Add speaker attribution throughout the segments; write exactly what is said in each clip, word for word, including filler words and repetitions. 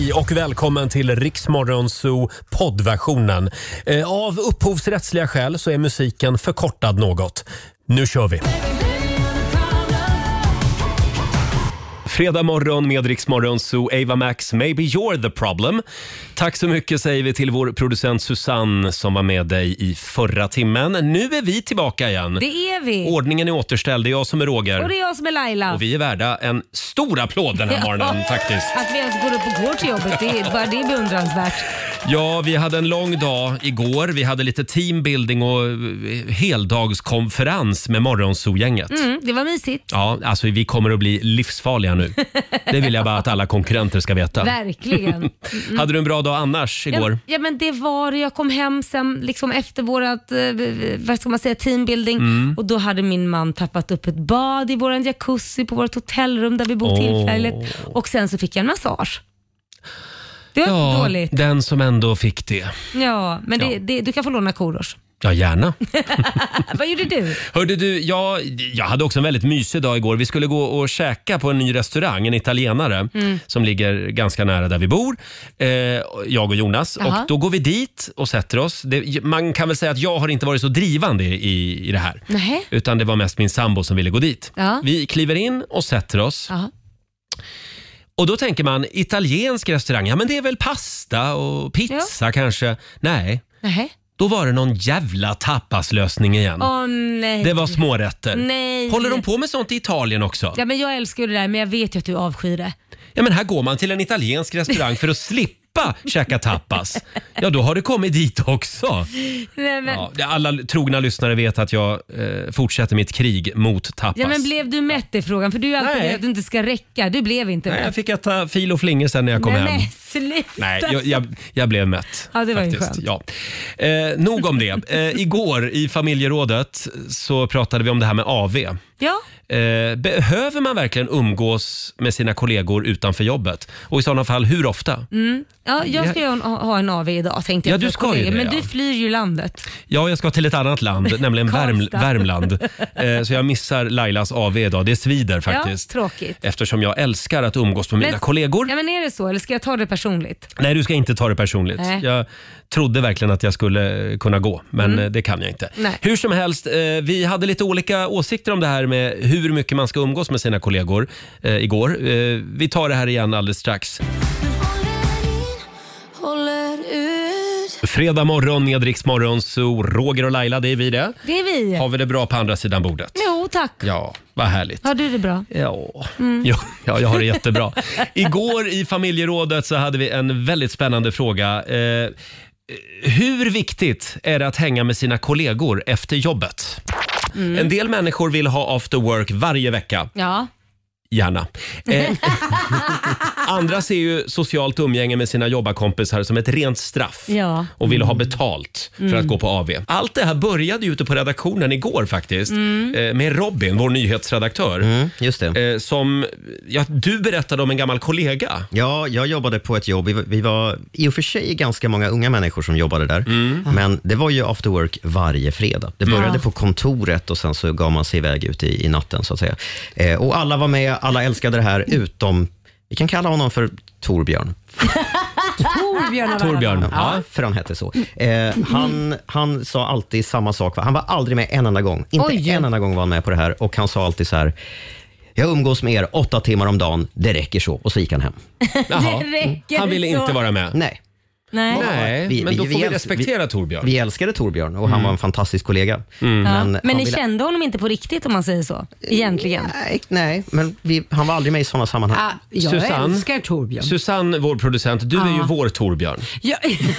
Speaker 1: Hej och välkommen till Riksmorgon Zoo poddversionen. Eh, av upphovsrättsliga skäl så är musiken förkortad något. Nu kör vi! Fredag morgon med Riksmorgon Zoo, Ava Max, Maybe You're the Problem. Tack så mycket säger vi till vår producent Susanne som var med dig i förra timmen. Nu är vi tillbaka igen.
Speaker 2: Det är vi.
Speaker 1: Ordningen är återställd, det är jag som är Roger.
Speaker 2: Och det är jag som är Laila.
Speaker 1: Och vi är värda en stor applåd den här morgonen faktiskt.
Speaker 2: Att vi ens går upp och går till jobbet, det är bara det är beundransvärt.
Speaker 1: Ja, vi hade en lång dag igår. Vi hade lite teambuilding och heldagskonferens med Morgonzoo-gänget.
Speaker 2: Mm, det var mysigt.
Speaker 1: Ja, alltså vi kommer att bli livsfarliga nu. Det vill jag bara att alla konkurrenter ska veta.
Speaker 2: Verkligen. Mm.
Speaker 1: Hade du en bra dag annars igår?
Speaker 2: Ja, ja men det var det. Jag kom hem sen liksom efter vårat, vad ska man säga, teambuilding. Mm. Och då hade min man tappat upp ett bad i våran jacuzzi på vårt hotellrum där vi bor tillfälligt. Oh. Och sen så fick jag en massage. Det var
Speaker 1: ja,
Speaker 2: dåligt.
Speaker 1: Den som ändå fick det.
Speaker 2: Ja, men det,
Speaker 1: ja.
Speaker 2: Det, du kan få låna Korosh.
Speaker 1: Ja, gärna.
Speaker 2: Vad gjorde du?
Speaker 1: Hörde du, jag, jag hade också en väldigt mysig dag igår. Vi skulle gå och käka på en ny restaurang, en italienare mm. som ligger ganska nära där vi bor. Eh, jag och Jonas. Aha. Och då går vi dit och sätter oss. Det, man kan väl säga att jag har inte varit så drivande i, i det här.
Speaker 2: Nähe.
Speaker 1: Utan det var mest min sambo som ville gå dit.
Speaker 2: Ja.
Speaker 1: Vi kliver in och sätter oss.
Speaker 2: Aha.
Speaker 1: Och då tänker man, italiensk restaurang, ja men det är väl pasta och pizza ja. kanske. Nej.
Speaker 2: Nähe.
Speaker 1: Då var det någon jävla tapaslösning igen.
Speaker 2: Åh nej.
Speaker 1: Det var smårätter.
Speaker 2: Nej.
Speaker 1: Håller de på med sånt i Italien också?
Speaker 2: Ja, men jag älskar det där, men jag vet ju att du avskyr det.
Speaker 1: Ja, men här går man till en italiensk restaurang för att slippa käka tapas. Ja, då har det kommit dit också.
Speaker 2: Nej, men...
Speaker 1: ja, alla trogna lyssnare vet att jag eh, fortsätter mitt krig mot tapas.
Speaker 2: Ja, men blev du mätt i frågan? För du är alltid det att du inte ska räcka. Du blev inte
Speaker 1: Nej,
Speaker 2: mätt.
Speaker 1: jag fick äta fil och flingor sen när jag kom
Speaker 2: Nej,
Speaker 1: hem.
Speaker 2: Nej, sluta.
Speaker 1: Nej, jag, jag, jag blev mätt.
Speaker 2: Ja, det var
Speaker 1: faktiskt.
Speaker 2: ju skönt.
Speaker 1: Ja. Eh, nog om det. Eh, igår i familjerådet så pratade vi om det här med A V.
Speaker 2: Ja.
Speaker 1: Eh, behöver man verkligen umgås med sina kollegor utanför jobbet? Och i sådana fall, hur ofta?
Speaker 2: Mm. Ja, jag ska ju ha en A V idag, tänkte jag.
Speaker 1: Ja, du ska ju det,
Speaker 2: men
Speaker 1: ja.
Speaker 2: du flyr ju landet.
Speaker 1: Ja, jag ska till ett annat land, nämligen Värm, Värmland. Eh, så jag missar Lailas A V idag. Det svider faktiskt.
Speaker 2: Ja, tråkigt.
Speaker 1: Eftersom jag älskar att umgås med
Speaker 2: men,
Speaker 1: mina kollegor.
Speaker 2: Ja, men är det så? Eller ska jag ta det personligt?
Speaker 1: Nej, du ska inte ta det personligt.
Speaker 2: Nej.
Speaker 1: Jag trodde verkligen att jag skulle kunna gå, men mm. det kan jag inte.
Speaker 2: Nej.
Speaker 1: Hur som helst, eh, vi hade lite olika åsikter om det här med hur mycket man ska umgås med sina kollegor eh, igår. Eh, vi tar det här igen alldeles strax. Fredag morgon med Riksmorgon Zoo. Roger och Laila, det är vi det.
Speaker 2: Det är vi.
Speaker 1: Har vi det bra på andra sidan bordet?
Speaker 2: Jo, tack.
Speaker 1: Ja, vad härligt.
Speaker 2: Har du det bra?
Speaker 1: Ja, mm. ja, ja jag har det jättebra. Igår i familjerådet så hade vi en väldigt spännande fråga. Eh, hur viktigt är det att hänga med sina kollegor efter jobbet? Mm. En del människor vill ha after work varje vecka.
Speaker 2: Ja.
Speaker 1: Gärna. Eh, andra ser ju socialt umgänge med sina jobbarkompisar som ett rent straff
Speaker 2: ja.
Speaker 1: och vill ha betalt för
Speaker 2: mm.
Speaker 1: att gå på A V. Allt det här började ju ute på redaktionen igår faktiskt
Speaker 2: mm.
Speaker 1: eh, med Robin, vår nyhetsredaktör.
Speaker 3: Mm, just det.
Speaker 1: Eh, som, ja, du berättade om en gammal kollega.
Speaker 3: Ja, jag jobbade på ett jobb. Vi, vi var i och för sig ganska många unga människor som jobbade där. Mm. Men det var ju after work varje fredag. Det började ja. på kontoret och sen så gav man sig iväg ut i, i natten så att säga. Eh, och alla var med. Alla älskade det här utom, vi kan kalla honom för Torbjörn.
Speaker 2: Torbjörn,
Speaker 1: Torbjörn.
Speaker 3: Ja, för han hette så. Eh, han, han sa alltid samma sak. Han var aldrig med en enda gång. Inte Oj. en enda gång var han med på det här. Och han sa alltid så här: jag umgås med er åtta timmar om dagen. Det räcker så. Och så gick han hem.
Speaker 1: Jaha.
Speaker 2: räcker
Speaker 1: Han ville
Speaker 2: så.
Speaker 1: inte vara med.
Speaker 3: Nej.
Speaker 2: Nej,
Speaker 1: Nej vi, men då vi, får vi, vi respektera Torbjörn.
Speaker 3: Vi, vi älskade Torbjörn och han mm. var en fantastisk kollega.
Speaker 1: Mm.
Speaker 2: Men, ja. men ni ville... kände honom inte på riktigt om man säger så, egentligen?
Speaker 3: Nej, nej men vi, han var aldrig med i sådana sammanhang.
Speaker 4: Ah, jag
Speaker 1: Susanne,
Speaker 4: älskar Torbjörn.
Speaker 1: Susanne, vår producent, du ah. är ju vår Torbjörn.
Speaker 4: Ja,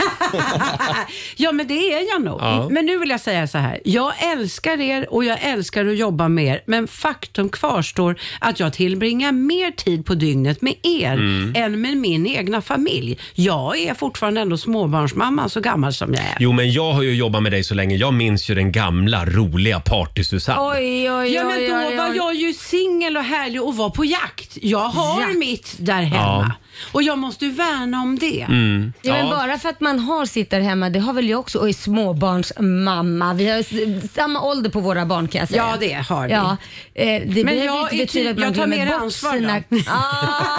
Speaker 4: ja men det är jag nog. Ah. Men nu vill jag säga så här. Jag älskar er och jag älskar att jobba med er. Men faktum kvarstår att jag tillbringar mer tid på dygnet med er mm. än med min egna familj. Jag är fortfarande ändå småbarnsmamma. Mamma så gammal som jag är.
Speaker 1: Jo, men jag har ju jobbat med dig så länge. Jag minns ju den gamla, roliga party-Susanne.
Speaker 2: Oj, oj, oj.
Speaker 4: Ja, men då
Speaker 2: oj, oj.
Speaker 4: var jag ju singel och härlig och var på jakt. Jag har
Speaker 2: jakt.
Speaker 4: mitt där hemma. Ja. Och jag måste ju värna om det.
Speaker 1: Mm.
Speaker 2: Ja, men
Speaker 1: ja.
Speaker 2: bara för att man har sitt där hemma, det har väl jag också. Och är småbarnsmamma. Vi har samma ålder på våra barn, kan jag säga.
Speaker 4: Ja, det har vi.
Speaker 2: Ja, eh, det
Speaker 4: men jag,
Speaker 2: inte betyda att man
Speaker 4: jag tar
Speaker 2: glömmer
Speaker 4: mer
Speaker 2: bort
Speaker 4: ansvar
Speaker 2: sina...
Speaker 4: då.
Speaker 2: Ah,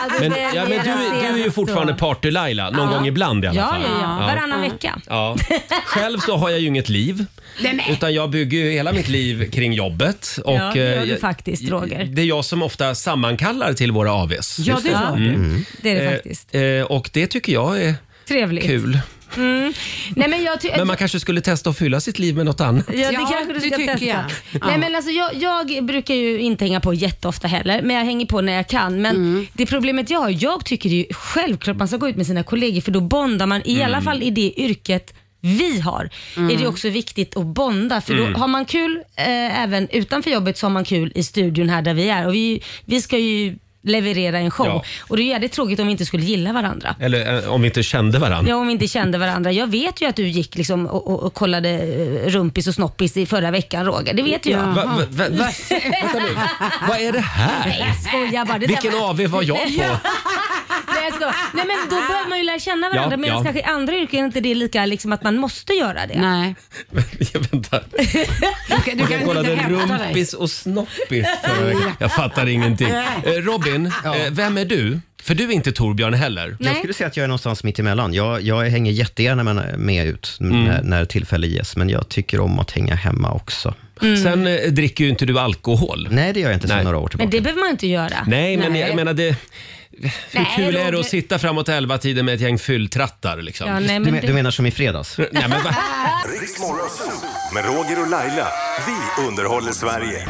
Speaker 1: Men, ja, men du, du är ju fortfarande party-Laila, någon
Speaker 2: ja.
Speaker 1: gång ibland i alla
Speaker 2: ja,
Speaker 1: fall.
Speaker 2: Ja, ja,
Speaker 1: ja.
Speaker 2: Varannan vecka.
Speaker 1: Ja. Själv så har jag ju inget liv. Utan jag bygger ju hela mitt liv kring jobbet. Och,
Speaker 2: ja, det gör du
Speaker 1: eh,
Speaker 2: faktiskt, Roger.
Speaker 1: Det är jag som ofta sammankallar till våra A Vs.
Speaker 4: Ja, det är
Speaker 2: mm. Mm. Det är det faktiskt.
Speaker 1: Eh, eh, och det tycker jag är
Speaker 2: trevligt.
Speaker 1: Kul.
Speaker 2: Mm. Nej, men, jag ty-
Speaker 1: men man kanske skulle testa att fylla sitt liv med något annat.
Speaker 2: Ja, det
Speaker 4: ja,
Speaker 2: kanske du ska testa.
Speaker 4: jag.
Speaker 2: Nej,
Speaker 4: Ja.
Speaker 2: men alltså, jag, jag brukar ju inte hänga på jätteofta heller, men jag hänger på när jag kan. Men mm. det problemet jag har, jag tycker det är självklart man ska gå ut med sina kollegor, för då bondar man, i mm. alla fall i det yrket vi har, mm. är det också viktigt att bonda. För mm. då har man kul eh, även utanför jobbet, så har man kul i studion här där vi är. Och vi, vi ska ju leverera en show. Ja. Och det är jävligt tråkigt om vi inte skulle gilla varandra.
Speaker 1: Eller eh, om vi inte kände varandra.
Speaker 2: Ja, om vi inte kände varandra. Jag vet ju att du gick liksom och, och, och kollade eh, rumpis och snoppis i förra veckan, Roger. Det vet ju jag.
Speaker 1: Va, va, va, va, vänta nu. Vad är det här?
Speaker 2: Nej, jag skojar bara. Det
Speaker 1: Vilken
Speaker 2: var...
Speaker 1: A V var jag på?
Speaker 2: Nej, jag skojar. Nej, men då börjar man ju lära känna varandra.
Speaker 1: Ja,
Speaker 2: men
Speaker 1: ja.
Speaker 2: kanske i andra yrken är inte det lika liksom, att man måste göra det.
Speaker 4: Nej.
Speaker 1: Jag väntar.
Speaker 4: Du kan, du kan
Speaker 1: Jag kollade
Speaker 4: inte hämta
Speaker 1: rumpis
Speaker 4: dig.
Speaker 1: och snoppis. Jag fattar ingenting. Eh, Robin,
Speaker 3: Ja.
Speaker 1: eh, vem är du? För du är inte Torbjörn heller.
Speaker 3: Jag skulle säga att jag är någonstans mitt emellan. Jag, jag hänger jättegärna med, med ut mm. när, när tillfälle ges, men jag tycker om att hänga hemma också.
Speaker 2: Mm.
Speaker 1: Sen eh, dricker ju inte du alkohol.
Speaker 3: Nej, det gör jag inte sedan
Speaker 1: Nej.
Speaker 3: några år tillbaka.
Speaker 2: Men det behöver man inte göra.
Speaker 1: Nej, men
Speaker 2: Nej.
Speaker 1: jag menar det... Hur
Speaker 2: Nej,
Speaker 1: kul är det
Speaker 2: Roger.
Speaker 1: att sitta framåt elva tiden med ett gäng fylltrattar liksom?
Speaker 2: Ja, nej,
Speaker 3: Du,
Speaker 2: men
Speaker 3: men,
Speaker 2: det...
Speaker 3: du menar som i fredags?
Speaker 1: Nej, men va?
Speaker 5: Riks Morgonzoo med Roger och Laila. Vi underhåller Sverige.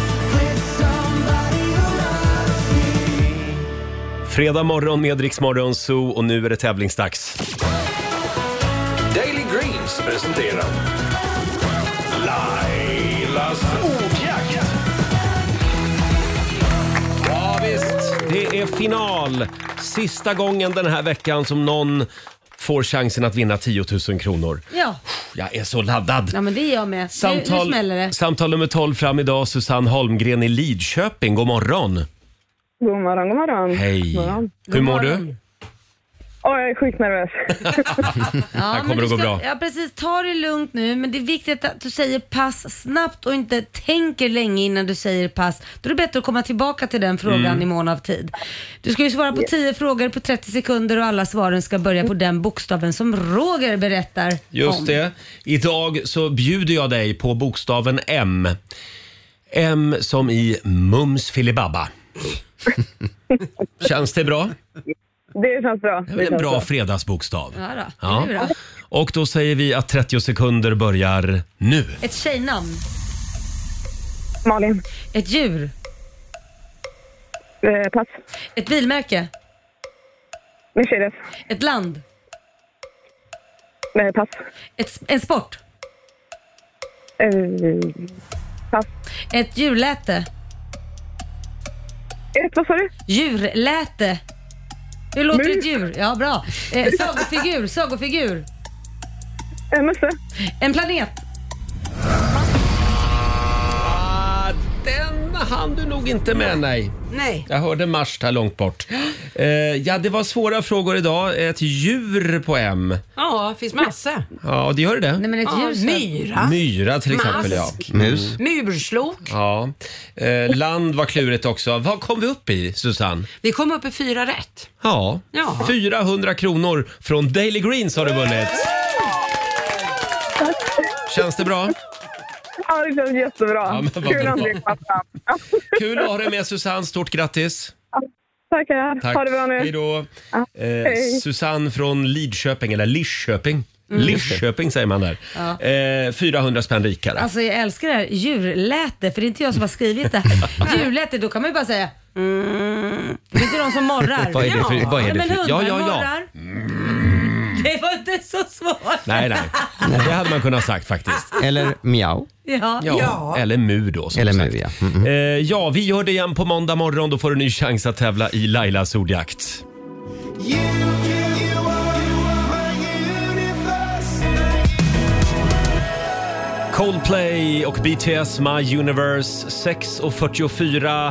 Speaker 1: Fredag morgon med Riks Morgonzoo och nu är det tävlingsdags.
Speaker 5: Daily Greens presenterar Lailas ordjakt.
Speaker 1: Ja visst, det är final. Sista gången den här veckan som någon får chansen att vinna tio tusen kronor.
Speaker 2: Ja.
Speaker 1: Jag är så laddad.
Speaker 2: ja, men det är jag med.
Speaker 1: Samtal,
Speaker 2: nu, nu smäller det.
Speaker 1: samtal nummer tolv fram idag, Susanne Holmgren i Lidköping. God morgon.
Speaker 6: God morgon, god morgon.
Speaker 1: Hej.
Speaker 6: God morgon.
Speaker 1: Hur mår du?
Speaker 6: Åh, jag är skitnervös.
Speaker 2: Ja,
Speaker 1: Här kommer
Speaker 2: men
Speaker 1: det
Speaker 2: du
Speaker 1: gå
Speaker 2: ska,
Speaker 1: bra.
Speaker 2: Ja, precis. Ta det lugnt nu, men det är viktigt att du säger pass snabbt och inte tänker länge innan du säger pass. Då är det bättre att komma tillbaka till den frågan
Speaker 1: Mm.
Speaker 2: i mån av tid. Du ska ju svara på tio frågor på trettio sekunder och alla svaren ska börja på den bokstaven som Roger berättar
Speaker 1: Just
Speaker 2: om.
Speaker 1: det. Idag så bjuder jag dig på bokstaven M. M som i Mums filibabba. Känns det bra?
Speaker 6: Det känns bra.
Speaker 1: Det är väl en bra fredagsbokstav.
Speaker 2: Ja, då.
Speaker 1: Ja.
Speaker 2: Det är bra.
Speaker 1: Och då säger vi att trettio sekunder börjar nu.
Speaker 2: Ett tjejnamn.
Speaker 6: Malin.
Speaker 2: Ett djur.
Speaker 6: Eh, pass.
Speaker 2: Ett bilmärke.
Speaker 6: Mercedes.
Speaker 2: Ett land.
Speaker 6: Eh, pass.
Speaker 2: Ett, en sport.
Speaker 6: Eh, pass.
Speaker 2: Ett djurläte.
Speaker 6: Ett, vad sa du?
Speaker 2: Djurläte. Hur låter
Speaker 6: Mus.
Speaker 2: ett djur? Ja, bra. Eh, sagofigur, sagofigur.
Speaker 6: Eh, Musse.
Speaker 2: En planet.
Speaker 1: Ah, den hann du nog inte med, nej.
Speaker 4: Nej.
Speaker 1: Jag hörde Mars här långt bort. Eh, ja, det var svåra frågor idag. Ett djur på M.
Speaker 4: Ja, det finns massa.
Speaker 1: Ja, det gör det.
Speaker 2: Nej, men ett
Speaker 4: Ja,
Speaker 2: djur. så-
Speaker 4: myra.
Speaker 1: Myra till exempel, ja.
Speaker 4: Mask.
Speaker 3: Mus.
Speaker 4: Murslok.
Speaker 1: Ja. Eh, land var klurigt också. Vad kom vi upp i, Susanne?
Speaker 4: Vi kom upp i fyra rätt.
Speaker 1: Ja,
Speaker 4: Ja.
Speaker 1: fyrahundra kronor från Daily Greens har du vunnit. Känns det bra?
Speaker 6: Ja, det känns jättebra.
Speaker 1: Ja, men vad
Speaker 6: Kul
Speaker 1: bra.
Speaker 6: att bli pappa.
Speaker 1: Kul att ha dig med, Susanne. Stort grattis.
Speaker 6: Tackar.
Speaker 1: Tack.
Speaker 6: Ha det bra nu.
Speaker 1: Hej då.
Speaker 6: Ja,
Speaker 1: Eh,
Speaker 6: hej.
Speaker 1: Susanne från Lidköping, eller Lidköping.
Speaker 2: Mm.
Speaker 1: Lidköping säger man där. Eh, fyrahundra spänn rikare.
Speaker 2: Alltså jag älskar det här djurläte, för det är inte jag som har skrivit det här. Djurläte, då kan man ju bara säga mm. Det är inte de som morrar.
Speaker 1: Vad är det för- vad är det
Speaker 2: men
Speaker 1: för-
Speaker 2: hundar
Speaker 1: ja, ja, ja.
Speaker 2: morrar. Det var inte så svårt.
Speaker 1: Nej, nej. Det hade man kunnat sagt faktiskt.
Speaker 3: Eller miau.
Speaker 2: Ja.
Speaker 1: Ja,
Speaker 4: Ja.
Speaker 1: eller mu då. Som
Speaker 3: Eller
Speaker 1: sagt.
Speaker 3: mu, ja. Mm, mm.
Speaker 1: Eh, ja, vi gör det igen på måndag morgon. Då får du en ny chans att tävla i Lailas ordjakt. Coldplay och B T S My Universe. sex och fyrtiofyra.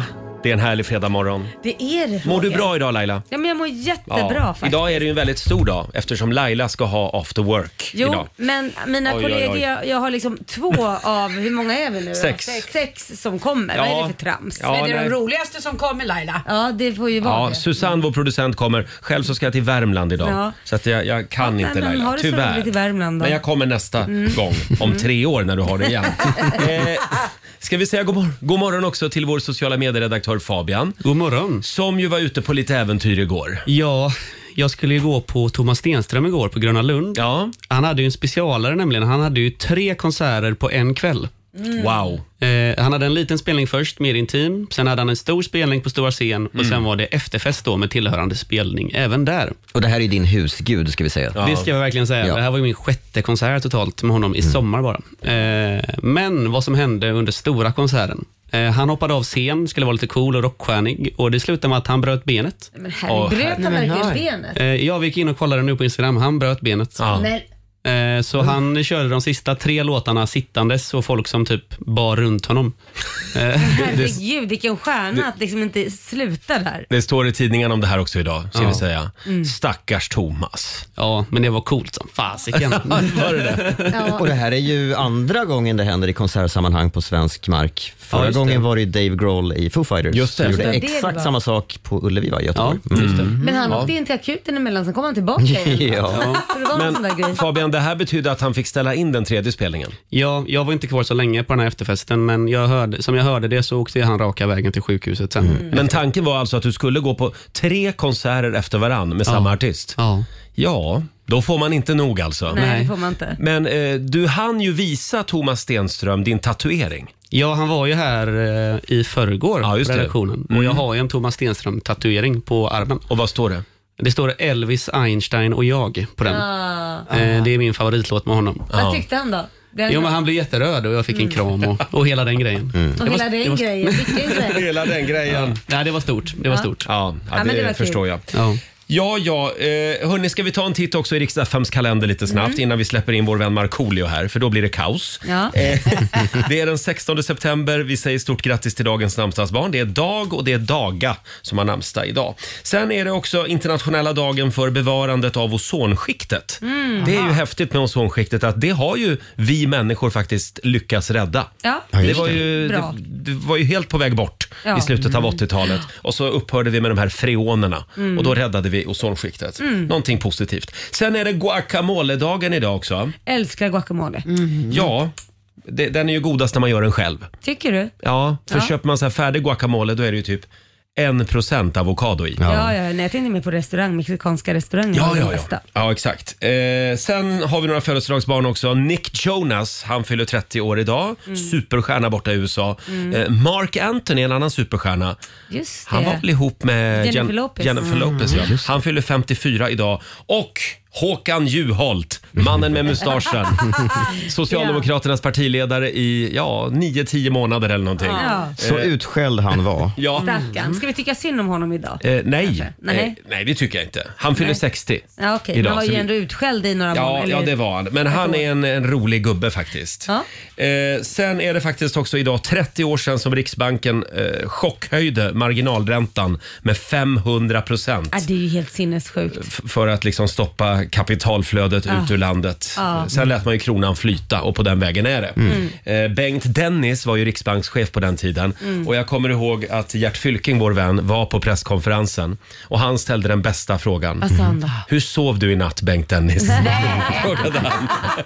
Speaker 1: Det är en härlig fredagmorgon.
Speaker 2: Det är det.
Speaker 1: Mår du bra idag, Laila?
Speaker 2: Ja, men jag mår jättebra
Speaker 1: Ja.
Speaker 2: faktiskt.
Speaker 1: Idag är det ju en väldigt stor dag eftersom Laila ska ha after work
Speaker 2: Jo,
Speaker 1: idag.
Speaker 2: men mina
Speaker 1: Oj,
Speaker 2: kollegor,
Speaker 1: oj, oj.
Speaker 2: Jag, jag har liksom två av, hur många är vi nu?
Speaker 1: Sex.
Speaker 2: Sex som kommer.
Speaker 1: Ja.
Speaker 2: Vad är det för trams?
Speaker 1: Ja,
Speaker 4: Men det är
Speaker 1: nej.
Speaker 4: de roligaste som kommer, Laila.
Speaker 2: Ja, det får ju vara
Speaker 1: Ja,
Speaker 2: det.
Speaker 1: Susanne, vår producent, kommer. Själv så ska jag till Värmland idag.
Speaker 2: Ja.
Speaker 1: Så att jag, jag kan
Speaker 2: Ja,
Speaker 1: inte
Speaker 2: men
Speaker 1: Laila,
Speaker 2: har du så
Speaker 1: tyvärr.
Speaker 2: roligt i Värmland då?
Speaker 1: Men jag kommer nästa gång, om tre år när du har det igen. eh, ska vi säga god, mor- god morgon också till vår sociala medieredaktör Fabian.
Speaker 7: God morgon.
Speaker 1: Som ju var ute på lite äventyr igår.
Speaker 7: Ja, jag skulle ju gå på Thomas Stenström igår på Gröna Lund.
Speaker 1: Ja.
Speaker 7: Han hade ju en specialare nämligen. Han hade ju tre konserter på en kväll.
Speaker 2: Mm.
Speaker 1: Wow.
Speaker 7: Eh, han hade en liten spelning först, mer intim. Sen hade han en stor spelning på stora scen. Och sen var det efterfest då med tillhörande spelning även där.
Speaker 3: Och det här är din husgud, ska vi säga.
Speaker 1: Ja.
Speaker 7: Det ska jag verkligen säga.
Speaker 3: Ja.
Speaker 7: Det här var ju min sjätte konsert totalt med honom i sommar bara. Eh, men vad som hände under stora konserten. Eh, han hoppade av scen, skulle vara lite cool och rockstjärnig. Och det slutade med att han bröt benet.
Speaker 2: Men herre,
Speaker 1: Åh,
Speaker 2: bröt han
Speaker 4: herre-
Speaker 2: verkligen
Speaker 4: Nej.
Speaker 2: benet?
Speaker 7: Eh, jag gick in och kollade nu på Instagram. Han bröt benet.
Speaker 1: Ja.
Speaker 2: Men,
Speaker 7: Eh, Så han körde de sista tre låtarna sittandes och folk som typ bar runt honom. Eh,
Speaker 2: herregud, vilken stjärna att liksom inte sluta där.
Speaker 1: Det står i tidningen om det här också idag, ska
Speaker 7: Ja.
Speaker 1: vi säga. Stackars Thomas.
Speaker 7: Ja, men det var coolt som fasiken.
Speaker 1: Var det det?
Speaker 2: Ja.
Speaker 3: Och det här är ju andra gången det händer i konsertsammanhang på svensk mark. Förra
Speaker 7: just det.
Speaker 3: gången var det Dave Grohl i Foo Fighters.
Speaker 1: Just det.
Speaker 3: som gjorde
Speaker 2: Det är det
Speaker 3: exakt
Speaker 2: det var.
Speaker 3: samma sak på Ullevi, va, i
Speaker 7: Ja,
Speaker 3: Göteborg.
Speaker 7: just det.
Speaker 2: Men han
Speaker 1: Ja.
Speaker 2: åkte in till akuten emellan, sen kom han tillbaka igen.
Speaker 3: Ja.
Speaker 2: Så det var en sån där grej.
Speaker 1: Men Fabian, det här betyder att han fick ställa in den tredje spelningen.
Speaker 7: Ja, jag var inte kvar så länge på den här efterfesten, men jag hörde, som jag hörde det så åkte han raka vägen till sjukhuset sen.
Speaker 1: Men tanken var alltså att du skulle gå på tre konserter efter varann med samma artist.
Speaker 7: Ja.
Speaker 1: Ja, då får man inte nog alltså.
Speaker 2: Nej,
Speaker 7: Nej.
Speaker 2: det får man inte.
Speaker 1: Men eh, du hann ju visa Thomas Stenström din tatuering.
Speaker 7: Ja, han var ju här eh, i förrgår
Speaker 1: Ja,
Speaker 7: på
Speaker 1: just det.
Speaker 7: redaktionen. Och jag har ju en Thomas Stenström-tatuering på armen.
Speaker 1: Och vad står det?
Speaker 7: Det står Elvis, Einstein och jag på den.
Speaker 2: Ah.
Speaker 7: Eh, det är min favoritlåt med honom.
Speaker 2: Vad tyckte han då? Blev han
Speaker 7: Jo, men
Speaker 2: glad?
Speaker 7: han blev jätteröd och jag fick en kram och, och hela den grejen.
Speaker 2: Och hela den
Speaker 7: det var-
Speaker 2: grejen, vilken grej.
Speaker 1: Hela den grejen.
Speaker 7: Nej, det var stort. Det var stort.
Speaker 1: Ja, ja,
Speaker 2: Ja, men
Speaker 1: det,
Speaker 2: det var kul.
Speaker 1: förstår jag.
Speaker 7: Ja.
Speaker 1: Ja, ja. Eh, hörni, ska vi ta en titt också i Rix F M:s kalender lite snabbt innan vi släpper in vår vän Markoolio här, för då blir det kaos.
Speaker 2: Ja.
Speaker 1: Eh, det är den sextonde september. Vi säger stort grattis till dagens namnsdagsbarn. Det är Dag och det är Daga som har namnsdag idag. Sen är det också internationella dagen för bevarandet av ozonskiktet. Det är ju häftigt med ozonskiktet att det har ju vi människor faktiskt lyckats rädda.
Speaker 2: Ja,
Speaker 1: Det
Speaker 2: det
Speaker 1: var, ju, det,
Speaker 2: bra.
Speaker 1: det var ju helt på väg bort
Speaker 2: Ja.
Speaker 1: i slutet av åttiotalet. Och så upphörde vi med de här freonerna. Och då räddade vi ozonskiktet. Någonting positivt. Sen är det guacamole-dagen idag också.
Speaker 2: Älskar guacamole.
Speaker 1: Ja, det, den är ju godast när man gör den själv.
Speaker 2: Tycker du?
Speaker 1: Ja, för
Speaker 2: Ja.
Speaker 1: köper man så här färdig guacamole då är det ju typ en procent avokado i.
Speaker 2: Ja, ja, nej, jag tänkte mer på restaurang, mexikanska restauranger.
Speaker 1: Ja,
Speaker 2: var det
Speaker 1: ja,
Speaker 2: bästa.
Speaker 1: ja. ja exakt. Eh, sen har vi några födelsedagsbarn också. Nick Jonas, han fyller trettio år idag.
Speaker 2: Mm.
Speaker 1: Superstjärna borta i U S A. Eh, Mark Anthony, en annan superstjärna.
Speaker 2: Just det.
Speaker 1: Han var väl ihop med
Speaker 2: Jennifer
Speaker 1: Jen-
Speaker 2: Lopez.
Speaker 1: Jennifer Lopez ja. Han fyller femtiofyra idag. Och Håkan Juholt, mannen med mustaschen. Socialdemokraternas partiledare i ja, nio tio månader eller någonting.
Speaker 2: Ja.
Speaker 3: Så utskälld han var.
Speaker 1: Ja.
Speaker 2: Stackarn. Ska vi tycka synd om honom idag?
Speaker 1: Eh, nej.
Speaker 2: Kanske. Nej.
Speaker 1: Eh, nej, det tycker jag inte. Han fyller
Speaker 2: Nej.
Speaker 1: sextio
Speaker 2: Ja, okej.
Speaker 1: idag.
Speaker 2: Man var
Speaker 1: så
Speaker 2: ju
Speaker 1: vi-
Speaker 2: ändå utskälld i några
Speaker 1: Ja,
Speaker 2: månader.
Speaker 1: ja,
Speaker 2: eller-
Speaker 1: det var han. Men han
Speaker 2: år.
Speaker 1: är en, en rolig gubbe faktiskt.
Speaker 2: Ja.
Speaker 1: Eh, sen är det faktiskt också idag trettio år sedan som Riksbanken eh, chockhöjde marginalräntan med femhundra procent.
Speaker 2: Ja, det är ju helt sinnessjukt.
Speaker 1: F- för att liksom stoppa kapitalflödet ut ur landet.
Speaker 2: Ja.
Speaker 1: Sen lät man ju kronan flyta och på den vägen är det. Eh, Bengt Dennis var ju riksbankschef på den tiden och jag kommer ihåg att Gert Fylking, vår vän, var på presskonferensen och han ställde den bästa frågan.
Speaker 2: Vad sa han då?
Speaker 1: Hur sov du i natt, Bengt Dennis? Frågade han.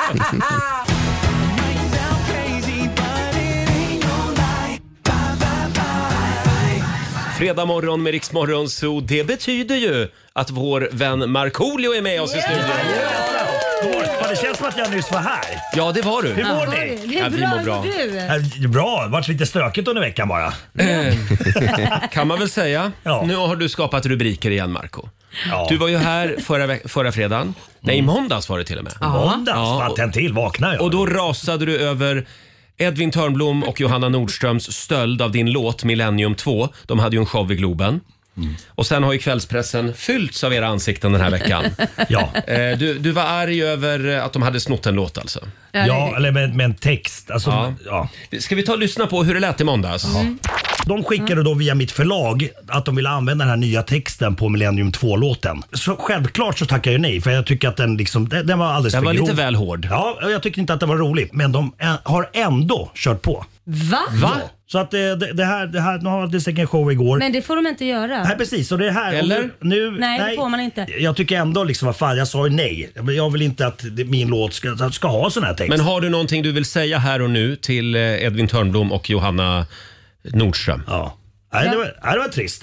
Speaker 1: Fredag morgon med Rix Morgon Zoo. Det betyder ju att vår vän Markoolio är med oss i studion.
Speaker 8: Ja, det känns som att jag nyss var här.
Speaker 1: Ja, det var du.
Speaker 8: Hur mår
Speaker 2: Det
Speaker 8: ni?
Speaker 2: är
Speaker 1: Ja, vi
Speaker 2: bra,
Speaker 1: mår bra.
Speaker 2: du.
Speaker 8: Äh, Bra, det har varit lite stökigt under veckan bara.
Speaker 1: Kan man väl säga.
Speaker 8: Ja.
Speaker 1: Nu har du skapat rubriker igen, Marco.
Speaker 8: Ja.
Speaker 1: Du var ju här förra, veck- förra fredagen. Nej, i måndags var det till och med.
Speaker 8: Måndags,
Speaker 1: Ja,
Speaker 8: ja,
Speaker 1: och-
Speaker 8: tänd till, vaknar jag.
Speaker 1: Och då rasade du över Edvin Törnblom och Johanna Nordströms stöld av din låt Millennium två. De hade ju en show i Globen. Och sen har ju kvällspressen fyllts av era ansikten den här veckan.
Speaker 8: Ja,
Speaker 1: Eh, du, du var arg över att de hade snott en låt alltså.
Speaker 8: ja eller med, med en text. Alltså,
Speaker 1: Ja.
Speaker 8: ja.
Speaker 1: Ska vi ta och lyssna på hur det lät i måndags?
Speaker 8: De skickade då via mitt förlag att de ville använda den här nya texten på Millennium två-låten. Så självklart så tackar jag nej, för jag tycker att den, liksom, den, den var alldeles
Speaker 1: den
Speaker 8: för
Speaker 1: var
Speaker 8: grov.
Speaker 1: lite väl hård.
Speaker 8: Ja, jag tyckte inte att det var roligt. Men de ä- har ändå kört på.
Speaker 2: Va?
Speaker 1: Va?
Speaker 8: Ja. Så att det, det, det här, det här, nu har det säkert en show igår.
Speaker 2: Men det får de inte göra.
Speaker 8: Nej precis, och det här
Speaker 1: Eller?
Speaker 8: Nu, nu,
Speaker 2: Nej, det får man inte.
Speaker 8: Jag tycker ändå liksom, vad fan, jag sa ju nej. Jag vill inte att det, min låt ska, ska ha sån här text.
Speaker 1: Men har du någonting du vill säga här och nu till eh, Edvin Törnblom och Johanna Nordström?
Speaker 8: Ja. Nej, det var, nej, det var trist.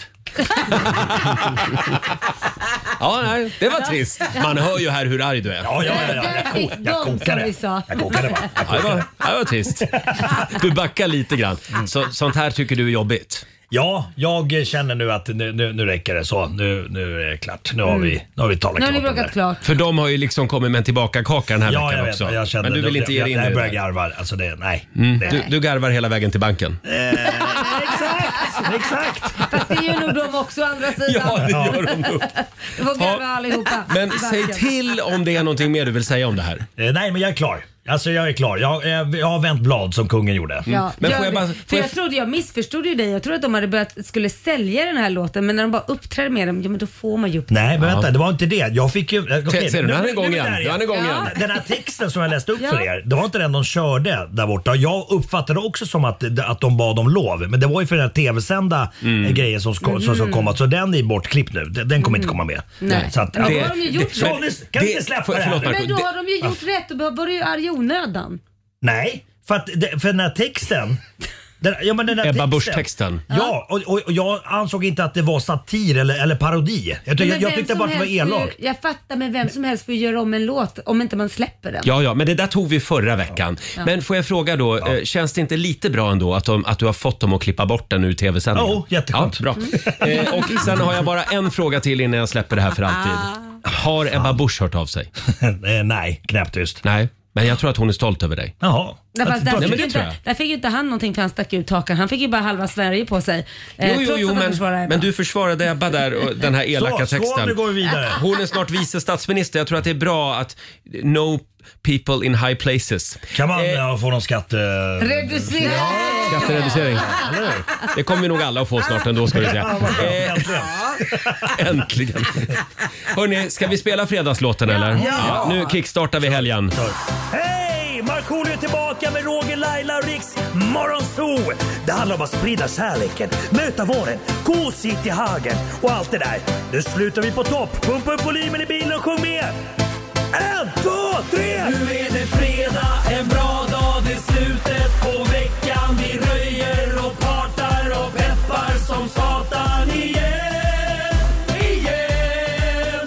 Speaker 1: Ja, nej, det var trist. Man hör ju här hur arg du är.
Speaker 8: Ja, ja, ja, ja. Jag, ko- jag
Speaker 2: De som
Speaker 8: kokade.
Speaker 2: vi sa.
Speaker 8: Jag kokade bara. Jag
Speaker 1: Ja, det, var,
Speaker 8: kokade.
Speaker 1: ja, det var trist. Du backar lite grann. Så, sånt här tycker du är jobbigt?
Speaker 8: Ja, jag känner nu att nu, nu, nu räcker det så. Nu, nu är det klart. Nu har vi, nu har vi talat
Speaker 2: Nu har
Speaker 8: klart
Speaker 2: ni
Speaker 8: om det.
Speaker 2: bråkat klart.
Speaker 1: För de har ju liksom kommit med en tillbaka-kaka den här
Speaker 8: Ja,
Speaker 1: veckan
Speaker 8: jag vet.
Speaker 1: också.
Speaker 8: Jag kände,
Speaker 1: Men du vill inte ge
Speaker 8: jag,
Speaker 1: dig in
Speaker 8: jag,
Speaker 1: i
Speaker 8: jag börjar
Speaker 1: det?
Speaker 8: garva. Alltså det, nej.
Speaker 1: Mm.
Speaker 8: Det,
Speaker 1: Du, du garvar hela vägen till banken?
Speaker 8: Eh, exakt, exakt.
Speaker 2: Fast det gör nog de också å andra sidan.
Speaker 1: Ja, det gör de nog.
Speaker 2: Det får garva allihopa.
Speaker 1: Men säg till om det är någonting mer du vill säga om det här.
Speaker 8: Eh, nej, men jag är klar. Alltså jag är klar. Jag, jag, jag har vänt blad som kungen gjorde.
Speaker 2: Ja,
Speaker 1: Men
Speaker 2: gör
Speaker 1: får jag
Speaker 2: det.
Speaker 1: bara-
Speaker 2: För
Speaker 1: får
Speaker 2: jag,
Speaker 1: jag-
Speaker 2: trodde, jag missförstod ju dig. Jag trodde att de hade börjat, skulle sälja den här låten, men när de bara uppträdde med den, ja men då får man ju upp
Speaker 8: Nej, men vänta, det var inte det. Jag fick ju... Okay,
Speaker 1: ser du, nu är han igång
Speaker 8: nu
Speaker 1: igen.
Speaker 8: där
Speaker 1: Nu är han igång igen.
Speaker 8: Den här texten som jag läste upp
Speaker 2: Ja.
Speaker 8: för er, det var inte den de körde där borta. Jag uppfattade också som att, att de bad om lov. Men det var ju för den här tv-sända
Speaker 1: Mm.
Speaker 8: grejen som, ska, som, som kom. Så den är bortklippt nu. Den, den kommer inte komma med.
Speaker 2: Nej.
Speaker 8: Så att,
Speaker 2: Ja,
Speaker 8: ja.
Speaker 2: då har de ju gjort
Speaker 8: Så,
Speaker 2: det.
Speaker 8: nu kan vi inte släppa
Speaker 1: för-
Speaker 8: det här.
Speaker 1: förlåt, Marco.
Speaker 2: Men då
Speaker 1: det-
Speaker 2: har de ju gjort rätt och var det ju arg i onödan.
Speaker 8: Nej, för, att, det- för den här texten... Den, ja, men den här
Speaker 1: Ebba
Speaker 8: texten,
Speaker 1: Busch-texten.
Speaker 8: Ja, och, och, och jag ansåg inte att det var satir eller, eller parodi. Jag, jag,
Speaker 2: Men
Speaker 8: jag
Speaker 2: vem
Speaker 8: tyckte
Speaker 2: som
Speaker 8: bara att det var
Speaker 2: helst får
Speaker 8: elakt.
Speaker 2: ju- Jag fattar, men vem som helst får ju göra om en låt om inte man släpper den.
Speaker 1: Ja, ja, men det där tog vi förra veckan. Men får jag fråga då, eh, känns det inte lite bra ändå att, de, att du har fått dem att klippa bort den ur tv-sändningen?
Speaker 8: Jo, jätteskönt.
Speaker 1: Ja, bra. Eh, och sen har jag bara en fråga till innan jag släpper det här för alltid. Har Ebba Busch hört av sig?
Speaker 8: Eh, Nej, knäpptyst.
Speaker 1: Nej, men jag tror att hon är stolt över dig.
Speaker 8: Jaha.
Speaker 2: Nej, fast där,
Speaker 1: Nej, men
Speaker 2: fick
Speaker 1: det
Speaker 2: ju
Speaker 1: tror
Speaker 2: inte,
Speaker 1: jag.
Speaker 2: där fick ju inte han någonting för han stack ut hakan. Han fick ju bara halva Sverige på sig. Eh,
Speaker 1: Jo, jo,
Speaker 2: trots
Speaker 1: jo,
Speaker 2: att han
Speaker 1: men,
Speaker 2: försvarade Ebba.
Speaker 1: men du försvarade Ebba där och den här elaka
Speaker 8: Så, skål,
Speaker 1: texten.
Speaker 8: nu går vi vidare.
Speaker 1: Hon är snart vice statsminister. Jag tror att det är bra att no people in high places.
Speaker 8: Kan man
Speaker 1: Eh,
Speaker 8: ja, få någon skatt... Eh,
Speaker 2: Reducera!
Speaker 1: Skattereducering.
Speaker 8: eller hur?
Speaker 1: Det kommer vi nog alla att få snart ändå, ska vi säga.
Speaker 8: Ja, vad skönt.
Speaker 1: Eh,
Speaker 8: Äntligen.
Speaker 1: Äntligen. Hörrni, ska vi spela fredagslåten eller? Ja. Nu kickstartar vi helgen.
Speaker 8: Hej! Markoolio är tillbaka med Roger, Laila och Riks Morgonzoo. Det handlar om att sprida kärleken, möta våren, gosigt i hagen och allt det där. Nu slutar vi på topp. Pumpa upp volymen i bilen och sjung med. En, två, tre!
Speaker 9: Nu är det fredag, en bra dag, det är slutet på veckan. Vi röjer och partar och peppar som satan igen. Igen,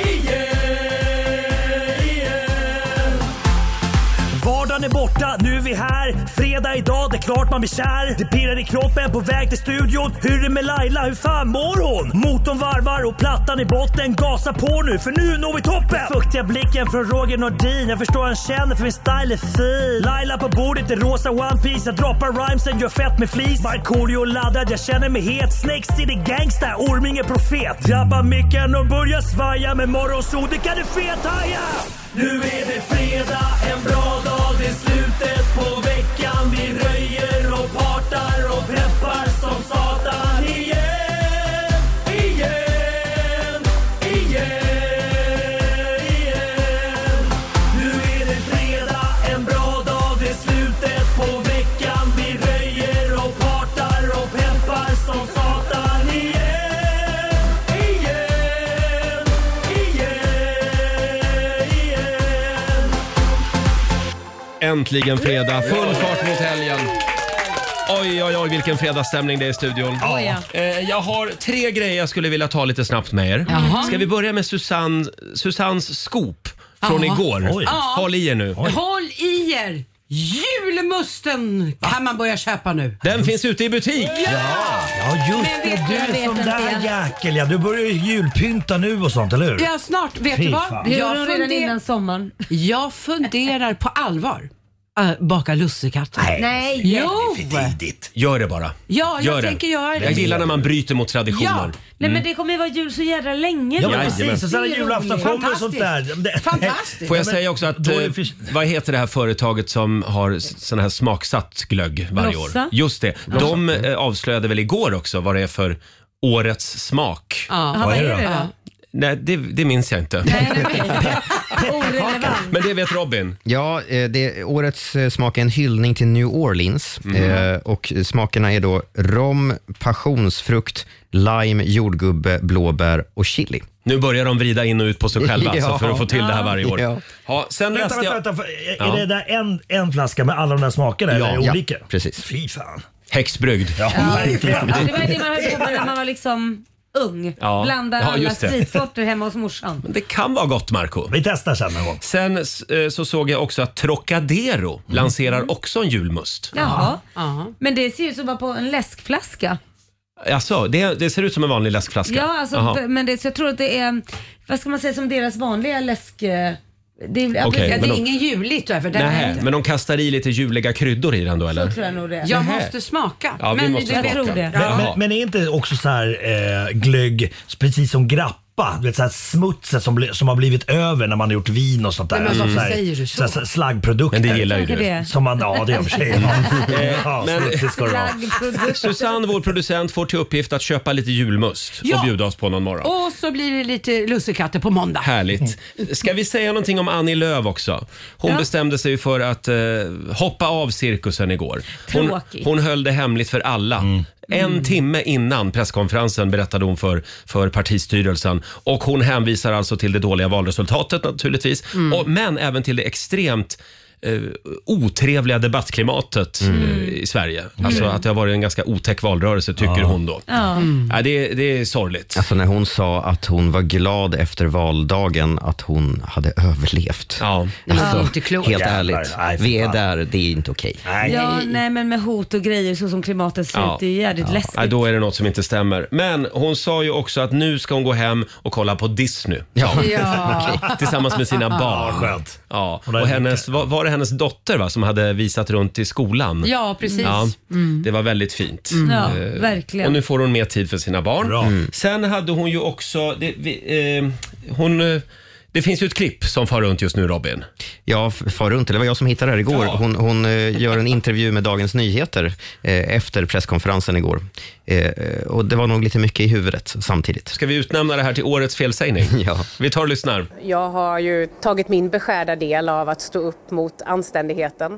Speaker 9: igen, igen.
Speaker 8: Vardagen är borta, nu är vi här. Fredag idag, det är klart man blir kär. Det pirrar i kroppen på väg till studion. Hur är det med Laila, hur fan mår hon? Motorn varvar och plattan i botten. Gasa på nu, för nu når vi toppen. Fuktiga blicken från Roger Nordin. Jag förstår han känner, för min style är fin. Laila på bordet i rosa One Piece. Jag droppar rhymesen, gör fett med flis. Markoolio laddad, jag känner mig het. Snake City gangsta, Orminge profet. Drabbar micken och börjar svaja. Med Morgonzoo, det kan du fethaja.
Speaker 9: Nu är det fredag, en bra dag, det är slutet på veckan. Vi röjer och partar och peppar som satan igen. Igen, igen, igen. Nu är det fredag, en bra dag, det är slutet på veckan. Vi röjer och partar och peppar som satan igen. Igen, igen, igen.
Speaker 1: Äntligen fredag, full fart mot helgen. Oj, oj, oj, vilken fredagsstämning det är i studion.
Speaker 2: Oj, ja.
Speaker 1: Eh, Jag har tre grejer jag skulle vilja ta lite snabbt med er.
Speaker 4: Jaha.
Speaker 1: Ska vi börja med Susanne, Susannes scoop från
Speaker 4: Ja.
Speaker 1: igår?
Speaker 8: Oj.
Speaker 1: Håll i er nu.
Speaker 4: Håll i er! Julmusten kan man börja köpa nu.
Speaker 1: Den finns ute i butik.
Speaker 8: Ja, just
Speaker 2: Men vet
Speaker 8: det.
Speaker 2: du, jag
Speaker 8: Du
Speaker 2: vet
Speaker 8: som
Speaker 2: inte.
Speaker 8: där jäkel, ja. Du börjar ju julpynta nu och sånt, eller hur?
Speaker 4: Ja, snart. Vet
Speaker 8: Fy
Speaker 4: du
Speaker 8: fan.
Speaker 4: vad?
Speaker 2: Det
Speaker 4: Jag,
Speaker 2: gjorde hon redan
Speaker 4: funder-
Speaker 2: innan sommaren.
Speaker 4: jag funderar på allvar Äh, baka lussekatter.
Speaker 8: Nej.
Speaker 2: Nej.
Speaker 4: Jo!
Speaker 8: Det är för tidigt.
Speaker 1: Gör det bara.
Speaker 4: Ja, jag
Speaker 1: Gör
Speaker 4: tänker
Speaker 1: det.
Speaker 4: göra det.
Speaker 1: Jag gillar när man bryter mot traditioner.
Speaker 4: Ja.
Speaker 2: Nej men det kommer ju vara jul så jävla länge.
Speaker 8: Ja,
Speaker 2: då.
Speaker 8: men
Speaker 1: Jajamän.
Speaker 8: precis. Och sen när
Speaker 2: Det är
Speaker 8: julafton
Speaker 2: roligt.
Speaker 8: kommer och sånt där. Det-
Speaker 4: Fantastiskt.
Speaker 1: Får jag säga också att,
Speaker 8: Då är det
Speaker 1: eh,
Speaker 8: för-
Speaker 1: vad heter det här företaget som har s- sån här smaksatt glögg varje
Speaker 2: Blossa.
Speaker 1: år? Just det. De eh, avslöjade väl igår också vad det är för årets smak.
Speaker 4: Ja.
Speaker 2: Ja, vad är
Speaker 8: är det
Speaker 2: det
Speaker 8: då?
Speaker 2: då?
Speaker 1: Nej, det, det minns jag inte.
Speaker 2: Nej, nej, nej. Orelevant.
Speaker 1: Men det vet Robin.
Speaker 3: Ja, eh, det, årets eh, smak är en hyllning till New Orleans. Eh, och smakerna är då rom, passionsfrukt, lime, jordgubbe, blåbär och chili.
Speaker 1: Nu börjar de vrida in och ut på sig själva
Speaker 3: Ja.
Speaker 1: så för att få till det här varje år.
Speaker 3: Ja.
Speaker 1: Ja, sen
Speaker 8: Vänta,
Speaker 1: läste
Speaker 8: vänta,
Speaker 1: jag
Speaker 8: vänta. Är
Speaker 1: Ja.
Speaker 8: det där en, en flaska med alla de där smakerna?
Speaker 1: Ja.
Speaker 8: Eller är det
Speaker 3: Ja,
Speaker 8: olika?
Speaker 3: precis.
Speaker 8: Fy fan.
Speaker 1: häxbrygd.
Speaker 8: Ja, verkligen.
Speaker 2: Ja, det var det man höll på med när man var liksom ung.
Speaker 1: Ja.
Speaker 2: Blanda
Speaker 1: Ja,
Speaker 2: alla
Speaker 1: just det.
Speaker 2: spritsorter hemma hos morsan.
Speaker 1: Men det kan vara gott, Marco.
Speaker 8: Vi testar sen någon gång.
Speaker 1: Sen eh, så såg jag också att Trocadero lanserar också en julmust.
Speaker 2: Jaha.
Speaker 4: Ja.
Speaker 2: Men det ser ut som bara på en läskflaska.
Speaker 1: Alltså, det, det ser ut som en vanlig läskflaska.
Speaker 2: Ja, alltså,
Speaker 1: Jaha.
Speaker 2: men det, så jag tror att det är, vad ska man säga, som deras vanliga läsk... eh, Det är,
Speaker 1: Okej,
Speaker 4: Ja, det
Speaker 1: men
Speaker 4: är
Speaker 1: de-
Speaker 4: ingen juligt då, för den
Speaker 1: Nej,
Speaker 4: är
Speaker 1: men de kastar i lite juliga kryddor i den då, eller?
Speaker 2: Så tror jag nog det.
Speaker 4: Jag
Speaker 1: Nähä.
Speaker 4: måste smaka.
Speaker 1: Ja, vi
Speaker 4: men
Speaker 1: måste
Speaker 4: du
Speaker 2: Jag
Speaker 4: vet-
Speaker 2: tror det.
Speaker 8: Men,
Speaker 1: Jaha.
Speaker 8: men, men är inte också så här eh, glögg, precis som grappa, du vet, så här smutset som, bli, som har blivit över när man har gjort vin och sånt där.
Speaker 4: Men varför
Speaker 8: Alltså, här-
Speaker 4: säger du så?
Speaker 8: här slaggprodukter.
Speaker 1: Men det gillar ju
Speaker 2: Kanske
Speaker 1: du.
Speaker 2: det.
Speaker 8: Som man, ja, det är i och för sig. Ja, ja,
Speaker 1: men-
Speaker 8: smutsigt ska det vara.
Speaker 2: Slaggprodukt.
Speaker 1: Susanne, vår producent, får till uppgift att köpa lite julmust och
Speaker 4: Ja.
Speaker 1: bjuda oss på någon morgon.
Speaker 4: Och så blir det lite lussekatter på måndag.
Speaker 1: Härligt. Ska vi säga någonting om Annie Lööf också? Hon
Speaker 2: Ja.
Speaker 1: bestämde sig för att eh, hoppa av cirkusen igår. Hon,
Speaker 2: Tråkigt.
Speaker 1: hon höll det hemligt för alla. En timme innan presskonferensen berättade hon för, för partistyrelsen. Och hon hänvisar alltså till det dåliga valresultatet naturligtvis. Och, men även till det extremt eh, otrevliga debattklimatet eh, i Sverige. Alltså att det har varit en ganska otäck valrörelse, tycker hon då.
Speaker 2: Ja.
Speaker 1: Ja, det, det är sorgligt.
Speaker 3: Alltså när hon sa att hon var glad efter valdagen att hon hade överlevt.
Speaker 1: Ja.
Speaker 4: Det är inte klokt.
Speaker 3: Helt
Speaker 8: Jävlar,
Speaker 3: ärligt,
Speaker 8: nej, för
Speaker 3: vi är
Speaker 8: fan.
Speaker 3: där, det är inte okej.
Speaker 8: Nej.
Speaker 2: Ja, nej men med hot och grejer så som klimatet ser
Speaker 1: Ja.
Speaker 2: ut, det är jävligt läskigt.
Speaker 1: Nej, då är det något som inte stämmer. Men hon sa ju också att nu ska hon gå hem och kolla på Disney.
Speaker 3: Ja.
Speaker 4: Ja.
Speaker 1: Tillsammans med sina barn.
Speaker 8: Ja, skönt.
Speaker 1: Ja.
Speaker 8: Hon har
Speaker 1: Och
Speaker 8: mycket.
Speaker 1: hennes, var, var det hennes dotter va, som hade visat runt i skolan?
Speaker 4: Ja, precis.
Speaker 1: Ja, det var väldigt fint.
Speaker 2: Ja,
Speaker 1: Eh,
Speaker 2: verkligen.
Speaker 1: Och nu får hon mer tid för sina barn.
Speaker 8: Bra. Mm.
Speaker 1: Sen hade hon ju också... Det, vi, eh, hon, eh, det finns ju ett klipp som far runt just nu, Robin.
Speaker 3: Ja, f- far runt. Det var jag som hittade det här igår.
Speaker 1: Ja.
Speaker 3: Hon, hon eh, gör en intervju med Dagens Nyheter eh, efter presskonferensen igår. Eh, och det var nog lite mycket i huvudet samtidigt.
Speaker 1: Ska vi utnämna det här till årets felsägning?
Speaker 3: Ja.
Speaker 1: Vi tar och lyssnar.
Speaker 10: Jag har ju tagit min beskärda del av att stå upp mot anständigheten.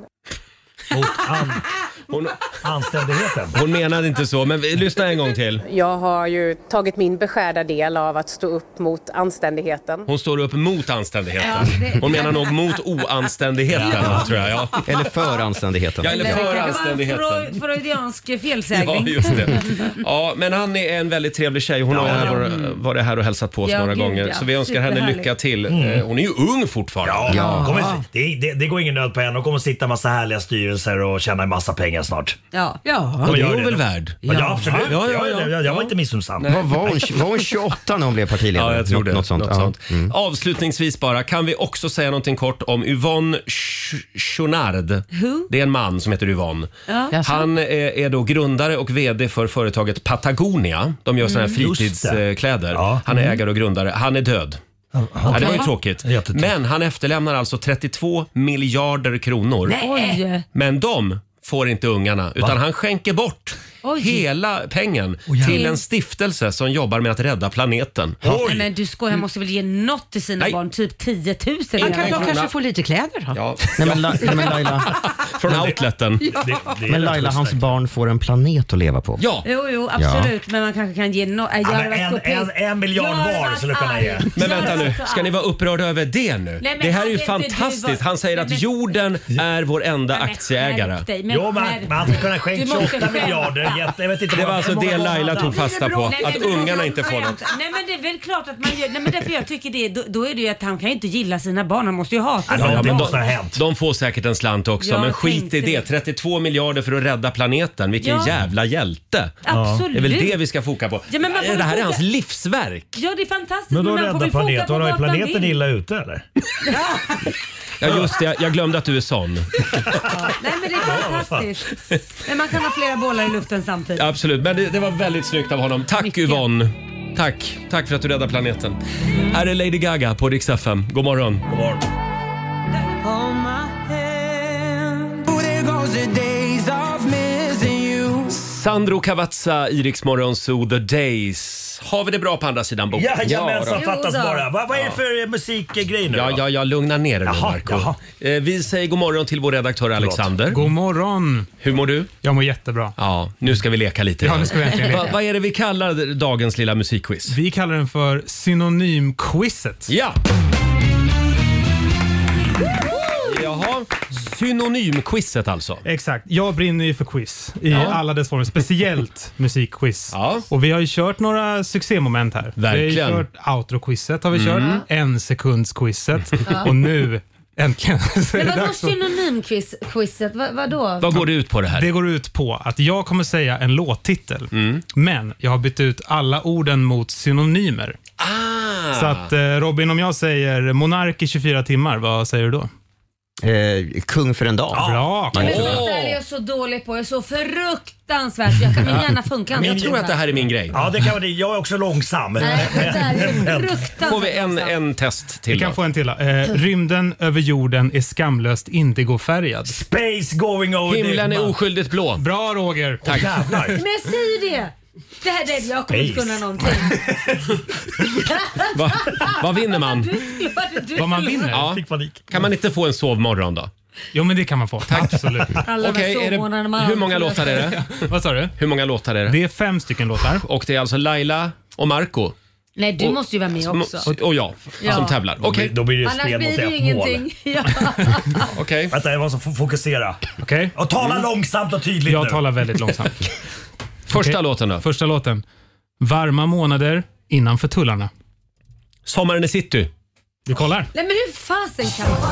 Speaker 8: Mot an,
Speaker 1: Hon,
Speaker 8: anständigheten.
Speaker 1: hon menade inte så, men vi, lyssna en gång till.
Speaker 10: Jag har ju tagit min beskärda del av att stå upp mot anständigheten.
Speaker 1: Hon står upp mot anständigheten.
Speaker 2: Ja, det-
Speaker 1: Hon menar nog mot oanständigheten, tror jag. Ja.
Speaker 3: Eller för anständigheten.
Speaker 1: Ja, eller
Speaker 2: Det
Speaker 1: för
Speaker 2: kan vara en
Speaker 1: anständigheten.
Speaker 2: freu- freudiansk
Speaker 1: Ja,
Speaker 2: felsägning.
Speaker 1: just det. Ja, men han är en väldigt trevlig tjej. Hon har
Speaker 8: Ja,
Speaker 1: ju
Speaker 8: ja.
Speaker 1: varit, varit här och hälsat på oss
Speaker 2: Ja,
Speaker 1: några
Speaker 2: gud,
Speaker 1: gånger.
Speaker 2: ja.
Speaker 1: Så vi önskar henne
Speaker 2: Superhärligt.
Speaker 1: lycka till. Eh, Hon är ju ung fortfarande.
Speaker 8: Ja,
Speaker 3: Ja.
Speaker 8: Kommer, det, det, det går ingen nöd på henne. Hon kommer sitta i massa härliga styrelser och tjäna en massa pengar snart.
Speaker 2: Ja.
Speaker 4: Ja.
Speaker 1: Och det är
Speaker 8: gör
Speaker 1: hon
Speaker 8: det
Speaker 1: väl
Speaker 8: då.
Speaker 1: värd?
Speaker 8: Ja, ja absolut.
Speaker 1: Ja, ja, ja.
Speaker 8: Jag, jag, jag var inte missunnsam.
Speaker 3: Vad var hon? Var hon tjugoåtta när hon blev partiledare?
Speaker 1: Ja, jag tror
Speaker 3: Nå-
Speaker 1: det.
Speaker 3: Något sånt.
Speaker 1: Något
Speaker 3: Ja.
Speaker 1: sånt.
Speaker 3: Mm.
Speaker 1: Avslutningsvis bara, kan vi också säga någonting kort om Yvonne Ch- Chouinard?
Speaker 2: Who?
Speaker 1: Det är en man som heter Yvonne.
Speaker 2: Ja.
Speaker 4: Jaså?
Speaker 1: Han är, är då grundare och vd för företaget Patagonia. De gör såna här
Speaker 8: Just det.
Speaker 1: fritidskläder.
Speaker 8: Ja.
Speaker 1: Han är ägare och grundare. Han är död. Ja, det var ju tråkigt.
Speaker 8: Jättetråkigt.
Speaker 1: Men han efterlämnar alltså trettiotvå miljarder kronor.
Speaker 2: Oj.
Speaker 1: Men de får inte ungarna, utan han skänker bort
Speaker 2: Oj.
Speaker 1: hela pengen
Speaker 8: jävlar.
Speaker 1: till en stiftelse som jobbar med att rädda planeten.
Speaker 2: Nej, men du skojar, han måste väl ge något till sina
Speaker 1: Nej.
Speaker 2: barn, typ tio tusen.
Speaker 4: Han
Speaker 1: En
Speaker 4: kan då
Speaker 1: krona.
Speaker 4: kanske få lite kläder då.
Speaker 1: Ja,
Speaker 3: Nej, men, La- nej, men Laila,
Speaker 1: från outleten.
Speaker 8: Det, det är
Speaker 3: men
Speaker 8: rätt
Speaker 3: Laila
Speaker 8: schysst,
Speaker 3: hans
Speaker 8: verkligen.
Speaker 3: barn får en planet att leva på.
Speaker 1: Ja,
Speaker 2: Jo, jo, absolut. Men man kanske kan ge något.
Speaker 8: Ja, men en, en, en miljard var skulle kunna ge.
Speaker 1: men vänta nu. Ska ni vara upprörda över det nu?
Speaker 2: Nej, men
Speaker 1: Det här är ju
Speaker 2: vet inte du
Speaker 1: fantastiskt.
Speaker 2: vad-
Speaker 1: Han säger
Speaker 2: Nej,
Speaker 1: att
Speaker 2: men-
Speaker 1: jorden är vår enda
Speaker 2: Men
Speaker 1: aktieägare.
Speaker 2: skärp dig, men
Speaker 8: Jo, men
Speaker 2: skärp
Speaker 8: man hade
Speaker 2: dig.
Speaker 8: kunnat skänka
Speaker 2: Du måste
Speaker 8: tjugoåtta
Speaker 2: skärpa
Speaker 8: miljarder. var jätte, jag vet inte
Speaker 1: Det
Speaker 8: vad-
Speaker 1: var alltså
Speaker 8: hur många
Speaker 1: det
Speaker 8: barn
Speaker 1: Laila
Speaker 8: hade
Speaker 1: tog
Speaker 8: han?
Speaker 1: fasta på.
Speaker 2: Nej, men
Speaker 1: Att
Speaker 2: det-
Speaker 1: ungarna inte får något.
Speaker 2: Nej men det är väl klart att man gör. Nej men därför jag tycker det. Då, då är det ju att han kan ju inte gilla sina barn. Han måste ju hata
Speaker 8: Ja,
Speaker 2: sina
Speaker 8: det
Speaker 2: barn.
Speaker 8: måste ha hänt.
Speaker 1: De får säkert en slant också,
Speaker 2: Jag
Speaker 1: men skit i
Speaker 2: tänkte
Speaker 1: det.
Speaker 2: det.
Speaker 1: trettiotvå miljarder för att rädda planeten. Vilken
Speaker 2: Ja.
Speaker 1: jävla hjälte.
Speaker 2: Absolut.
Speaker 1: Det är väl det vi ska foka på.
Speaker 2: Ja, men man får
Speaker 1: det här är
Speaker 2: foka-
Speaker 1: hans livsverk.
Speaker 2: Ja det är fantastiskt.
Speaker 8: Men då
Speaker 2: man får
Speaker 8: rädda
Speaker 2: väl foka
Speaker 8: planeten.
Speaker 2: på
Speaker 8: Var är
Speaker 2: vart man
Speaker 8: planeten
Speaker 2: vill.
Speaker 8: illa ute eller?
Speaker 1: Ja just det, jag, jag glömde att du är sån.
Speaker 2: Nej men det är fantastiskt. Men man kan ha flera bollar i luften samtidigt.
Speaker 1: Absolut, men det, det var väldigt snyggt av honom. Tack
Speaker 2: Mycket.
Speaker 1: Yvonne. Tack. Tack för att du räddar planeten. Här är Lady Gaga på Rix F M. God morgon.
Speaker 8: God morgon.
Speaker 1: Sandro Cavazza, i Rix Morgon Zoo, The Days. Har vi det bra på andra sidan bordet?
Speaker 8: Jajamensan,
Speaker 1: då.
Speaker 8: fattas
Speaker 2: Jo då.
Speaker 8: bara. Vad, vad är det för musikgrej nu
Speaker 1: Ja,
Speaker 8: då?
Speaker 1: ja, ja, lugna ner dig nu
Speaker 8: Jaha,
Speaker 1: Marco.
Speaker 8: jaha.
Speaker 1: Eh, Vi säger god morgon till vår redaktör Alexander.
Speaker 11: God morgon.
Speaker 1: Hur mår du?
Speaker 11: Jag mår jättebra.
Speaker 1: Ja, nu ska vi leka lite.
Speaker 11: Ja,
Speaker 1: igen.
Speaker 11: nu ska vi äntligen leka.
Speaker 1: Va, vad är det vi kallar dagens lilla musikquiz?
Speaker 11: Vi kallar den för synonymquizet.
Speaker 1: Ja! Jaha, synonymquizet alltså.
Speaker 11: Exakt. Jag brinner ju för quiz i
Speaker 1: Ja.
Speaker 11: alla dess former. Speciellt musikquiz.
Speaker 1: Ja.
Speaker 11: Och vi har ju kört några succémoment här.
Speaker 1: Verkligen.
Speaker 11: Vi har ju kört outro-quizet har vi kört. En sekunds-quizet. Och nu äntligen så är
Speaker 2: Men
Speaker 11: det
Speaker 2: vadå
Speaker 11: dags att...
Speaker 2: synonymquizet? Vad, vadå?
Speaker 1: Vad går det ut på det här?
Speaker 11: Det går ut på att jag kommer säga en låttitel. Men jag har bytt ut alla orden mot synonymer.
Speaker 1: Ah!
Speaker 11: Så att eh, Robin, om jag säger monark i tjugofyra timmar, vad säger du då?
Speaker 3: Eh, kung för en dag.
Speaker 11: Bra!
Speaker 2: Men
Speaker 1: Åh.
Speaker 2: sånt där är jag så dålig på. Jag är så fruktansvärt. Jag kan, min hjärna funkar inte.
Speaker 1: Jag tror att det här är min grej.
Speaker 8: Ja, det kan vara det. Jag är också långsam.
Speaker 2: Nej, det där är fruktansvärt.
Speaker 1: Får vi en, en test till
Speaker 11: Vi kan
Speaker 1: då?
Speaker 11: få en till. Eh, rymden över jorden är skamlöst indigo-färgad.
Speaker 8: Space going over
Speaker 1: Himlen
Speaker 8: the...
Speaker 1: är oskyldigt blå.
Speaker 11: Bra Roger!
Speaker 8: Tack. Jävlar.
Speaker 2: Men jag säger det. Det här det, jag kommer inte
Speaker 8: Space.
Speaker 2: kunna någonting.
Speaker 1: Va, vad vinner man?
Speaker 2: Du skulle- du
Speaker 11: Vad man
Speaker 2: förlorar.
Speaker 11: vinner?
Speaker 1: Ja.
Speaker 8: Fick panik.
Speaker 1: Kan man inte få en sovmorgon då?
Speaker 11: Jo men det kan man få. Absolut.
Speaker 2: Alla de här
Speaker 1: Okej, är
Speaker 2: sovmorgnarna man
Speaker 1: det, hur många
Speaker 2: aldrig
Speaker 1: låtar är det?
Speaker 11: Vad sa du?
Speaker 1: Hur många låtar är det?
Speaker 11: Det är fem stycken låtar.
Speaker 1: Och det är alltså Laila och Marco
Speaker 2: Nej, du
Speaker 1: Och-
Speaker 2: måste ju vara med också.
Speaker 1: och, och jag
Speaker 2: Ja.
Speaker 1: som tävlar.
Speaker 8: Då
Speaker 1: Okej,
Speaker 8: blir- Då blir det
Speaker 2: Annars
Speaker 8: spel
Speaker 2: blir
Speaker 8: mot
Speaker 2: det ju
Speaker 8: ett mål.
Speaker 2: ingenting. Ja.
Speaker 1: okej.
Speaker 8: Vänta, jag måste f- fokusera.
Speaker 11: Okej?
Speaker 8: Och tala långsamt och tydligt
Speaker 11: Jag
Speaker 8: nu.
Speaker 11: talar väldigt långsamt.
Speaker 1: Första
Speaker 11: Okej.
Speaker 1: låten då.
Speaker 11: Första låten. Varma månader innanför tullarna.
Speaker 1: Sommaren i city.
Speaker 11: Vi kollar.
Speaker 2: Nej men hur fasen kan man?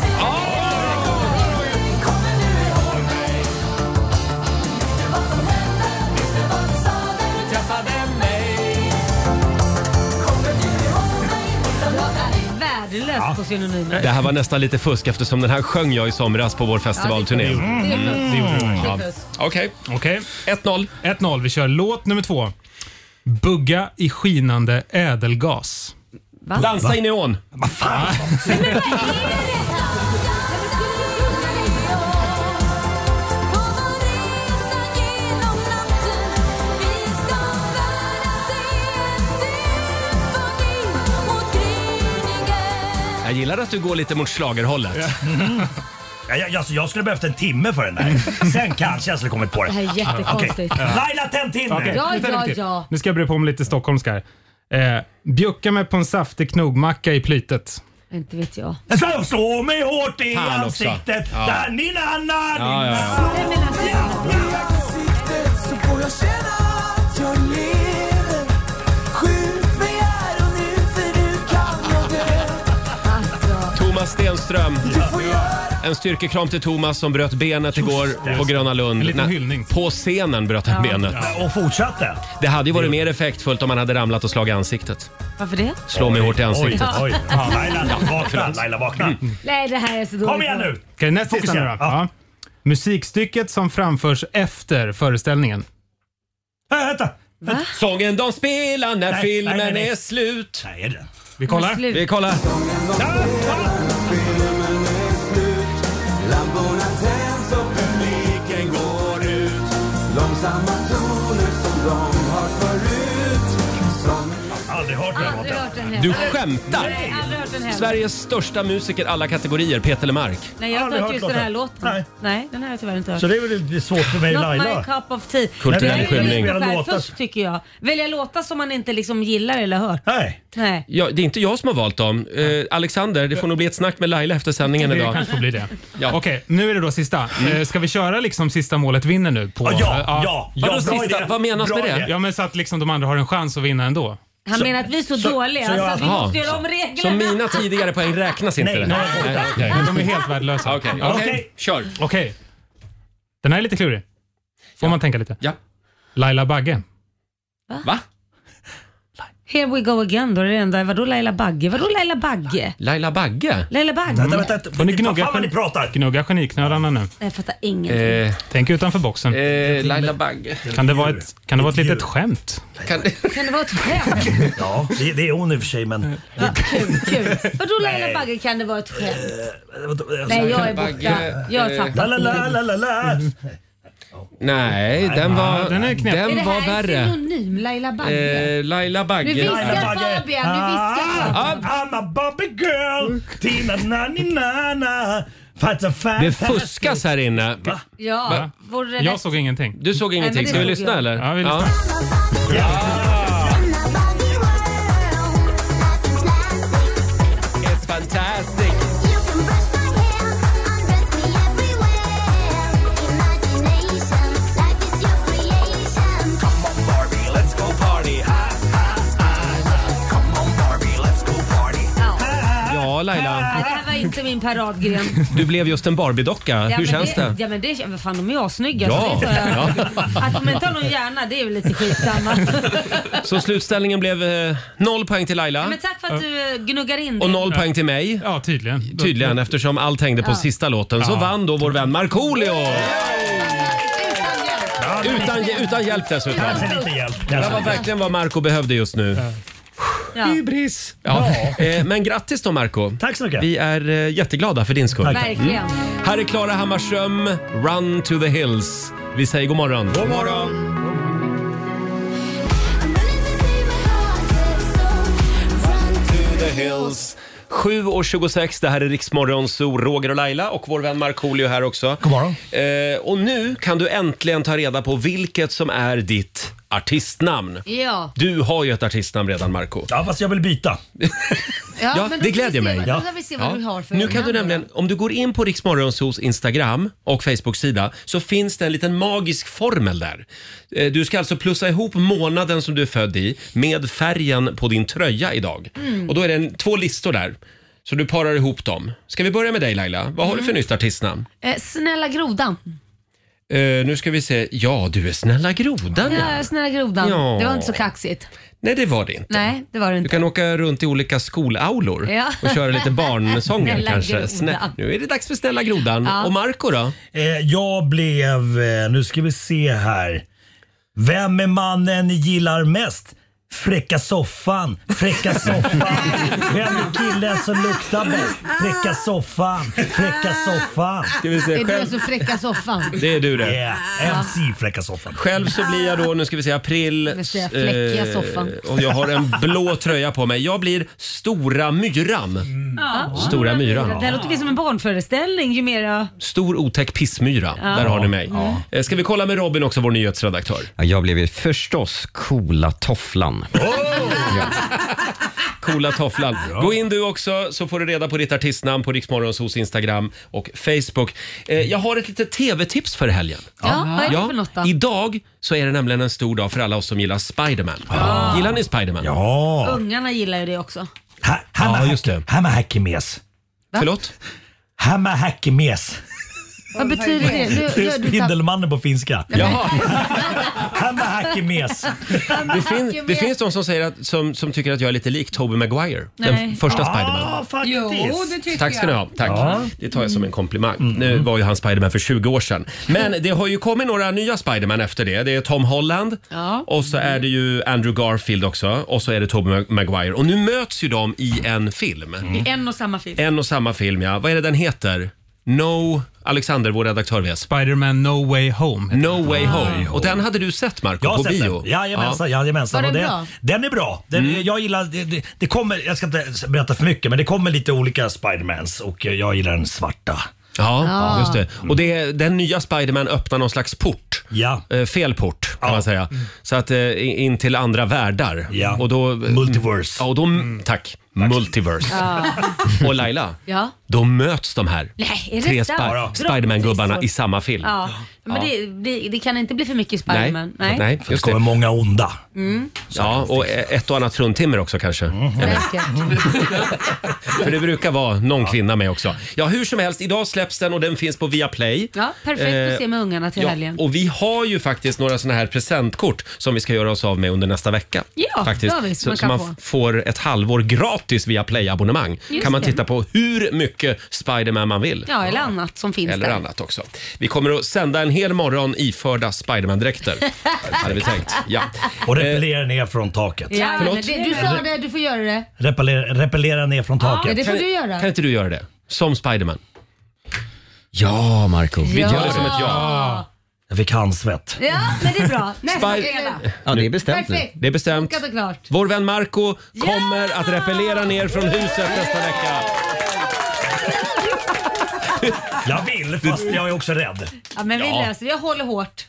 Speaker 2: Värdelöst på synonymer.
Speaker 1: Det här var nästan lite fusk eftersom den här sjöng jag i somras på vår festivalturné.
Speaker 2: Det är fusk.
Speaker 11: Det gjorde du.
Speaker 2: Det är fusk.
Speaker 1: Okej,
Speaker 11: Okej.
Speaker 1: ett noll.
Speaker 11: ett noll. Vi kör låt nummer två. Bugga i skinande ädelgas.
Speaker 2: Va?
Speaker 1: Dansa i neon. Jag gillar att du går lite mot schlagerhållet.
Speaker 8: Ja, jag, alltså, jag skulle behövt en timme för den där. Sen kanske jag skulle kommit på det.
Speaker 2: Det här är jättekonstigt.
Speaker 8: Okej. Laila, tänd till
Speaker 11: Okej,
Speaker 8: nu.
Speaker 2: Ja,
Speaker 11: nu tar vi
Speaker 2: ja,
Speaker 11: till.
Speaker 2: ja.
Speaker 11: Nu ska jag börja på med lite stockholmska här. Eh, bjucka mig på en saftig knoggmacka i plytet.
Speaker 2: Inte vet jag.
Speaker 8: Jag ska slå mig hårt i
Speaker 1: Fan också.
Speaker 8: ansiktet.
Speaker 1: Ja.
Speaker 8: Där ni nanna,
Speaker 1: Ja, ja, ja.
Speaker 2: Nej, men alltså, alltså.
Speaker 1: Thomas Stenström. En styrkekram till Thomas som bröt benet igår på Gröna Lund.
Speaker 11: En liten
Speaker 1: Nej,
Speaker 11: hyllning.
Speaker 1: På scenen bröt han benet.
Speaker 8: Och fortsatte.
Speaker 1: Det hade ju varit mer effektfullt om han hade ramlat och slagit ansiktet.
Speaker 2: Varför det?
Speaker 1: Slå mig hårt i ansiktet.
Speaker 8: Oj, oj. Ja, Laila, vakna. Laila, vakna.
Speaker 2: Nej, det här är så dåligt.
Speaker 8: Kom igen nu.
Speaker 11: Okej, näst sista nu då.
Speaker 8: Fokusera.
Speaker 11: Ja. Musikstycket som framförs efter föreställningen.
Speaker 8: Äh, vänta.
Speaker 1: Sången de spelar när
Speaker 8: Nej,
Speaker 1: filmen
Speaker 8: nej, nej, nej.
Speaker 1: är slut.
Speaker 8: Nej, är det?
Speaker 11: Vi kollar.
Speaker 2: Slut.
Speaker 1: Vi kollar.
Speaker 8: Aldrig hört den
Speaker 2: Aldrig hört den heller.
Speaker 1: Du skämtar?
Speaker 2: Nej, aldrig hört den heller.
Speaker 1: Sveriges största musiker alla kategorier, Peter LeMarc.
Speaker 2: Nej, jag har
Speaker 8: Aldrig
Speaker 2: hört just
Speaker 8: hört
Speaker 2: den här
Speaker 8: låten.
Speaker 2: låten.
Speaker 8: Nej.
Speaker 2: Nej, den här har jag tyvärr inte hört.
Speaker 8: Så det är väl lite svårt för mig och
Speaker 2: Not my
Speaker 8: Laila.
Speaker 2: cup of tea.
Speaker 1: Kulturell
Speaker 2: Nej,
Speaker 1: skymning.
Speaker 2: det är
Speaker 8: Spela
Speaker 2: låtar. Först tycker jag. Välja låtar som man inte liksom gillar eller hört.
Speaker 8: Nej.
Speaker 2: Nej.
Speaker 1: Ja, det är inte jag som har valt dem. Eh, Alexander, det får nog bli ett snack med Laila efter sändningen
Speaker 11: Det
Speaker 1: idag.
Speaker 11: kanske får bli det.
Speaker 1: Ja.
Speaker 11: Okej, nu är det då sista. Eh, Ska vi köra liksom sista målet vinner nu? På,
Speaker 8: Ja, ja,
Speaker 11: eh,
Speaker 8: ja.
Speaker 1: Vadå
Speaker 8: bra
Speaker 1: sista?
Speaker 8: idé.
Speaker 1: Vad menas
Speaker 8: Bra
Speaker 1: med det?
Speaker 8: idé.
Speaker 11: Ja, men så att liksom de andra har en chans att vinna ändå.
Speaker 2: Han
Speaker 8: Så-
Speaker 2: menar att vi är så,
Speaker 8: så-
Speaker 2: dåliga
Speaker 8: så
Speaker 2: så,
Speaker 8: jag-
Speaker 2: att vi
Speaker 1: Aha.
Speaker 2: måste göra om reglerna.
Speaker 1: Så mina tidigare poäng räknas inte?
Speaker 8: Nej,
Speaker 1: det?
Speaker 8: nej,
Speaker 1: nej,
Speaker 8: nej.
Speaker 1: okej.
Speaker 11: Men de är helt värdelösa.
Speaker 1: Okej,
Speaker 11: Ja.
Speaker 1: okej.
Speaker 8: Okej.
Speaker 1: Kör.
Speaker 11: Okej. Den här är lite klurig. Får man tänka lite.
Speaker 1: Ja.
Speaker 11: Laila Bagge.
Speaker 1: Va?
Speaker 2: Here we go again då. Är det enda. Vadå Laila Bagge? Vadå Laila Bagge?
Speaker 1: Laila Bagge?
Speaker 2: Laila Bagge?
Speaker 8: Vänta, vänta, vänta.
Speaker 11: Får ni
Speaker 8: Vad
Speaker 11: gnugga,
Speaker 8: fan vad ni pratar?
Speaker 11: gnugga geniknölarna nu.
Speaker 2: Jag fattar ingenting.
Speaker 1: Eh,
Speaker 11: Tänk utanför boxen.
Speaker 1: eh, Laila Bagge.
Speaker 11: Kan det vara ett, kan det vara ett litet skämt?
Speaker 1: Kan det...
Speaker 2: Kan det vara ett skämt?
Speaker 8: Ja, det, det är hon i och för sig, men...
Speaker 2: Ja, kul, kul. Vadå Laila
Speaker 8: Nej.
Speaker 2: Bagge? Kan det vara ett skämt?
Speaker 8: Eh,
Speaker 2: Nej, jag är
Speaker 1: Bagge,
Speaker 2: borta. Jag har
Speaker 1: eh,
Speaker 8: La,
Speaker 2: tappat.
Speaker 8: la, la, la, la, la.
Speaker 1: Nej, den var,
Speaker 11: den är knäpp.
Speaker 2: Är
Speaker 1: den
Speaker 2: det
Speaker 1: var
Speaker 2: här en
Speaker 1: värre.
Speaker 2: synonym? Laila Bagge?
Speaker 1: Eh, Laila
Speaker 2: Nu
Speaker 1: Bagge.
Speaker 2: viskar Fabian, nu viskar
Speaker 8: Ah,
Speaker 2: Fabian.
Speaker 8: I'm a Bobby girl. Tina nani nana. Fata
Speaker 1: Det
Speaker 8: fantastic.
Speaker 1: fuskas här inne.
Speaker 2: Ja, vore det
Speaker 11: Jag
Speaker 2: rätt?
Speaker 11: såg ingenting.
Speaker 1: Du såg ingenting.
Speaker 2: Nej, men
Speaker 1: Ska vi
Speaker 2: det
Speaker 1: lyssna
Speaker 2: såg jag.
Speaker 1: eller?
Speaker 11: Ja, vi lyssnar.
Speaker 1: It's fantastic. Ja, Laila.
Speaker 2: Nej, det här var inte min paradgren.
Speaker 1: Du blev just en Barbie-docka.
Speaker 2: Ja,
Speaker 1: Hur
Speaker 2: men
Speaker 1: känns det?
Speaker 2: Ja men det, vad fan de är ju assnygga.
Speaker 1: Ja.
Speaker 2: Så det tar jag, Att de inte har någon hjärna, det är väl lite skitsamma.
Speaker 1: Så slutställningen blev eh, noll poäng till Laila
Speaker 2: Men tack för att du eh, gnuggar in det.
Speaker 1: och noll poäng till mig.
Speaker 11: Ja, tydligen.
Speaker 1: Tydligen, eftersom allt hängde på
Speaker 2: Ja.
Speaker 1: sista låten så
Speaker 11: Ja.
Speaker 1: vann då vår vän Markoolio.
Speaker 8: Ja, men
Speaker 1: Utan, utan hjälp dessutom.
Speaker 8: Kanske lite hjälp.
Speaker 1: Det var
Speaker 8: Kanske.
Speaker 1: verkligen vad Marco behövde just nu.
Speaker 2: Ja.
Speaker 1: Hybris. Ja. Eh, men grattis då Marco.
Speaker 8: Tack så mycket.
Speaker 1: Vi är eh, jätteglada för din skull. Mm.
Speaker 2: Verkligen.
Speaker 1: Här är Klara Hammarström, Run to the Hills. Vi säger god morgon. God morgon. The Hills. sju och tjugosex, det här är Riksmorgon, så Roger och Laila och vår vän Markoolio här också.
Speaker 8: God morgon.
Speaker 1: Eh, och nu kan du äntligen ta reda på vilket som är ditt artistnamn.
Speaker 2: Ja.
Speaker 1: Du har ju ett artistnamn redan, Marco.
Speaker 8: Ja, fast jag vill byta.
Speaker 1: Ja,
Speaker 2: men då
Speaker 1: det
Speaker 2: ska vi
Speaker 1: glädjer
Speaker 2: se
Speaker 1: mig.
Speaker 2: vad-
Speaker 1: Ja.
Speaker 2: Då ska vi se vad
Speaker 1: Ja.
Speaker 2: du har för
Speaker 1: Nu kan du
Speaker 2: namn.
Speaker 1: nämligen, om du går in på Riksmorgonsos Instagram och Facebook-sida så finns det en liten magisk formel där. Eh, Du ska alltså plussa ihop månaden som du är född i med färgen på din tröja idag.
Speaker 2: Mm.
Speaker 1: Och då är det en, två listor där. Så du parar ihop dem. Ska vi börja med dig Laila? Vad har du för nytt artistnamn?
Speaker 2: Eh, snälla grodan.
Speaker 1: Eh, nu ska vi se. Ja, du är Snälla Grodan. Ja.
Speaker 2: Ja, snälla grodan.
Speaker 1: Ja.
Speaker 2: Det var inte så kaxigt.
Speaker 1: Nej, det var det inte.
Speaker 2: Nej, det var det
Speaker 1: Du
Speaker 2: inte.
Speaker 1: kan åka runt i olika skolaulor
Speaker 2: Ja.
Speaker 1: och köra lite barnsånger
Speaker 2: Snälla
Speaker 1: kanske.
Speaker 2: Grodan.
Speaker 1: Snä- nu är det dags för Snälla Grodan.
Speaker 2: Ja.
Speaker 1: Och Marco då?
Speaker 8: Eh, jag blev, eh, nu ska vi se här. Vem är mannen ni gillar mest? Fräcka soffan, fräcka soffan. Vem är killen som luktar bäst? Fräcka soffan, fräcka soffan.
Speaker 1: Ska vi se
Speaker 2: Är du
Speaker 1: själv.
Speaker 2: så fräcka soffan?
Speaker 1: Det är du det.
Speaker 8: Yeah, M C fräcka soffan.
Speaker 1: Själv så blir jag då, nu ska vi se, april.
Speaker 2: vill säga fläckiga
Speaker 1: eh,
Speaker 2: soffan.
Speaker 1: Och jag har en blå tröja på mig. Jag blir Stora Myran.
Speaker 2: Ja.
Speaker 1: Stora Myran.
Speaker 2: Det här låter ju som en barnföreställning ju mera...
Speaker 1: Stor otäck pissmyra. Där har ni mig. Eh, Ska vi kolla med Robin också, vår nyhetsredaktör?
Speaker 3: Ja, jag blev ju förstås Coola Tofflan.
Speaker 1: Coola tofflan. Gå in du också så får du reda på ditt artistnamn på Riksmorgonsos Instagram och Facebook. Eh, jag har ett litet tv-tips för helgen.
Speaker 2: Ja, vad är det för något då?
Speaker 1: Idag så är det nämligen en stor dag för alla oss som gillar Spiderman. Gillar ni Spiderman?
Speaker 8: Ja.
Speaker 2: Ungarna gillar ju det också.
Speaker 8: Ha- Hamma
Speaker 1: Ja, just det.
Speaker 8: Hamma hackemes.
Speaker 1: Förlåt?
Speaker 8: Hamma hackemes.
Speaker 2: Vad betyder det? Nu,
Speaker 8: Det är
Speaker 2: du, du tapp-
Speaker 8: Spindelmannen på finska.
Speaker 1: Jaha.
Speaker 8: Hamma hackemes.
Speaker 1: Det, fin, det finns de som, säger att, som, som tycker att jag är lite lik Tobey Maguire.
Speaker 2: Nej.
Speaker 1: Den första Spiderman.
Speaker 8: Ja, faktiskt.
Speaker 4: Jo, det tycker
Speaker 1: Tack ska ni ha. Tack.
Speaker 8: Ja.
Speaker 1: Det tar jag som en komplimang. Nu var ju han Spiderman för tjugo år sedan. Men det har ju kommit några nya Spiderman efter det. Det är Tom Holland
Speaker 2: Ja.
Speaker 1: och så är det ju Andrew Garfield också och så är det Tobey Maguire. Och nu möts ju de i en film.
Speaker 2: I en och samma film.
Speaker 1: En och samma film, ja. Vad är det den heter? No Alexander, vår redaktör, vet.
Speaker 11: Spider-Man No Way Home.
Speaker 1: No Way Home. Och den hade du sett, Marco,
Speaker 8: Jag
Speaker 1: på
Speaker 8: har sett
Speaker 1: bio.
Speaker 8: den. Jajamensan, ja. jajamensan.
Speaker 2: Var
Speaker 8: Och
Speaker 2: den
Speaker 8: det,
Speaker 2: bra?
Speaker 8: Den är bra. Den,
Speaker 1: Mm.
Speaker 8: Jag gillar, det, det, det kommer, jag ska inte berätta för mycket, men det kommer lite olika Spidermans och jag gillar den svarta.
Speaker 1: Ja,
Speaker 2: Ja.
Speaker 1: just det. Och det, den nya Spider-Man öppnar någon slags port.
Speaker 8: Ja.
Speaker 1: Eh, fel port, kan
Speaker 8: Ja.
Speaker 1: man säga. Så att eh, in till andra världar.
Speaker 8: Ja.
Speaker 1: Och då,
Speaker 8: Multiverse.
Speaker 1: Ja, och då, tack. Multiverse.
Speaker 2: Ja.
Speaker 1: Och Laila,
Speaker 2: Ja.
Speaker 1: då möts de här
Speaker 2: Nej, är det
Speaker 1: tre
Speaker 2: sant?
Speaker 1: Spi- Spider-Man-gubbarna i samma film.
Speaker 2: Ja. Men det, det, det kan inte bli för mycket Spider-Man.
Speaker 1: Nej, nej,
Speaker 8: Det
Speaker 1: just
Speaker 8: kommer
Speaker 1: det.
Speaker 8: många onda.
Speaker 2: Mm.
Speaker 1: Ja, och ett och annat fruntimmer också kanske.
Speaker 2: Säkert.
Speaker 1: För det brukar vara någon kvinna med också. Ja, hur som helst, idag släpps den och den finns på Viaplay.
Speaker 2: Ja, perfekt att se med ungarna till
Speaker 1: Ja,
Speaker 2: helgen.
Speaker 1: och vi har ju faktiskt några såna här presentkort som vi ska göra oss av med under nästa vecka.
Speaker 2: Ja,
Speaker 1: faktiskt.
Speaker 2: ja, visst,
Speaker 1: så
Speaker 2: man
Speaker 1: så
Speaker 2: kan
Speaker 1: man
Speaker 2: få.
Speaker 1: f- får ett halvår gratis via Play-abonnemang.
Speaker 2: Just
Speaker 1: Kan man
Speaker 2: det.
Speaker 1: titta på hur mycket Spider-Man man vill.
Speaker 2: Ja, eller annat som finns
Speaker 1: Eller
Speaker 2: där.
Speaker 1: annat också. Vi kommer att sända en hel morgon iförda Spider-Man-dräkter. hade vi tänkt. Ja.
Speaker 8: Och repellera ner från taket.
Speaker 2: Ja,
Speaker 1: Förlåt?
Speaker 2: men det, du sa det, du får göra det.
Speaker 8: Repellera, repellera ner från
Speaker 2: Ja,
Speaker 8: taket.
Speaker 2: det får
Speaker 1: Kan,
Speaker 2: du göra.
Speaker 1: kan inte du göra det? Som Spider-Man.
Speaker 3: Ja, Marco.
Speaker 1: Vi gör det som ett ja.
Speaker 2: Ja,
Speaker 8: Jag fick handsvett.
Speaker 2: ja men det är bra. Nästa
Speaker 1: Spy-
Speaker 2: fredag.
Speaker 3: Ja, det är bestämt nu.
Speaker 2: Perfekt.
Speaker 1: Det är bestämt.
Speaker 2: Bokat och klart.
Speaker 1: Vår vän Marco kommer att repellera ner från huset nästa vecka.
Speaker 8: Jag vill, fast jag är också rädd.
Speaker 2: Ja, men vi
Speaker 1: Ja.
Speaker 2: löser det. Jag håller hårt.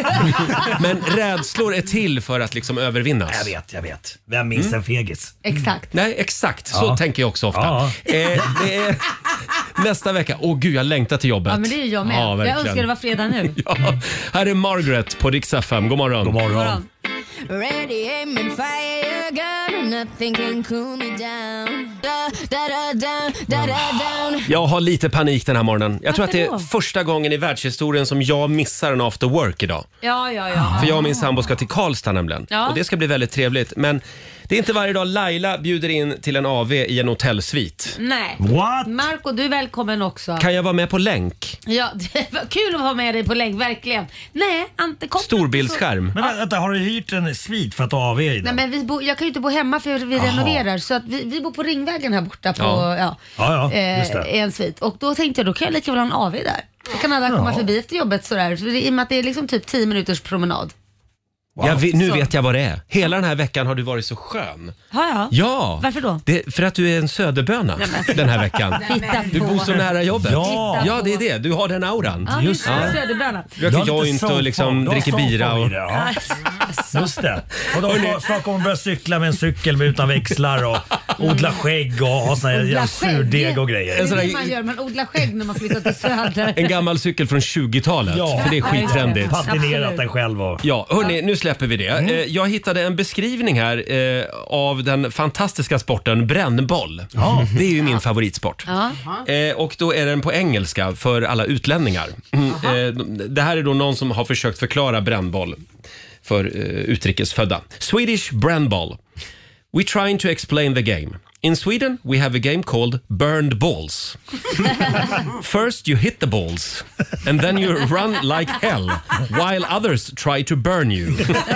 Speaker 1: Men rädslor är till för att liksom övervinnas.
Speaker 8: Jag vet, jag vet. Vem minns en fegis?
Speaker 2: Exakt.
Speaker 1: Nej, exakt. Så
Speaker 8: Ja.
Speaker 1: tänker jag också ofta.
Speaker 8: Ja.
Speaker 1: Eh, det är nästa vecka. Åh gud, jag längtar till jobbet.
Speaker 2: Ja, men det är jag med.
Speaker 1: Ja,
Speaker 2: jag
Speaker 1: verkligen.
Speaker 2: önskar det var fredag nu.
Speaker 1: Ja. Här är Margaret på Rix F M. God morgon.
Speaker 8: God morgon.
Speaker 2: Morgon.
Speaker 12: Ready, aim and fire gun. Nothing can cool me down. Da, da, da, down, da, da, down.
Speaker 1: Jag har lite panik den här morgonen. Jag tror att det är
Speaker 2: då?
Speaker 1: första gången i världshistorien som jag missar en after work idag.
Speaker 2: Ja, ja, ja.
Speaker 1: För jag och min sambo ska till Karlstad nämligen.
Speaker 2: Ja.
Speaker 1: Och det ska bli väldigt trevligt. Men det är inte varje dag Laila bjuder in till en A V i en hotellsvit.
Speaker 2: Nej.
Speaker 8: What?
Speaker 2: Marco, du är välkommen också.
Speaker 1: Kan jag vara med på länk?
Speaker 2: Ja, det var kul att ha med dig på länk, verkligen. Nej, Ante kom.
Speaker 1: Storbildsskärm.
Speaker 8: Men vänta, har du hyrt en svit för att A V i
Speaker 2: Nej,
Speaker 8: den?
Speaker 2: men vi bo, jag kan ju inte bo hemma för vi
Speaker 8: Aha.
Speaker 2: renoverar. Så att vi, vi bor på Ringvägen här borta på,
Speaker 1: Ja.
Speaker 2: ja,
Speaker 8: Ja, ja, just det.
Speaker 2: eh, en svit. Och då tänkte jag, då kan jag lika väl ha en A V där. Då kan alla komma
Speaker 8: Ja.
Speaker 2: förbi efter jobbet sådär. För det, I och med att det är liksom typ tio minuters promenad.
Speaker 1: Jag vet, nu
Speaker 2: Så.
Speaker 1: vet jag vad det är. Hela den här veckan har du varit så skön.
Speaker 2: Har jag?
Speaker 1: Ja.
Speaker 2: Varför då?
Speaker 1: Det, för att du är en söderböna den här veckan.
Speaker 2: Hitta
Speaker 1: Du
Speaker 2: på.
Speaker 1: bor så nära jobbet.
Speaker 8: Ja.
Speaker 1: ja, det är det. Du har den auran.
Speaker 2: Ja, just det. Söderböna.
Speaker 1: Röker
Speaker 8: har
Speaker 1: jag
Speaker 8: lite
Speaker 1: inte och liksom
Speaker 8: soulfond. Du har
Speaker 1: dricker bira.
Speaker 8: soulfond
Speaker 1: Och...
Speaker 8: i det, ja. Just det. Och då snart kommer hon börja cykla med en cykel med utan växlar och odla skägg och ha sån här
Speaker 2: Odla
Speaker 8: jävla
Speaker 2: skägg.
Speaker 8: surdeg och
Speaker 2: Det
Speaker 8: grejer.
Speaker 2: är
Speaker 1: En sån
Speaker 2: det
Speaker 1: där-
Speaker 2: man gör, man odlar skägg när man flyttar till söder.
Speaker 1: En gammal cykel från tjugotalet.
Speaker 8: Ja.
Speaker 1: För det är skittrendigt.
Speaker 8: Patinerat
Speaker 2: Absolut.
Speaker 8: den själv och...
Speaker 1: Ja, hörni, nu släpper vi det. Eh, Jag hittade en beskrivning här eh, av den fantastiska sporten brännboll. Det är ju min favoritsport.
Speaker 2: Ja.
Speaker 1: Eh, och då är den på engelska för alla utlänningar. Mm, eh, det här är då någon som har försökt förklara brännboll för eh, utrikesfödda. Swedish brännboll. We trying to explain the game. In Sweden we have a game called burned balls. First you hit the balls and then you run like hell while others try to burn you.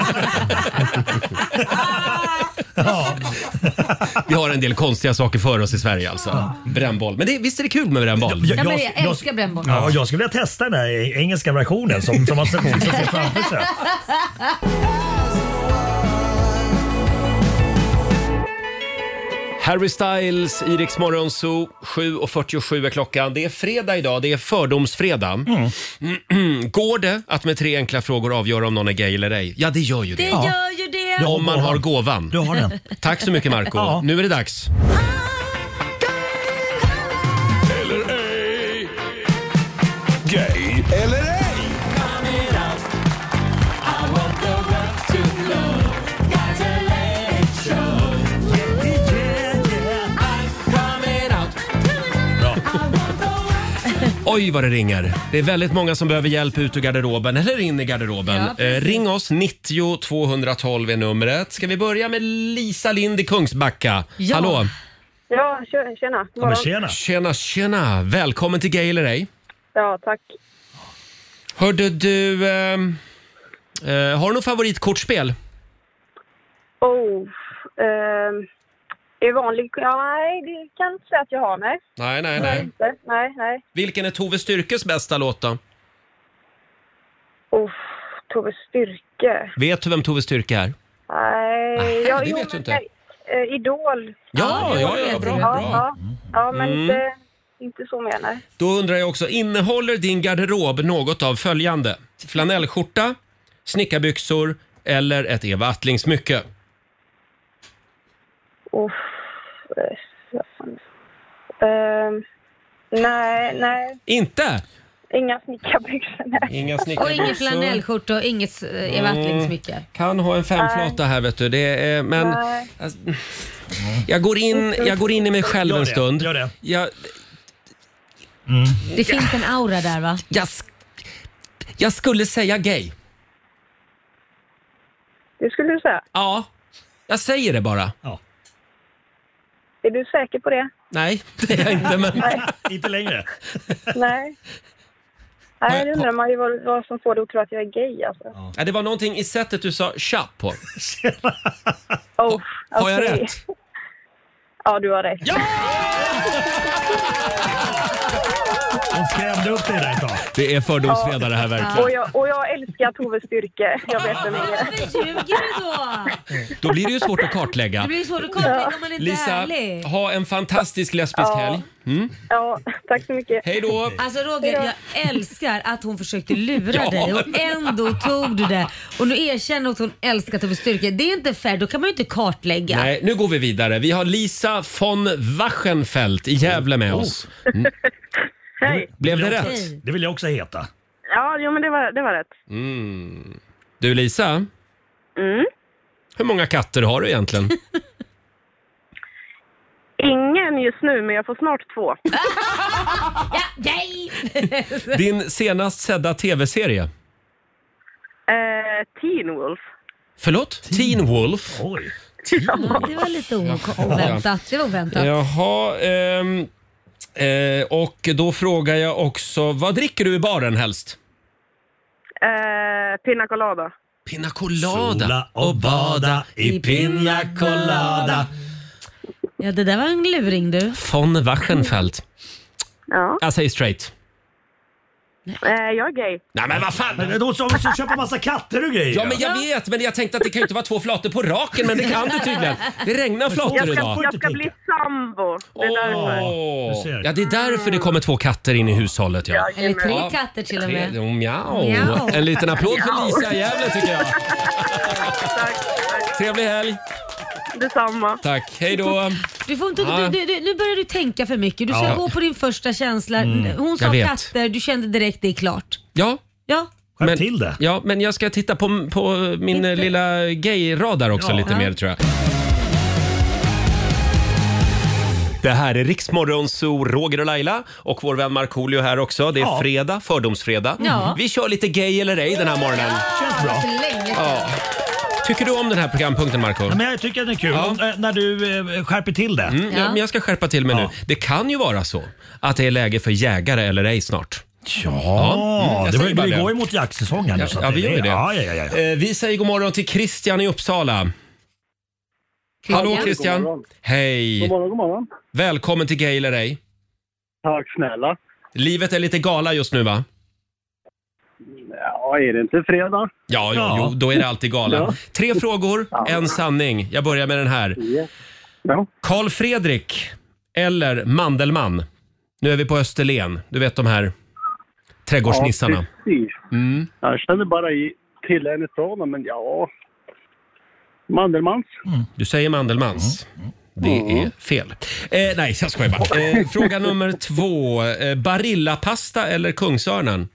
Speaker 1: Vi har en del konstiga saker för oss i Sverige alltså. Brännboll. Men det, visst är det kul med brännboll?
Speaker 2: Ja, men jag älskar brännboll.
Speaker 8: Ja, och jag skulle vilja testa den här engelska versionen som, som man ser ser framför sig.
Speaker 1: Harry Styles, i Rix Morgon Zoo, sju och fyrtiosju är klockan. Det är fredag idag, det är fördomsfredag. Mm. Går det att med tre enkla frågor avgöra om någon är gay eller ej? Ja, det gör ju det.
Speaker 2: Det gör ju det.
Speaker 1: Om man har gåvan.
Speaker 8: Du har den.
Speaker 1: Tack så mycket Marco.
Speaker 8: Ja.
Speaker 1: Nu är det dags.
Speaker 5: Eller ej. Gay eller ej.
Speaker 1: Oj vad det ringer. Det är väldigt många som behöver hjälp ut ur garderoben eller in i garderoben.
Speaker 2: Ja,
Speaker 1: eh,
Speaker 2: precis.
Speaker 1: ring oss, nittio tvåhundratolv är numret. Ska vi börja med Lisa Lind i Kungsbacka?
Speaker 2: Ja.
Speaker 1: Hallå?
Speaker 6: Ja, tjena. tjena.
Speaker 8: Ja, men tjena.
Speaker 1: Tjena, tjena. Välkommen till Gay eller ej.
Speaker 6: Ja, tack.
Speaker 1: Hörde du, ehm, eh, har du något favoritkortspel?
Speaker 6: Oh, ehm, I vanlig... Ja, nej, det kan inte säga att jag har, nej.
Speaker 1: Nej, nej, nej.
Speaker 6: Inte. Nej, nej.
Speaker 1: Vilken är Tove Styrkes bästa låt då?
Speaker 6: Uff, Tove Styrke.
Speaker 1: Vet du vem Tove Styrke är?
Speaker 6: Nej,
Speaker 1: Nej
Speaker 6: jag,
Speaker 1: det
Speaker 6: jo,
Speaker 1: vet du inte.
Speaker 6: Nej, äh, Idol.
Speaker 1: Ja, ja, ja, ja bra, bra.
Speaker 6: Ja, ja men
Speaker 1: Mm.
Speaker 6: inte, inte så mer, nej.
Speaker 1: Då undrar jag också, innehåller din garderob något av följande? Flanellskjorta, snickarbyxor eller ett Eva Attling-smycke?
Speaker 6: Uff, vad fan. Uh, nej, nej.
Speaker 1: Inte?
Speaker 6: Inga snickarbyxor, nej.
Speaker 1: Inga
Speaker 2: Och
Speaker 1: snickarbyxor.
Speaker 2: ingen flanellskjorta och inget uh, Eva Attling-smycke.
Speaker 1: Kan ha en femflata här vet du. Det är, men alltså, jag, går in, jag går in i mig själv
Speaker 8: Gör
Speaker 1: en
Speaker 8: det,
Speaker 1: stund.
Speaker 8: gör det.
Speaker 1: Jag,
Speaker 2: Det finns en aura där va?
Speaker 1: jag, jag skulle säga gay.
Speaker 6: Det skulle du säga?
Speaker 1: Ja, jag säger det bara.
Speaker 8: Ja.
Speaker 6: Är du säker på det?
Speaker 1: Nej, det är jag inte. Men...
Speaker 6: Nej.
Speaker 8: Inte längre.
Speaker 6: Nej. Nej, det undrar man ju vad, vad som får dig att tro att jag är gay alltså. Ja.
Speaker 1: Ja, det var någonting i sättet du sa tja på.
Speaker 6: Oh,
Speaker 1: har jag
Speaker 6: okej.
Speaker 1: rätt?
Speaker 6: Ja, du har rätt.
Speaker 1: Ja!
Speaker 8: Hon skrämde upp dig där ett tag.
Speaker 1: Det är fördomsfredag det här verkligen.
Speaker 6: Och jag, och jag älskar Tove Styrke. Jag vet det mycket.
Speaker 2: Varför ljuger du då?
Speaker 1: Då blir det ju svårt att kartlägga.
Speaker 2: Det blir svårt att kartlägga om man inte är
Speaker 1: Lisa,
Speaker 2: ärlig.
Speaker 1: ha en fantastisk lesbisk
Speaker 6: Ja.
Speaker 1: helg. Mm.
Speaker 6: Ja, tack så mycket.
Speaker 1: Hej då.
Speaker 2: Alltså Roger, jag älskar att hon försökte lura
Speaker 1: Ja.
Speaker 2: dig och ändå tog du det. Och nu erkänner hon att hon älskar Tove Styrke. Det är inte fair, då kan man ju inte kartlägga.
Speaker 1: Nej, nu går vi vidare. Vi har Lisa von Wachenfeldt i Gävle med oss. Mm.
Speaker 6: Hej.
Speaker 1: Blev det
Speaker 8: vill jag
Speaker 1: rätt?
Speaker 8: också- Det vill jag också heta.
Speaker 6: Ja, jo, men det var, det var rätt.
Speaker 1: Mm. Du Lisa,
Speaker 6: Mm.
Speaker 1: hur många katter har du egentligen?
Speaker 6: Ingen just nu, men jag får snart två.
Speaker 2: Ja, nej!
Speaker 1: Din senast sedda tv-serie?
Speaker 6: Eh, Teen Wolf.
Speaker 1: Förlåt? Teen Wolf?
Speaker 8: Oj.
Speaker 2: Ja, det var lite o- oväntat. Det var oväntat.
Speaker 1: Jaha, ehm, eh, och då frågar jag också, vad dricker du i baren helst?
Speaker 6: Eh, Pina Colada.
Speaker 1: Pina colada
Speaker 8: Sola och bada i pina colada.
Speaker 2: Ja, det där var en luring du.
Speaker 1: Von Wachenfeldt.
Speaker 6: Ja.
Speaker 1: Jag säger straight.
Speaker 6: Eh, jag är gay.
Speaker 1: Nej men vad fan!
Speaker 8: Men då så vi ska köpa massa katter och grejer.
Speaker 1: Ja men jag vet, men jag tänkte att det kan ju inte vara två flator på raken, men det kan du tydligen. Det regnar flator
Speaker 6: Jag ska,
Speaker 1: idag.
Speaker 6: jag ska bli sambo. Det är därför.
Speaker 1: Åh. Ja, det är därför det kommer två katter in i hushållet. Ja.
Speaker 2: Eller tre
Speaker 1: Ja.
Speaker 2: katter till och
Speaker 1: Tre,
Speaker 2: med.
Speaker 1: oh, mjau.
Speaker 2: Mjau.
Speaker 1: En liten applåd för Lisa i Gävle tycker jag. Trevlig helg.
Speaker 6: Detsamma.
Speaker 1: Tack, hej då.
Speaker 2: Du får inte,
Speaker 1: Ja.
Speaker 2: du, du, du, nu börjar du tänka för mycket. Du ska
Speaker 1: Ja.
Speaker 2: gå på din första känsla.
Speaker 1: Mm.
Speaker 2: Hon sa
Speaker 1: Jag vet.
Speaker 2: katter, du kände direkt det är klart.
Speaker 1: Ja.
Speaker 2: Ja.
Speaker 1: Men, till det. Ja, men jag ska titta på, på min eh, lilla gay-radar också
Speaker 2: Ja.
Speaker 1: lite
Speaker 2: Ja.
Speaker 1: mer tror jag. Det här är Riksmorgon Zoo, Roger och Laila och vår vän Markoolio här också. Det är
Speaker 8: Ja.
Speaker 1: fredag, fördomsfredag.
Speaker 2: Ja.
Speaker 1: Vi kör lite gay eller ej den här morgonen.
Speaker 8: Känns bra.
Speaker 2: Så länge sedan.
Speaker 1: Ja. Tycker du om den här programpunkten, Marco?
Speaker 8: Ja, men jag tycker att det är kul
Speaker 1: Ja.
Speaker 8: om, eh, när du eh, skärper till det.
Speaker 1: Mm, ja. Men jag ska skärpa till mig nu. Det kan ju vara så att det är läge för jägare eller ej snart.
Speaker 8: Ja,
Speaker 1: Mm, jag
Speaker 8: det,
Speaker 1: säger bara
Speaker 8: vi
Speaker 1: det.
Speaker 8: går ju mot jaktsäsongen. nu,
Speaker 1: Ja,
Speaker 8: så att
Speaker 1: ja, vi gör ju det.
Speaker 8: Ja, ja, ja, ja.
Speaker 1: Eh, Vi säger god morgon till Christian i Uppsala. Hallå Christian.
Speaker 13: God morgon.
Speaker 1: Hej.
Speaker 13: God morgon, god morgon.
Speaker 1: Välkommen till Gay eller ej.
Speaker 13: Tack snälla.
Speaker 1: Livet är lite gala just nu va?
Speaker 13: Ja, är det inte fredag?
Speaker 1: Ja, ja.
Speaker 13: Ja.
Speaker 1: Jo, då är det alltid gala.
Speaker 13: Ja.
Speaker 1: Tre frågor, en sanning. Jag börjar med den här.
Speaker 13: Ja.
Speaker 1: Karl Fredrik eller Mandelmann? Nu är vi på Österlen. Du vet de här trädgårdsnissarna.
Speaker 13: Ja, precis.
Speaker 1: Mm.
Speaker 13: Jag känner bara i till en ifrån dem, men ja... Mandelmans.
Speaker 1: Du säger Mandelmans. Det är fel. Eh, nej, jag skojar bara. Eh, fråga nummer två. Eh, Barillapasta eller Kungsörnen?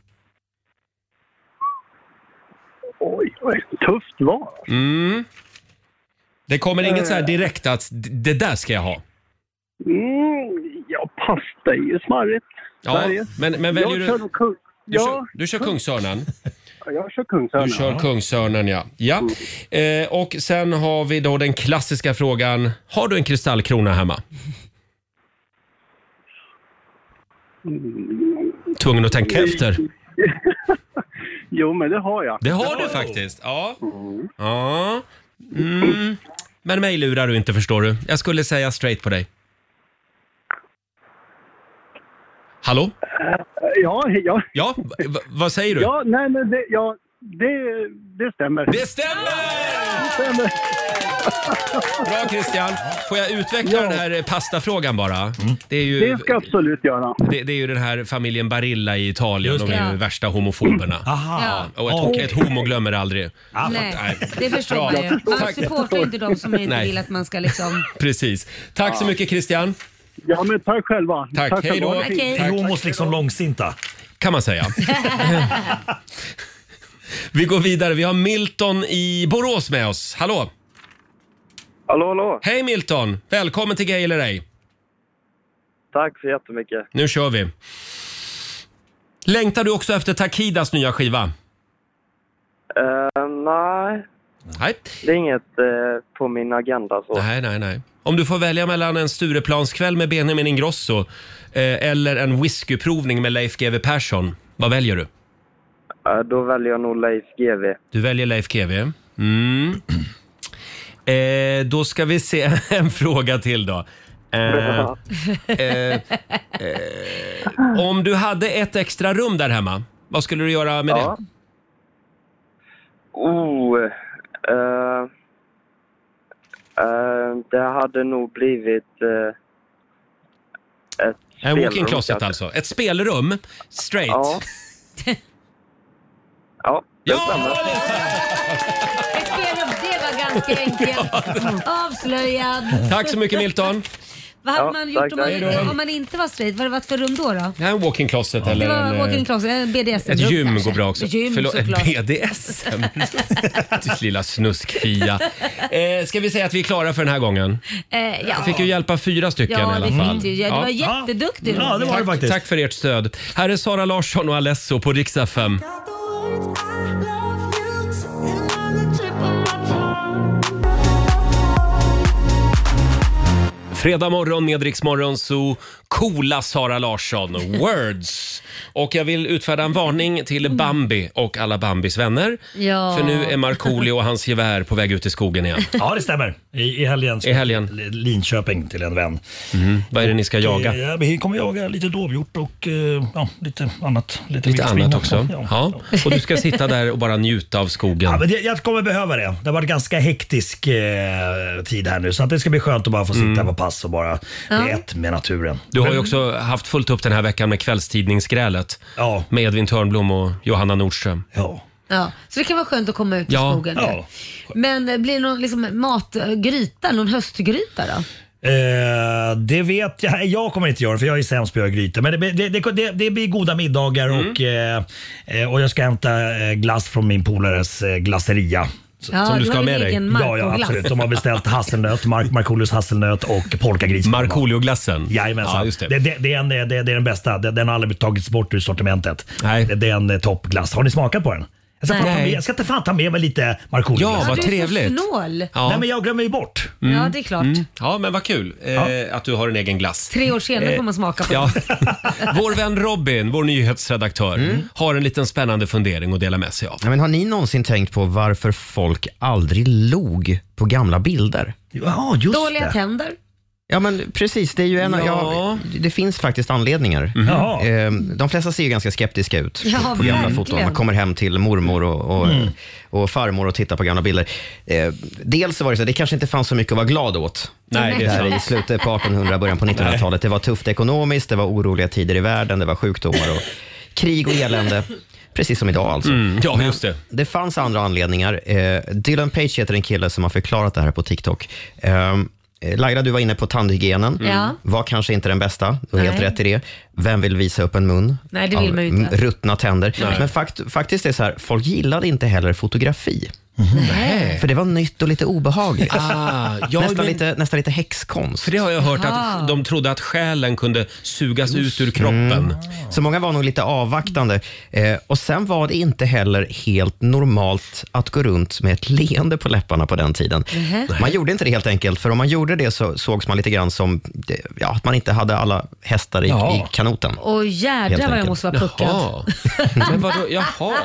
Speaker 13: Oj, oj, tufft val.
Speaker 1: Mm. Det kommer inget så här direkt att d- det där ska jag ha.
Speaker 13: Mm, ja, pasta är ju smarrigt.
Speaker 1: Ja,
Speaker 13: Sverige.
Speaker 1: men, men väljer
Speaker 13: jag
Speaker 1: du...
Speaker 13: Kör nog kung...
Speaker 1: Du,
Speaker 13: ja,
Speaker 1: kör, du kör Kungsörnen?
Speaker 13: Ja, jag kör Kungsörnen.
Speaker 1: Du kör Kungsörnen, ja. ja. Eh, och sen har vi då den klassiska frågan. Har du en kristallkrona hemma? Tvungen att tänka efter.
Speaker 13: Jo, men det har jag.
Speaker 1: Det har du faktiskt. Ja. Ja. Mm. men mig lurar du inte, förstår du. Jag skulle säga straight på dig. Hallå?
Speaker 13: Ja, ja.
Speaker 1: Ja, v- vad säger du?
Speaker 13: Ja, nej men det, ja, det, det stämmer.
Speaker 1: Det stämmer!
Speaker 13: Det stämmer.
Speaker 1: Bra Christian. Får jag utveckla
Speaker 13: Ja.
Speaker 1: den här pastafrågan bara? Mm. Det, är ju,
Speaker 13: Det ska jag absolut göra.
Speaker 1: det, det är ju den här familjen Barilla i Italien.
Speaker 13: Just
Speaker 1: De är
Speaker 13: det.
Speaker 1: ju värsta homofoberna.
Speaker 11: Aha.
Speaker 1: Ja, och ett,
Speaker 11: Okej.
Speaker 1: ett homo glömmer aldrig.
Speaker 2: Nej,
Speaker 1: Nej.
Speaker 2: det förstår
Speaker 1: Bra.
Speaker 2: man ju. Man
Speaker 1: Tack.
Speaker 2: supportar inte de som inte
Speaker 1: Nej.
Speaker 2: vill att man ska liksom...
Speaker 1: Precis. Tack så mycket Christian.
Speaker 13: Ja, men tack själva.
Speaker 1: Tack, hej då.
Speaker 13: själva.
Speaker 2: Okej.
Speaker 11: Är homos liksom långsinta?
Speaker 1: Kan man säga. Vi går vidare. Vi har Milton i Borås med oss. Hallå!
Speaker 14: Hallå, hallå.
Speaker 1: Hej Milton! Välkommen till Gay eller ej.
Speaker 14: Tack så jättemycket.
Speaker 1: Nu kör vi. Längtar du också efter Takidas nya skiva?
Speaker 14: Uh, nej.
Speaker 1: Nej.
Speaker 14: Det är inget uh, på min agenda så.
Speaker 1: Nej, nej, nej. Om du får välja mellan en Stureplanskväll med Benjamin Ingrosso eh, eller en whiskyprovning med Leif G W Persson, vad väljer du?
Speaker 14: Uh, då väljer jag nog Leif G W.
Speaker 1: Du väljer Leif G W. Mm. Eh, då ska vi se en fråga till då. Eh, eh, eh, om du hade ett extra rum där hemma, vad skulle du göra med
Speaker 14: Ja.
Speaker 1: det?
Speaker 14: Oh, uh, uh, det hade nog blivit uh, ett
Speaker 1: En
Speaker 14: spelrum,
Speaker 1: walk-in closet
Speaker 14: kanske.
Speaker 1: alltså. Ett spelrum, straight.
Speaker 14: Ja. Ja, det
Speaker 1: Ja,
Speaker 14: stämmer.
Speaker 2: Ett spelrum, det var ganska enkelt. Avslöjad.
Speaker 1: Tack så mycket Milton.
Speaker 2: Vad hade
Speaker 14: Ja,
Speaker 2: man gjort
Speaker 14: tack,
Speaker 2: om
Speaker 14: tack.
Speaker 2: man,
Speaker 1: Hej då.
Speaker 2: om man inte var straight? Vad hade det varit för rum då? då?
Speaker 1: Det här är en walk-in closet eller
Speaker 2: Det var
Speaker 1: en,
Speaker 2: walk-in
Speaker 1: eh,
Speaker 2: closet, en B D S M.
Speaker 1: ett gym går bra också.
Speaker 2: Gym
Speaker 1: Förlåt, ett
Speaker 2: såklart.
Speaker 1: B D S M. Ditt lilla snuskfia. Eh, ska vi säga att vi är klara för den här gången?
Speaker 2: Eh, ja.
Speaker 1: Jag fick ju hjälpa fyra stycken
Speaker 2: Ja,
Speaker 1: i alla
Speaker 2: det
Speaker 1: fall.
Speaker 2: fick du. Ja, du var jätteduktig.
Speaker 11: Ja, det var det
Speaker 1: Tack,
Speaker 11: faktiskt.
Speaker 1: tack för ert stöd. Här är Sara Larsson och Alesso på Rix F M. Fredag morgon med Rix Morgon, så coola Sara Larsson, Words. Och jag vill utfärda en varning till Bambi och alla Bambis vänner.
Speaker 2: Ja.
Speaker 1: För nu är Markoolio och hans gevär på väg ut i skogen igen.
Speaker 11: Ja, det stämmer. I, i helgen.
Speaker 1: I helgen.
Speaker 11: Linköping till en vän.
Speaker 1: Mm. Vad är det ni ska jaga?
Speaker 11: Och, eh, vi kommer jaga lite dovhjort och eh, ja, lite annat. Lite,
Speaker 1: Lite
Speaker 11: vildsvin
Speaker 1: annat också.
Speaker 11: Ja.
Speaker 1: Ja. Och du ska sitta där och bara njuta av skogen.
Speaker 11: Ja, men det, jag kommer behöva det. Det har varit ganska hektisk eh, tid här nu, så att det ska bli skönt att bara få sitta
Speaker 1: Mm.
Speaker 11: på pass och bara
Speaker 2: Ja.
Speaker 11: bli ett med naturen.
Speaker 1: Du har ju
Speaker 11: Men-
Speaker 1: också haft fullt upp den här veckan med kvällstidningsgrälet.
Speaker 11: Ja.
Speaker 1: Med Edvin Törnblom och Johanna Nordström.
Speaker 11: Ja.
Speaker 2: Ja, så det kan vara skönt att komma ut i
Speaker 1: Ja.
Speaker 2: skogen.
Speaker 11: Ja.
Speaker 2: Men eh, blir det någon liksom, matgryta, någon höstgryta då?
Speaker 11: Eh, det vet jag. Jag kommer inte göra, för jag är sämst på att göra grytor. Men det, det, det, det, det blir goda middagar och, eh, eh, och jag ska hämta eh, glass från min polares eh, glasseria.
Speaker 2: Ja,
Speaker 1: som du ska
Speaker 2: har
Speaker 1: ha
Speaker 2: ju
Speaker 1: med dig.
Speaker 2: egen
Speaker 11: Ja, ja,
Speaker 2: Marco-glass.
Speaker 11: absolut. De har beställt hasselnöt, Mark, Markoolios hasselnöt och polkagris.
Speaker 1: Markoolio-glassen.
Speaker 11: Jajamensan.
Speaker 1: Ja, just det.
Speaker 11: Det, det, det, är en, det, det är den bästa. Det, den har aldrig tagits bort ur sortimentet.
Speaker 1: Nej.
Speaker 11: Det, det är en eh, toppglass. Har ni smakat på den? Jag ska, fan ta
Speaker 1: Nej.
Speaker 11: med, jag ska inte fan ta med mig lite Markoolio.
Speaker 1: Ja, vad
Speaker 2: du är
Speaker 1: trevligt.
Speaker 2: så snål.
Speaker 1: Ja.
Speaker 11: Nej, men jag glömmer ju bort.
Speaker 2: Ja, det är klart.
Speaker 1: Mm. Ja, men vad kul eh, att du har en egen glass.
Speaker 2: Tre år senare
Speaker 1: Eh,
Speaker 2: får man smaka på
Speaker 1: Ja.
Speaker 2: det.
Speaker 1: Vår vän Robin, vår nyhetsredaktör,
Speaker 3: Mm.
Speaker 1: har en liten spännande fundering att dela med sig av.
Speaker 3: Ja, men har ni någonsin tänkt på varför folk aldrig log på gamla bilder?
Speaker 11: Ja, just
Speaker 2: Dåliga
Speaker 11: det.
Speaker 2: tänder.
Speaker 3: Ja, men precis. Det, är ju en,
Speaker 1: Ja.
Speaker 3: ja, det finns faktiskt anledningar.
Speaker 11: Jaha.
Speaker 3: Eh, De flesta ser ju ganska skeptiska ut
Speaker 2: Ja,
Speaker 3: på gamla
Speaker 2: verkligen.
Speaker 3: foton. Man kommer hem till mormor och, och,
Speaker 11: Mm.
Speaker 3: och farmor och tittar på gamla bilder. Eh, dels så var det så det kanske inte fanns så mycket att vara glad åt.
Speaker 1: Nej, det är
Speaker 3: Där
Speaker 1: sant.
Speaker 3: i slutet på artonhundra, början på nittonhundratalet. Det var tufft ekonomiskt, det var oroliga tider i världen, det var sjukdomar och krig och elände. Precis som idag alltså.
Speaker 1: Mm, ja, just det.
Speaker 3: Det fanns andra anledningar. Eh, Dylan Page heter en kille som har förklarat det här på TikTok. Eh, Laila, du var inne på tandhygienen.
Speaker 2: Ja.
Speaker 3: Var kanske inte den bästa. Du har helt
Speaker 2: Nej.
Speaker 3: rätt i det. Vem vill visa upp en mun?
Speaker 2: Nej, det vill
Speaker 3: av
Speaker 2: man ju inte.
Speaker 3: ruttna tänder.
Speaker 1: Nej.
Speaker 3: Men fakt, faktiskt är det så här, folk gillade inte heller fotografi.
Speaker 1: Nej.
Speaker 3: För det var nytt och lite obehagligt.
Speaker 1: Ah, ja,
Speaker 3: nästan,
Speaker 1: men-
Speaker 3: lite, nästan lite häxkonst.
Speaker 1: För det har jag hört
Speaker 2: Aha.
Speaker 1: att de trodde att själen kunde sugas ut ur kroppen.
Speaker 3: Mm. Så många var nog lite avvaktande. Eh, och sen var det inte heller helt normalt att gå runt med ett leende på läpparna på den tiden.
Speaker 2: Mhm.
Speaker 3: Man gjorde inte det helt enkelt, för om man gjorde det så sågs man lite grann som det, ja, att man inte hade alla hästar i,
Speaker 11: Ja.
Speaker 3: i kanoten.
Speaker 2: Och
Speaker 3: Helt
Speaker 2: jädrar vad jag
Speaker 3: enkelt.
Speaker 2: måste vara puckad.
Speaker 1: Jaha. Men vadå? Jaha.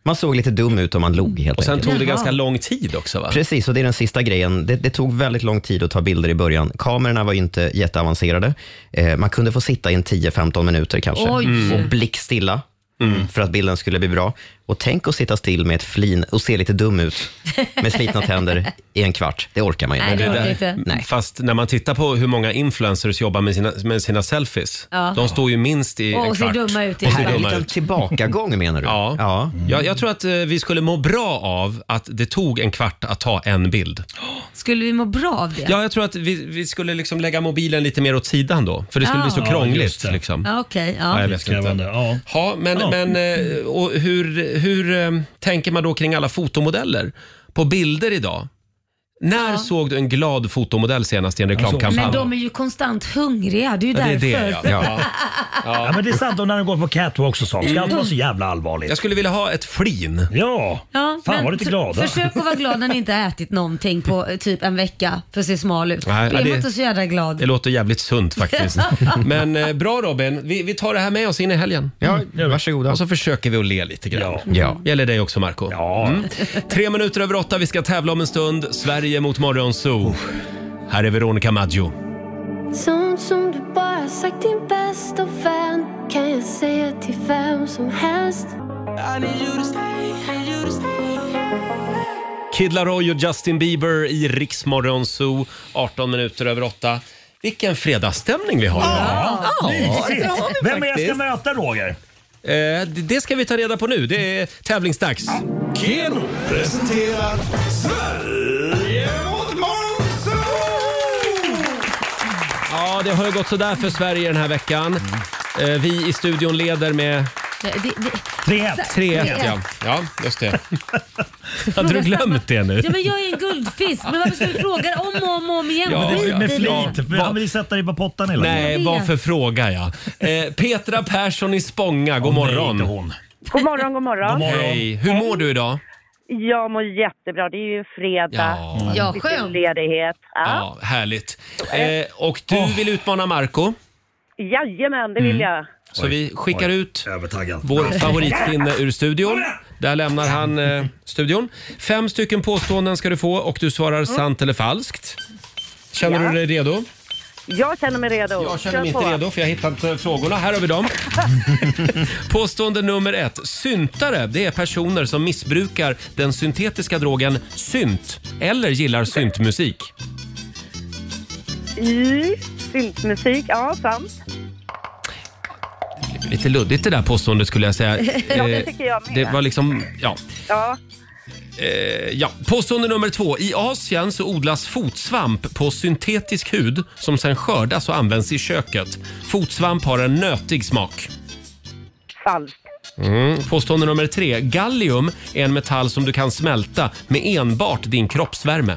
Speaker 3: Man såg lite dum ut om man log helt
Speaker 1: Och sen
Speaker 3: enkelt.
Speaker 1: tog det ganska lång tid också, va?
Speaker 3: Precis, och det är den sista grejen. Det, det tog väldigt lång tid att ta bilder i början. Kamerorna var ju inte jätteavancerade. Eh, man kunde få sitta in tio femton minuter kanske.
Speaker 2: Oj.
Speaker 3: Och blickstilla. Mm. För att bilden skulle bli bra. Och tänk att sitta still med ett flin och se lite dum ut med slitna tänder i en kvart. Det orkar man ju
Speaker 2: Nej, det
Speaker 3: inte.
Speaker 2: orkar inte.
Speaker 3: Nej.
Speaker 1: Fast när man tittar på hur många influencers jobbar med sina, med sina selfies,
Speaker 2: Ja.
Speaker 1: de står ju minst i
Speaker 2: Och
Speaker 1: en
Speaker 2: ser
Speaker 1: kvart.
Speaker 2: dumma ut i
Speaker 1: Och
Speaker 2: en
Speaker 1: ser
Speaker 2: kvart.
Speaker 1: dumma
Speaker 3: En
Speaker 1: ut.
Speaker 3: tillbakagång menar du?
Speaker 1: Ja.
Speaker 3: Ja.
Speaker 1: Jag, jag tror att eh, vi skulle må bra av att det tog en kvart att ta en bild.
Speaker 2: Skulle vi må bra av det?
Speaker 1: Ja, jag tror att vi, vi skulle liksom lägga mobilen lite mer åt sidan då. För det skulle
Speaker 2: Ja.
Speaker 1: bli så
Speaker 11: Ja,
Speaker 1: krångligt.
Speaker 11: just det.
Speaker 1: Liksom.
Speaker 2: Ja, okej.
Speaker 1: Ja,
Speaker 2: Ja.
Speaker 1: jag vet
Speaker 11: Krävande,
Speaker 1: inte.
Speaker 11: ja.
Speaker 1: Ja, men,
Speaker 11: Ja.
Speaker 1: men eh, och hur, hur eh, tänker man då kring alla fotomodeller på bilder idag? När såg du en glad fotomodell senast i en reklamkampanj?
Speaker 2: Men de är ju konstant hungriga. Det är ju
Speaker 1: Ja, det är
Speaker 2: därför.
Speaker 1: det, ja. Ja.
Speaker 11: Ja, men det är sant. Och när de går på catwalk och sånt. Ska inte vara så jävla allvarligt.
Speaker 1: Jag skulle vilja ha ett flin.
Speaker 11: Ja.
Speaker 2: Ja,
Speaker 11: Fan,
Speaker 2: men
Speaker 11: var lite
Speaker 2: för-
Speaker 11: glada.
Speaker 2: Försök att vara glad när ni inte har ätit någonting på eh, typ en vecka för att se smal ut.
Speaker 1: Nej,
Speaker 2: Då är
Speaker 1: det-
Speaker 2: man inte så jävla glad.
Speaker 1: Det låter jävligt sunt faktiskt. Men eh, bra Robin, vi, vi tar det här med oss in i helgen.
Speaker 3: Ja, varsågoda.
Speaker 1: Och så försöker vi att le lite grann.
Speaker 11: Ja.
Speaker 3: Ja.
Speaker 1: Gäller dig också Marco.
Speaker 11: Ja.
Speaker 1: Mm. Tre minuter över åtta, vi ska tävla om en stund. Sverige mot Morgonzoo. Här är Veronica Maggio.
Speaker 12: Sånt som du bara sagt din bästa vän kan jag säga till vem som helst. I need you to stay, need you to stay.
Speaker 1: Kid Laroi och Justin Bieber i Rix Morgonzoo. arton minuter över åtta. Vilken fredagsstämning vi har.
Speaker 11: Ja, mysigt.
Speaker 1: det har vi
Speaker 11: Vem är jag ska
Speaker 1: faktiskt.
Speaker 11: möta, Roger?
Speaker 1: Eh, det, det ska vi ta reda på nu. Det är tävlingsdags.
Speaker 9: Keno presenterar Sverige mot Morgonzoo!
Speaker 1: Ja, det har ju gått så där för Sverige den här veckan. Eh, vi i studion leder med
Speaker 2: Det, det, det,
Speaker 11: tre ett.
Speaker 1: tre ett. Ja. Ja, just det. Hade du glömt det nu?
Speaker 2: Ja, men jag är en guldfisk. Men varför ska du fråga om och om, och om igen?
Speaker 1: Ja,
Speaker 2: Skit
Speaker 1: ja.
Speaker 11: Med
Speaker 2: i det.
Speaker 11: flit. För han vill sätta dig på pottan hela
Speaker 1: Nej,
Speaker 11: tiden.
Speaker 1: varför frågar jag? Eh, Petra Persson i Spånga, god
Speaker 11: Åh, nej,
Speaker 1: morgon.
Speaker 11: inte hon.
Speaker 6: God morgon, god morgon.
Speaker 11: God morgon.
Speaker 1: Hej, hur mår du idag?
Speaker 6: Jag mår jättebra. Det är ju fredag.
Speaker 1: Ja,
Speaker 2: Ja,
Speaker 6: Lite
Speaker 2: skönt.
Speaker 6: ledighet. Ja.
Speaker 1: ja härligt. Eh, och du vill utmana Marco
Speaker 6: Jajamän, det vill jag.
Speaker 1: så vi skickar ut
Speaker 11: Övertaggad.
Speaker 1: vår favoritfinne ur studion. Där lämnar han eh, studion. Fem stycken påståenden ska du få och du svarar sant eller falskt. Känner
Speaker 6: Ja.
Speaker 1: du dig redo?
Speaker 6: Jag känner mig redo.
Speaker 1: Jag känner
Speaker 6: Kör
Speaker 1: mig
Speaker 6: på.
Speaker 1: inte redo för jag har hittat eh, frågorna. Här har vi dem. Påstående nummer ett. Syntare, det är personer som missbrukar den syntetiska drogen synt eller gillar syntmusik.
Speaker 6: Mm, syntmusik, ja sant.
Speaker 1: Lite luddigt det där påståendet skulle jag säga.
Speaker 6: Ja, det
Speaker 1: Eh,
Speaker 6: tycker jag med.
Speaker 1: Det var liksom, ja.
Speaker 6: Ja.
Speaker 1: Eh, ja. Påstående nummer två. I Asien så odlas fotsvamp på syntetisk hud som sen skördas och används i köket. Fotsvamp har en nötig smak.
Speaker 6: Falskt.
Speaker 1: Mm. Påstående nummer tre. Gallium är en metall som du kan smälta med enbart din kroppsvärme.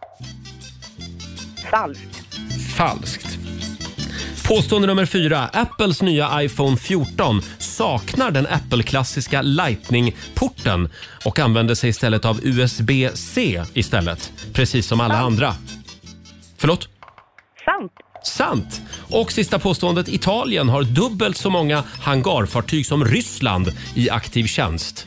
Speaker 6: Falskt.
Speaker 1: Falskt. Påstående nummer fyra. Apples nya iPhone fjorton saknar den Apple-klassiska Lightning-porten och använder sig istället av U S B C istället. Precis som alla andra. Förlåt?
Speaker 6: Sant.
Speaker 1: Sant. Och sista påståendet. Italien har dubbelt så många hangarfartyg som Ryssland i aktiv tjänst.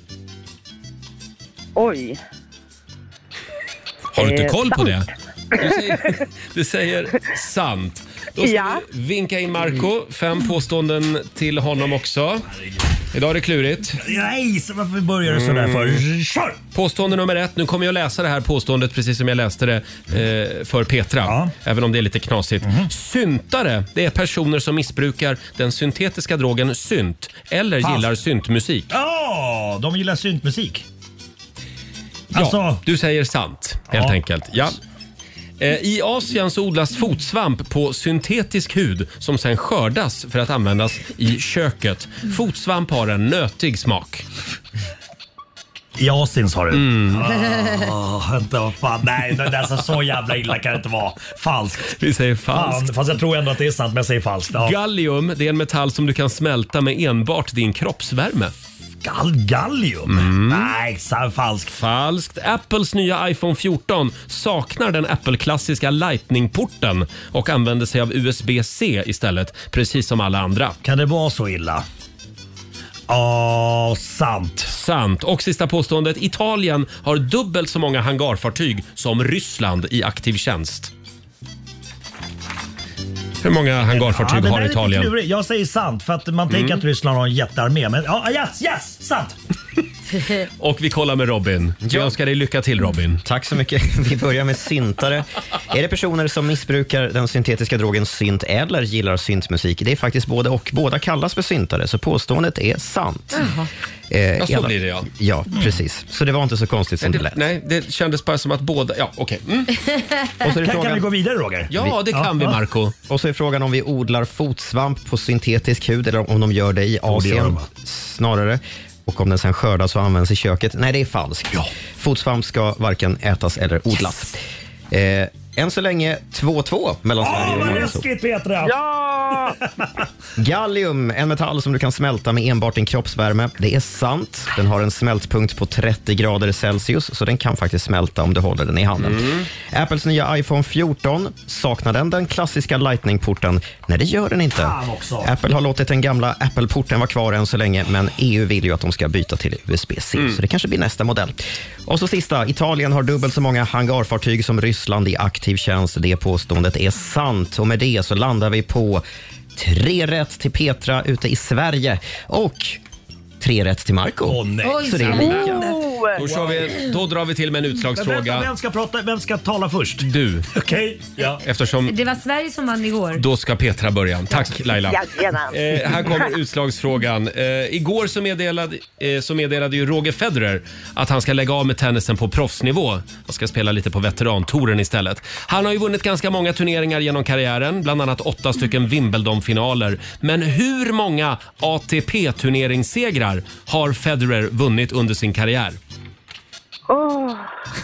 Speaker 6: Oj.
Speaker 1: Har du inte
Speaker 6: Eh,
Speaker 1: koll på
Speaker 6: sant.
Speaker 1: det? Du säger, du säger sant. Då ska
Speaker 6: Ja.
Speaker 1: vi vinka in Marco. Fem påståenden till honom också. Idag är det klurigt.
Speaker 11: Nej, så varför börjar du sådär för? Kör!
Speaker 1: Påstående nummer ett. Nu kommer jag läsa det här påståendet precis som jag läste det eh, för Petra.
Speaker 11: Ja.
Speaker 1: Även om det är lite knasigt. Syntare, det är personer som missbrukar den syntetiska drogen synt eller
Speaker 11: Falskt.
Speaker 1: gillar syntmusik.
Speaker 11: Ja, de gillar syntmusik.
Speaker 1: Ja,
Speaker 11: Alltså-
Speaker 1: du säger sant helt
Speaker 11: Ja.
Speaker 1: enkelt. Ja. Eh, I Asien så odlas fotsvamp på syntetisk hud som sen skördas för att användas i köket. Fotsvamp har en nötig smak.
Speaker 11: I Asien sa du?
Speaker 1: Mm.
Speaker 11: Ah, vänta, vad fan. Nej, det är så, så jävla illa kan det inte vara. Falskt.
Speaker 1: Vi säger falskt.
Speaker 11: Fan, fast jag tror ändå att det är sant, men jag säger falskt. Ja.
Speaker 1: Gallium, det är en metall som du kan smälta med enbart din kroppsvärme.
Speaker 11: Gal gallium?
Speaker 1: Mm.
Speaker 11: Nej, så falskt.
Speaker 1: Falskt. Apples nya iPhone fjorton saknar den Apple-klassiska Lightning-porten och använder sig av U S B C istället, precis som alla andra.
Speaker 11: Kan det vara så illa? Ja, sant.
Speaker 1: Sant. Och sista påståendet. Italien har dubbelt så många hangarfartyg som Ryssland i aktiv tjänst. Hur många hangarfartyg
Speaker 11: ja,
Speaker 1: har Italien?
Speaker 11: Jag säger sant för att man tänker
Speaker 1: Mm.
Speaker 11: att Ryssland har en jättearmé. Men ja, yes, yes, sant.
Speaker 1: Och vi kollar med Robin. Jag
Speaker 3: Ja.
Speaker 1: önskar dig lycka till, Robin.
Speaker 3: Tack så mycket. Vi börjar med syntare. Är det personer som missbrukar den syntetiska drogen synt eller gillar syntmusik? Det är faktiskt både och. Båda kallas för syntare, så påståendet är sant. Eh,
Speaker 1: Ja, så
Speaker 3: hela-
Speaker 1: blir det, ja.
Speaker 3: Ja, precis. Så det var inte så konstigt som
Speaker 1: Nej,
Speaker 3: det lät.
Speaker 1: Nej, det kändes bara som att båda... Ja, okej. Mm.
Speaker 3: Och så är det
Speaker 11: Kan,
Speaker 3: frågan-
Speaker 11: kan vi gå vidare, Roger?
Speaker 1: Ja, det kan vi, Marco.
Speaker 3: Och så är frågan om vi odlar fotsvamp på syntetisk hud eller om de gör det i
Speaker 11: det gör
Speaker 3: Asien
Speaker 11: de, va?
Speaker 3: snarare. Och om den sen skördas och används i köket. Nej, det är falskt. Ja. Fotsvamp ska varken ätas eller odlas. Eh, än så länge två två mellan Sverige
Speaker 11: Åh,
Speaker 3: och
Speaker 11: vad
Speaker 3: Norge.
Speaker 11: läskigt, Petra!
Speaker 13: Ja!
Speaker 3: Gallium, en metall som du kan smälta med enbart din kroppsvärme. Det är sant. Den har en smältpunkt på trettio grader Celsius, så den kan faktiskt smälta om du håller den i handen.
Speaker 1: Mm.
Speaker 3: Apples nya iPhone fjorton, saknar den den klassiska Lightning-porten? Nej, det gör den inte.
Speaker 11: Fan också.
Speaker 3: Apple har låtit den gamla Apple-porten vara kvar än så länge, men E U vill ju att de ska byta till U S B C,
Speaker 1: Mm.
Speaker 3: så det kanske blir nästa modell. Och så sista, Italien har dubbelt så många hangarfartyg som Ryssland i aktiv tjänst. Det påståendet är sant, och med det så landar vi på tre rätt till Petra ute i Sverige och tre rätt till Marco.
Speaker 11: Åh, nej.
Speaker 2: Oj,
Speaker 3: Så det är
Speaker 2: så
Speaker 3: lika.
Speaker 2: händer.
Speaker 1: Då, kör vi, då drar vi till med en
Speaker 11: Men vänta,
Speaker 1: utslagsfråga.
Speaker 11: vem ska prata? Vem ska tala först?
Speaker 1: Du,
Speaker 11: Okej. Ja.
Speaker 1: eftersom
Speaker 2: Det var Sverige som vann igår.
Speaker 1: då ska Petra börja. Tack, Laila.
Speaker 6: Jajamän.
Speaker 1: Eh, här kommer utslagsfrågan. Eh, igår så meddelade, eh, så meddelade ju Roger Federer att han ska lägga av med tennisen på proffsnivå och ska spela lite på veterantouren istället. Han har ju vunnit ganska många turneringar genom karriären, bland annat åtta stycken Wimbledon-finaler. Men hur många A T P-turneringssegrar har Federer vunnit under sin karriär?
Speaker 6: Åh.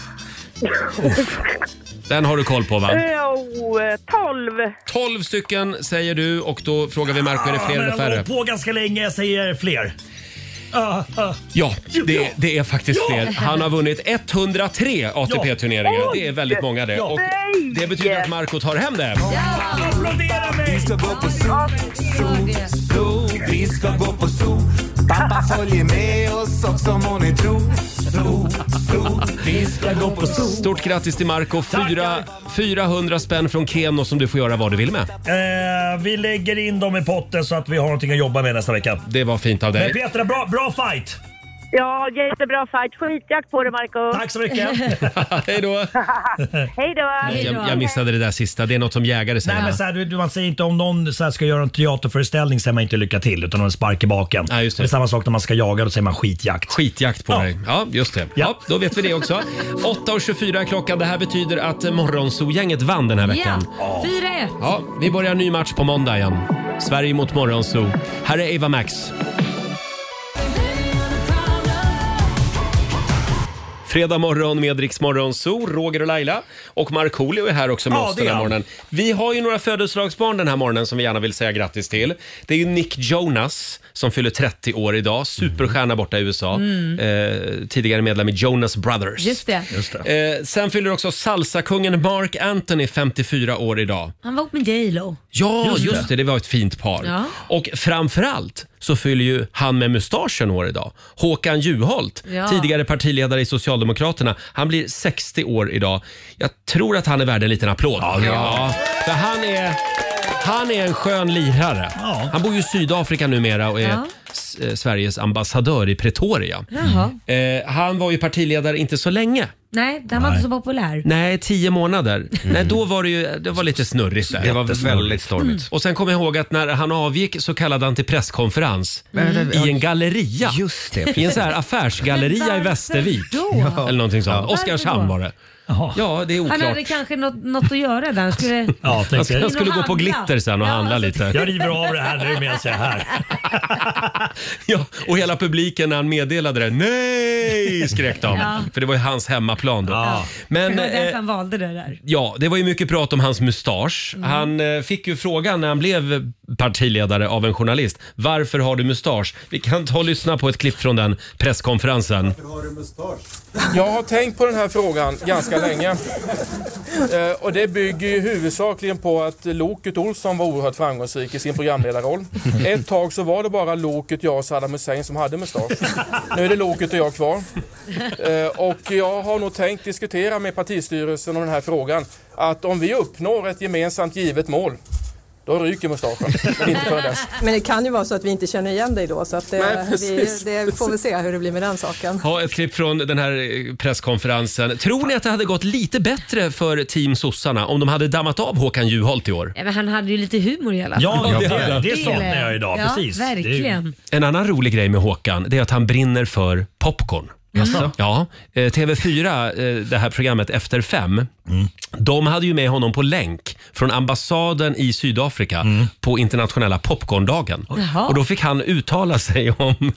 Speaker 1: Den har du koll på, va?
Speaker 6: Jo, tolv.
Speaker 1: tolv stycken säger du, och då frågar vi Marco, är det fler
Speaker 11: men
Speaker 1: eller
Speaker 11: jag har
Speaker 1: färre?
Speaker 11: hållit på ganska länge, jag säger fler. Ah, ah.
Speaker 1: Ja, det, det är faktiskt
Speaker 11: Ja!
Speaker 1: fler. Han har vunnit etthundratre A T P-turneringar.
Speaker 11: Ja.
Speaker 1: Det är väldigt många det.
Speaker 11: Ja.
Speaker 1: Och det betyder att Marco tar hem det.
Speaker 11: Applådera mig!
Speaker 9: Vi ska gå på zoo, zoo, zoo. Vi ska gå på zoo. Pappa följer med oss också må ni tro. Zoo, zoo. Vi ska gå på zoo.
Speaker 1: Stort grattis till Marco. Fyra, fyrahundra spänn från Keno som du får göra vad du vill med.
Speaker 11: Eh, vi lägger in dem i potten så att vi har någonting att jobba med nästa vecka.
Speaker 1: Det var fint av
Speaker 11: Men
Speaker 1: dig.
Speaker 11: Petra, bra, bra fight!
Speaker 6: Ja, jättebra fight. Skitjakt på det, Marco.
Speaker 11: Tack så mycket!
Speaker 1: Hej då.
Speaker 6: Hej då.
Speaker 1: Jag, jag missade det där sista. Det är något som jägare säger.
Speaker 11: Nej, men så här, du, man säger inte om någon så här, ska göra en teaterföreställning säger man inte lycka till utan en spark i baken.
Speaker 1: Ja, just det.
Speaker 11: det är samma sak när man ska jaga, då säger man skitjakt.
Speaker 1: Skitjakt på
Speaker 11: Ja.
Speaker 1: dig. Ja, just det. Ja.
Speaker 11: Ja.
Speaker 1: Då vet vi det också. åtta och tjugofyra är klockan. Det här betyder att Morgonzoo-gänget vann den här veckan.
Speaker 2: Ja, fyra ett.
Speaker 1: Ja, vi börjar en ny match på måndag igen. Sverige mot Morgonzoo. Här är Ava Max. Fredag morgon med Rix Morgonzoo, Roger och Laila. Och Markoolio är här också med
Speaker 11: Ja,
Speaker 1: oss
Speaker 11: det
Speaker 1: den
Speaker 11: är
Speaker 1: här
Speaker 11: han.
Speaker 1: morgonen. Vi har ju några födelsedagsbarn den här morgonen som vi gärna vill säga grattis till. Det är ju Nick Jonas som fyller trettio år idag. Superstjärna borta i U S A. Eh, tidigare medlem i Jonas Brothers.
Speaker 2: Just det.
Speaker 11: Just det.
Speaker 1: Eh, sen fyller också salsakungen Mark Anthony femtiofyra år idag.
Speaker 2: Han var ihop med J Lo.
Speaker 1: Ja, just,
Speaker 11: Just
Speaker 1: det. det. var ett fint par.
Speaker 2: Ja.
Speaker 1: Och framförallt så fyller ju han med mustaschen år idag. Håkan Juholt,
Speaker 2: Ja.
Speaker 1: tidigare partiledare i Socialdemokraterna. Han blir sextio år idag. Jag tror att han är värd en liten applåd.
Speaker 11: Ja, ja.
Speaker 1: För han är, han är en skön lirare.
Speaker 11: Ja.
Speaker 1: Han bor ju i Sydafrika numera och är
Speaker 2: Ja.
Speaker 1: S- eh, Sveriges ambassadör i Pretoria.
Speaker 2: Jaha.
Speaker 1: Eh, han var ju partiledare inte så länge.
Speaker 2: Nej, den var inte så populär.
Speaker 1: Nej, tio månader. Nej, då var det ju det var lite snurrigt där.
Speaker 3: Det var väldigt stormigt.
Speaker 1: Och sen kommer jag ihåg att när han avgick så kallade han till presskonferens
Speaker 3: Mm.
Speaker 1: i en galleria.
Speaker 3: Just det.
Speaker 1: I en så här affärsgalleria i
Speaker 2: Men varför
Speaker 1: Västervik.
Speaker 2: då?
Speaker 1: Eller någonting sånt.
Speaker 2: Varför
Speaker 1: Oskarshamn
Speaker 2: då?
Speaker 1: var det.
Speaker 11: Jaha.
Speaker 1: Ja, det är
Speaker 2: Han
Speaker 1: oklart.
Speaker 2: hade kanske något, något att göra där. Han skulle...
Speaker 11: Ja,
Speaker 1: Jag,
Speaker 11: tänkte
Speaker 1: jag
Speaker 11: jag.
Speaker 1: skulle gå på
Speaker 2: handla.
Speaker 1: Glitter sen och
Speaker 2: Ja,
Speaker 1: handla
Speaker 2: alltså-
Speaker 1: lite.
Speaker 11: Jag river av det här nu medan jag är här.
Speaker 1: Ja, och hela publiken när han meddelade det, nej, skrek de.
Speaker 2: Ja.
Speaker 1: För det var ju hans hemmaplan. hemmaplan då.
Speaker 2: Ja.
Speaker 1: Men,
Speaker 2: det var därför
Speaker 1: eh,
Speaker 2: han valde det där.
Speaker 1: Ja, det var ju mycket prat om hans mustasch.
Speaker 2: Mm.
Speaker 1: Han eh, fick ju frågan när han blev partiledare av en journalist. Varför har du mustasch? Vi kan ta och lyssna på ett klipp från den presskonferensen.
Speaker 15: Varför har du mustasch? Jag har tänkt på den här frågan ganska länge. Eh, och det bygger ju huvudsakligen på att Loket Olsson var oerhört framgångsrik i sin programledarroll. Ett tag så var det bara Loket, jag och Saddam Hussein som hade mustasch. Nu är det Loket och jag kvar. Eh, och jag har nog tänkt diskutera med partistyrelsen om den här frågan. Att om vi uppnår ett gemensamt givet mål, då ryker mustaschen, men inte förrän dess.
Speaker 16: Men det kan ju vara så att vi inte känner igen dig då, så att det,
Speaker 15: Nej,
Speaker 16: vi, det får vi se hur det blir med den saken.
Speaker 1: Ha ett klipp från den här presskonferensen. Tror ni att det hade gått lite bättre för Team Sossarna om de hade dammat av Håkan Juholt i år?
Speaker 2: Ja, men han hade ju lite humor i alla fall.
Speaker 11: Ja, ja, det, det,
Speaker 2: det
Speaker 11: saknar jag idag,
Speaker 2: ja,
Speaker 11: precis.
Speaker 2: Verkligen.
Speaker 1: En annan rolig grej med Håkan, det är att han brinner för popcorn.
Speaker 11: Jaså?
Speaker 1: Ja, eh, T V fyra, eh, det här programmet Efter fem, mm. de hade ju med honom på länk från ambassaden i Sydafrika mm. på internationella popcorndagen.
Speaker 2: Jaha.
Speaker 1: Och då fick han uttala sig om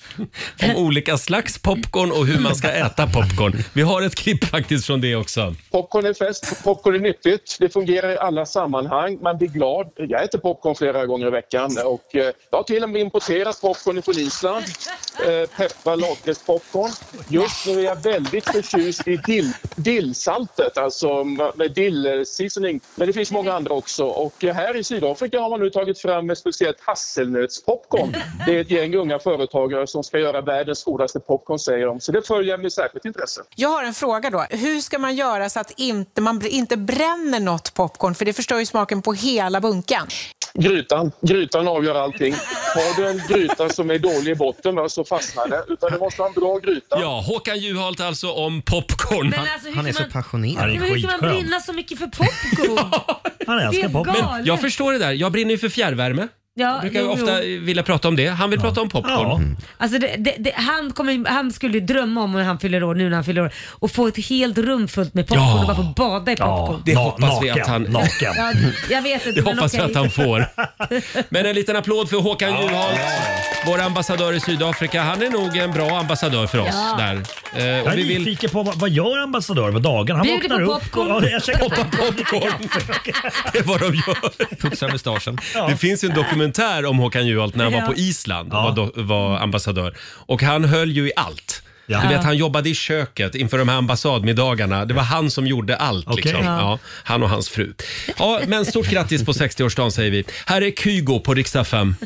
Speaker 1: om olika slags popcorn och hur man ska äta popcorn. Vi har ett klipp faktiskt från det också.
Speaker 17: Popcorn är fest, popcorn är nyttigt. Det fungerar i alla sammanhang. Man blir glad. Jag äter popcorn flera gånger i veckan och eh, jag har till och med importerat popcorn från Island. Eh, peppar, lakritspopcorn. Just nu är jag väldigt förtjust i dill, dillsaltet, alltså med dill-seasoning. Men det finns många andra också. Och här i Sydafrika har man nu tagit fram ett speciellt hasselnötspopcorn. Det är ett gäng unga företagare som ska göra världens godaste popcorn, säger de. Så det följer jag med särskilt intresse.
Speaker 18: Jag har en fråga då. Hur ska man göra så att inte, man inte bränner något popcorn? För det förstör ju smaken på hela bunken.
Speaker 17: Grytan. Grytan avgör allting. Har du en gryta som är dålig i botten, så fastnar det. Utan det måste ha en bra gryta.
Speaker 1: Ja, Håkan Juholt alltså om popcorn.
Speaker 2: Men alltså, hur
Speaker 3: Han är
Speaker 2: kan
Speaker 3: så
Speaker 2: man-
Speaker 3: passionerad.
Speaker 2: Men hur kan man brinna så mycket för popcorn?
Speaker 11: Han älskar
Speaker 2: Det är
Speaker 11: popcorn.
Speaker 2: galet.
Speaker 1: Jag förstår det där. Jag brinner ju för fjärrvärme.
Speaker 2: Ja,
Speaker 1: Jag brukar
Speaker 2: jo,
Speaker 1: ofta
Speaker 2: jo.
Speaker 1: vilja prata om det. Han vill prata om popcorn.
Speaker 11: Ja.
Speaker 1: Mm.
Speaker 2: Alltså det, det, det, han, kommer, han skulle ju drömma om när han fyller år, nu när han fyller år, och få ett helt rum fullt med popcorn
Speaker 1: Ja.
Speaker 2: och bara få bada i popcorn.
Speaker 1: Det
Speaker 11: Na-
Speaker 1: hoppas vi
Speaker 11: naken,
Speaker 1: att han...
Speaker 11: naken.
Speaker 2: Ja, jag vet inte,
Speaker 1: Det
Speaker 2: men
Speaker 1: hoppas vi
Speaker 2: okej.
Speaker 1: att han får. Men en liten applåd för Håkan Juholt, vår ambassadör i Sydafrika. Han är nog en bra ambassadör för oss
Speaker 2: Ja.
Speaker 1: där. Eh,
Speaker 11: Jag
Speaker 1: och
Speaker 11: är
Speaker 1: vi vill
Speaker 11: nyfiken på vad, vad gör ambassadör på dagen? Han
Speaker 2: Bjuder
Speaker 11: vaknar
Speaker 2: på
Speaker 11: upp.
Speaker 2: popcorn.
Speaker 11: Ja, jag käkar
Speaker 1: poppa popcorn. Det är vad de gör.
Speaker 3: Putsar mustaschen.
Speaker 1: Det finns ju en dokumentär om Håkan Juholt när han
Speaker 2: Ja.
Speaker 1: var på Island och
Speaker 11: Ja.
Speaker 1: var, do, var ambassadör. Och han höll ju i allt.
Speaker 11: Ja.
Speaker 1: Du vet, han jobbade i köket inför de här ambassadmiddagarna. Det var han som gjorde allt.
Speaker 11: Okej.
Speaker 1: Liksom.
Speaker 2: Ja.
Speaker 1: Ja, han och hans fru. Ja, men stort grattis på sextioårsdagen säger vi. Här är Kygo på Rix F M.